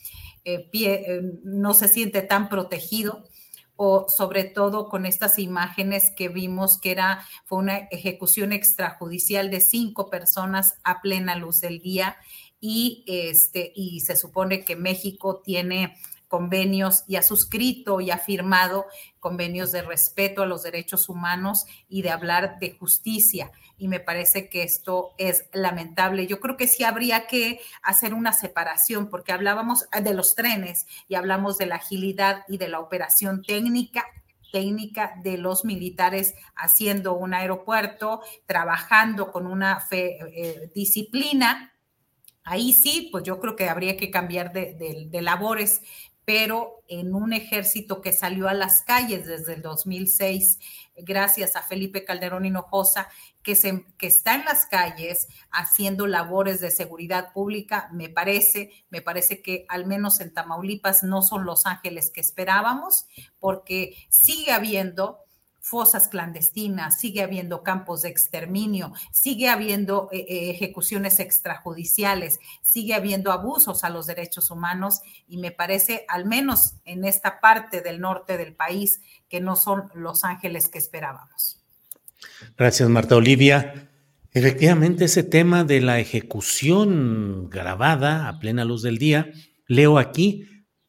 no se siente tan protegido, o sobre todo con estas imágenes que vimos que fue una ejecución extrajudicial de 5 personas a plena luz del día y se supone que México tiene convenios y ha suscrito y ha firmado convenios de respeto a los derechos humanos y de hablar de justicia. Y me parece que esto es lamentable. Yo creo que sí habría que hacer una separación porque hablábamos de los trenes y hablamos de la agilidad y de la operación técnica de los militares haciendo un aeropuerto, trabajando con una disciplina. Ahí sí, pues yo creo que habría que cambiar de labores, pero en un ejército que salió a las calles desde el 2006, gracias a Felipe Calderón Hinojosa, que está en las calles haciendo labores de seguridad pública, me parece que al menos en Tamaulipas no son los ángeles que esperábamos, porque sigue habiendo fosas clandestinas, sigue habiendo campos de exterminio, sigue habiendo ejecuciones extrajudiciales, sigue habiendo abusos a los derechos humanos y me parece, al menos en esta parte del norte del país, que no son los ángeles que esperábamos. Gracias, Marta Olivia. Efectivamente, ese tema de la ejecución grabada a plena luz del día, leo aquí,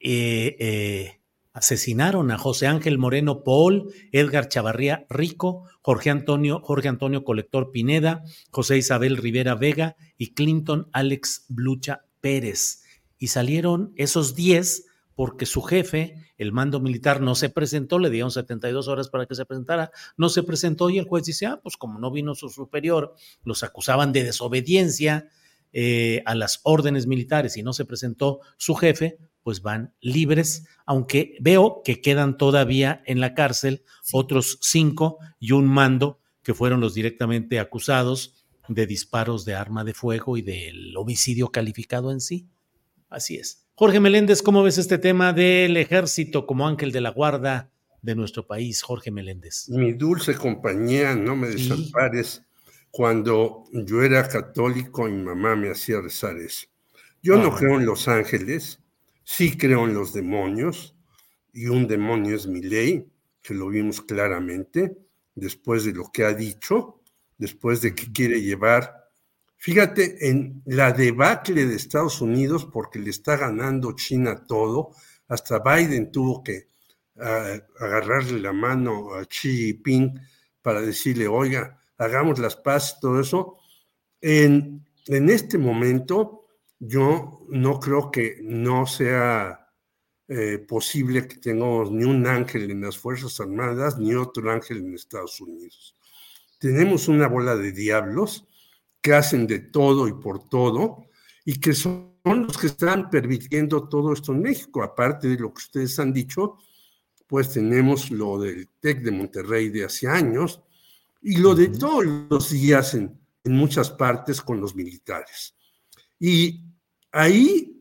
asesinaron a José Ángel Moreno Paul, Edgar Chavarría Rico, Jorge Antonio Colector Pineda, José Isabel Rivera Vega y Clinton Alex Blucha Pérez. Y salieron esos 10 porque su jefe, el mando militar, no se presentó, le dieron 72 horas para que se presentara, no se presentó y el juez dice, pues como no vino su superior, los acusaban de desobediencia a las órdenes militares y no se presentó su jefe, pues van libres, aunque veo que quedan todavía en la cárcel otros 5 y un mando que fueron los directamente acusados de disparos de arma de fuego y del homicidio calificado en sí. Así es. Jorge Meléndez, ¿cómo ves este tema del ejército como ángel de la guarda de nuestro país? Jorge Meléndez. Mi dulce compañía, no me desampares. cuando yo era católico, mi mamá me hacía rezar eso. Yo no creo en los ángeles, sí creo en los demonios, y un demonio es Milei, que lo vimos claramente, después de lo que ha dicho, después de que quiere llevar, fíjate, en la debacle de Estados Unidos, porque le está ganando China todo, hasta Biden tuvo que agarrarle la mano a Xi Jinping para decirle, oiga, hagamos las paces, todo eso. En este momento, yo no creo que no sea posible que tengamos ni un ángel en las Fuerzas Armadas, ni otro ángel en Estados Unidos. Tenemos una bola de diablos que hacen de todo y por todo, y que son los que están permitiendo todo esto en México. Aparte de lo que ustedes han dicho, pues tenemos lo del TEC de Monterrey de hace años, y lo de todos los días en muchas partes con los militares. Y ahí,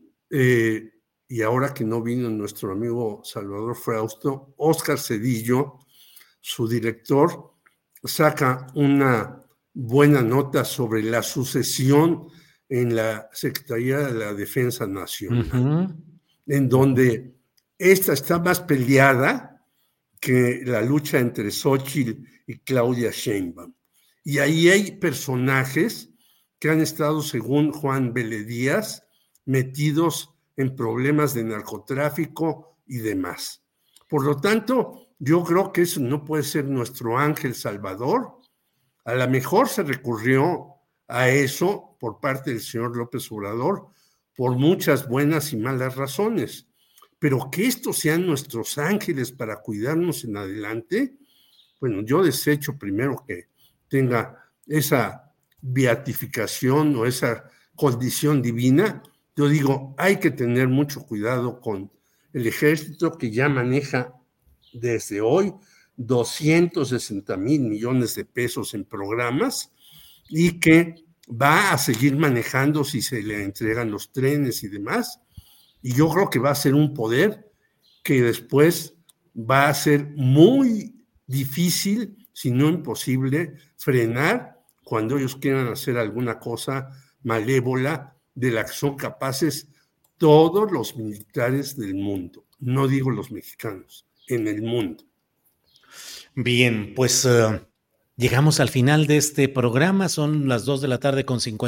y ahora que no vino nuestro amigo Salvador Frausto, Óscar Cedillo, su director, saca una buena nota sobre la sucesión en la Secretaría de la Defensa Nacional, en donde esta está más peleada que la lucha entre Xóchitl y Claudia Sheinbaum. Y ahí hay personajes que han estado, según Juan Vélez Díaz, metidos en problemas de narcotráfico y demás. Por lo tanto, yo creo que eso no puede ser nuestro ángel salvador. A lo mejor se recurrió a eso por parte del señor López Obrador por muchas buenas y malas razones. Pero que estos sean nuestros ángeles para cuidarnos en adelante, bueno, yo desecho primero que tenga esa beatificación o esa condición divina. Yo digo, hay que tener mucho cuidado con el ejército, que ya maneja desde hoy 260,000 millones de pesos en programas, y que va a seguir manejando si se le entregan los trenes y demás. Y yo creo que va a ser un poder que después va a ser muy difícil, si no imposible, frenar cuando ellos quieran hacer alguna cosa malévola de la que son capaces todos los militares del mundo. No digo los mexicanos, en el mundo. Bien, pues llegamos al final de este programa. Son las 2:59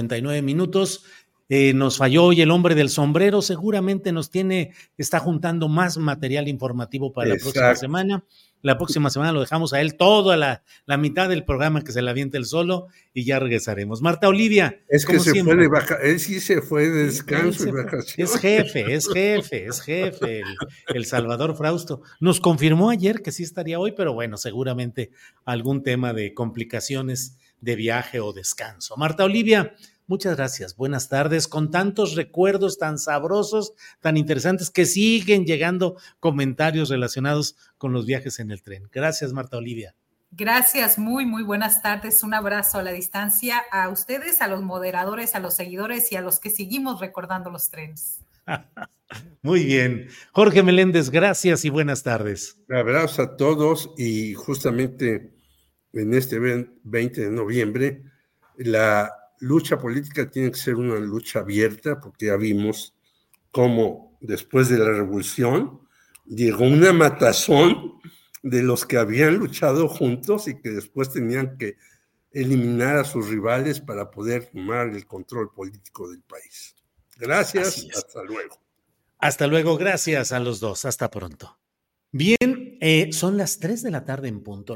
p.m. Nos falló hoy el hombre del sombrero. Seguramente está juntando más material informativo para la próxima semana. La próxima semana lo dejamos a él toda la mitad del programa, que se la aviente él solo, y ya regresaremos. Marta Olivia. Es que se fue de vacaciones. Él sí se fue de descanso y vacaciones. Es jefe, el Salvador Frausto. Nos confirmó ayer que sí estaría hoy, pero bueno, seguramente algún tema de complicaciones de viaje o descanso. Marta Olivia, muchas gracias. Buenas tardes. Con tantos recuerdos tan sabrosos, tan interesantes, que siguen llegando comentarios relacionados con los viajes en el tren. Gracias, Marta Olivia. Gracias, muy buenas tardes. Un abrazo a la distancia a ustedes, a los moderadores, a los seguidores y a los que seguimos recordando los trenes. Muy bien. Jorge Meléndez, gracias y buenas tardes. Un abrazo a todos, y justamente en este 20 de noviembre, la lucha política tiene que ser una lucha abierta, porque ya vimos cómo después de la revolución llegó una matazón de los que habían luchado juntos y que después tenían que eliminar a sus rivales para poder tomar el control político del país. Gracias, hasta luego. Hasta luego, gracias a los dos, hasta pronto. Bien, son las 3 de la tarde en punto,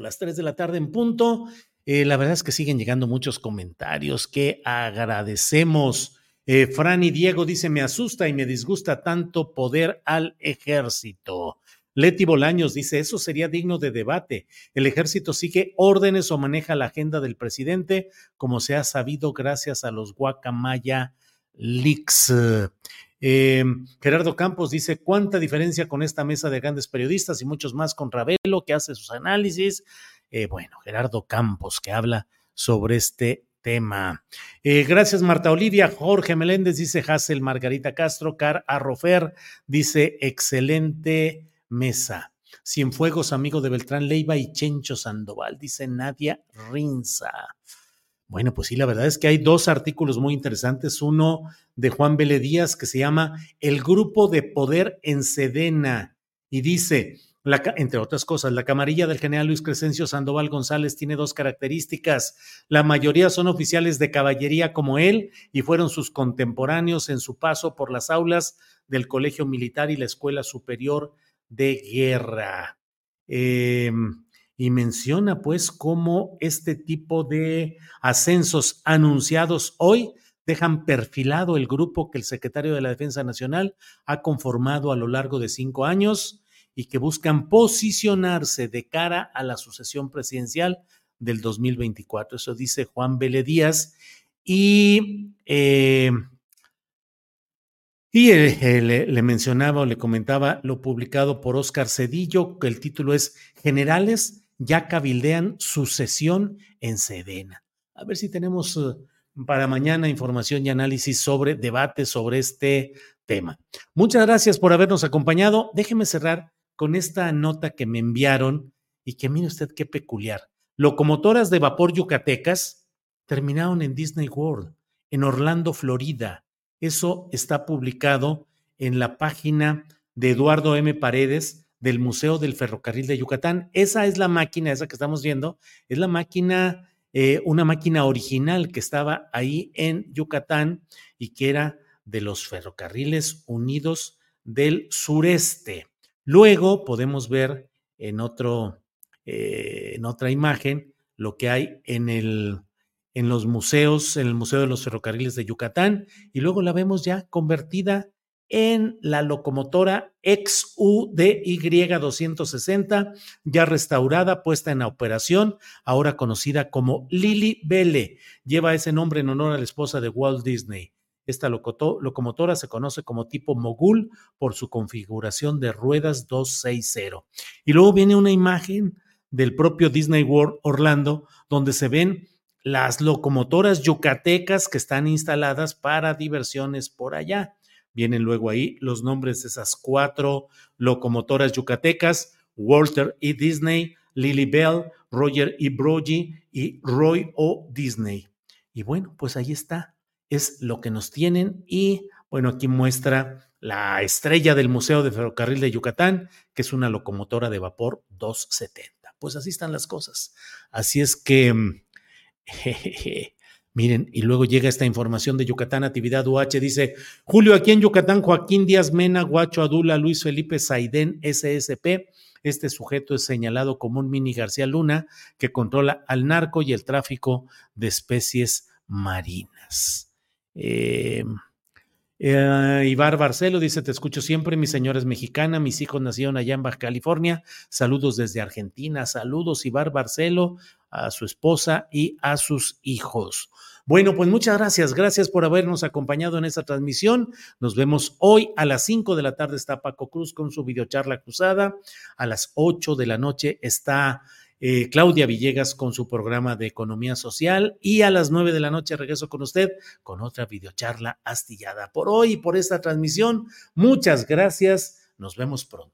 la verdad es que siguen llegando muchos comentarios que agradecemos. Fran y Diego dice, me asusta y me disgusta tanto poder al ejército. Leti Bolaños dice, eso sería digno de debate. El ejército sigue órdenes o maneja la agenda del presidente, como se ha sabido gracias a los Guacamaya Leaks. Gerardo Campos dice, ¿cuánta diferencia con esta mesa de grandes periodistas y muchos más con Ravelo, que hace sus análisis? Bueno, Gerardo Campos, que habla sobre este tema. Gracias, Marta Olivia. Jorge Meléndez dice, Hassel Margarita Castro. Car Arrofer dice, excelente mesa. Cienfuegos, amigo de Beltrán Leiva y Chencho Sandoval, dice Nadia Rinza. Bueno, pues sí, la verdad es que hay dos artículos muy interesantes. Uno de Juan Vélez Díaz que se llama El Grupo de Poder en Sedena y dice, entre otras cosas, la camarilla del general Luis Crescencio Sandoval González tiene dos características. La mayoría son oficiales de caballería como él y fueron sus contemporáneos en su paso por las aulas del Colegio Militar y la Escuela Superior de Guerra. Y menciona pues cómo este tipo de ascensos anunciados hoy dejan perfilado el grupo que el secretario de la Defensa Nacional ha conformado a lo largo de 5 años y que buscan posicionarse de cara a la sucesión presidencial del 2024. Eso dice Juan Vélez Díaz. Y le mencionaba o le comentaba lo publicado por Óscar Cedillo, que el título es Generales ya cabildean sucesión en Sedena. A ver si tenemos para mañana información y análisis sobre debate sobre este tema. Muchas gracias por habernos acompañado. Déjeme cerrar con esta nota que me enviaron y que mire usted qué peculiar. Locomotoras de vapor yucatecas terminaron en Disney World, en Orlando, Florida. Eso está publicado en la página de Eduardo M. Paredes del Museo del Ferrocarril de Yucatán. Esa es la máquina, esa que estamos viendo, es la máquina, una máquina original que estaba ahí en Yucatán y que era de los Ferrocarriles Unidos del Sureste. Luego podemos ver en otra imagen lo que hay en los museos, en el Museo de los Ferrocarriles de Yucatán, y luego la vemos ya convertida en la locomotora XUDY 260, ya restaurada, puesta en operación, ahora conocida como Lili Belle. Lleva ese nombre en honor a la esposa de Walt Disney. Esta locomotora se conoce como tipo Mogul por su configuración de ruedas 260. Y luego viene una imagen del propio Disney World Orlando, donde se ven las locomotoras yucatecas que están instaladas para diversiones por allá. Vienen luego ahí los nombres de esas 4 locomotoras yucatecas: Walter E. Disney, Lili Bell, Roger E. Broggi y Roy O. Disney. Y bueno, pues ahí está, es lo que nos tienen. Y bueno, aquí muestra la estrella del Museo de Ferrocarril de Yucatán, que es una locomotora de vapor 270. Pues así están las cosas. Así es que miren, y luego llega esta información de Yucatán Actividad UH, dice: Julio, aquí en Yucatán, Joaquín Díaz Mena, Guacho Adula, Luis Felipe Saidén, SSP. Este sujeto es señalado como un mini García Luna que controla al narco y el tráfico de especies marinas. Ibar Barcelo dice: te escucho siempre, mi señora es mexicana, mis hijos nacieron allá en Baja California, saludos desde Argentina. Saludos, Ibar Barcelo, a su esposa y a sus hijos. Bueno, pues muchas gracias por habernos acompañado en esta transmisión. Nos vemos hoy a las 5 de la tarde, está Paco Cruz con su videocharla cruzada. A las 8 de la noche está Claudia Villegas con su programa de economía social, y a las 9 de la noche regreso con usted con otra videocharla astillada. Por hoy y por esta transmisión, muchas gracias. Nos vemos pronto.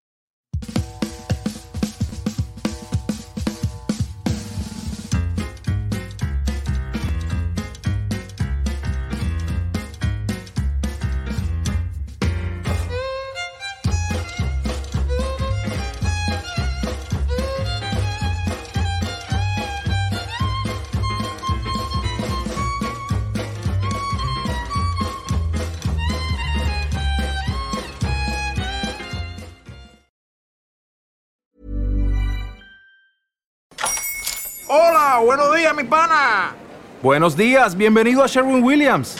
Hola, buenos días, mi pana. Buenos días, bienvenido a Sherwin-Williams.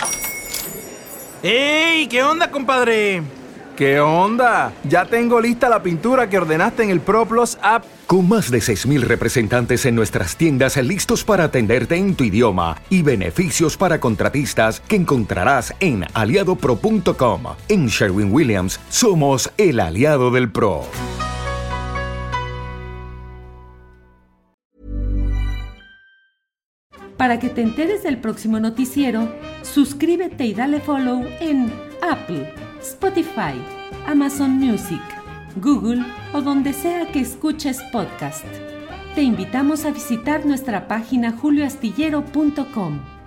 ¡Ey! ¿Qué onda, compadre? ¿Qué onda? Ya tengo lista la pintura que ordenaste en el ProPlus app. Con más de 6,000 representantes en nuestras tiendas listos para atenderte en tu idioma y beneficios para contratistas que encontrarás en aliadopro.com. En Sherwin-Williams somos el aliado del pro. Para que te enteres del próximo noticiero, suscríbete y dale follow en Apple, Spotify, Amazon Music, Google o donde sea que escuches podcast. te invitamos a visitar nuestra página julioastillero.com.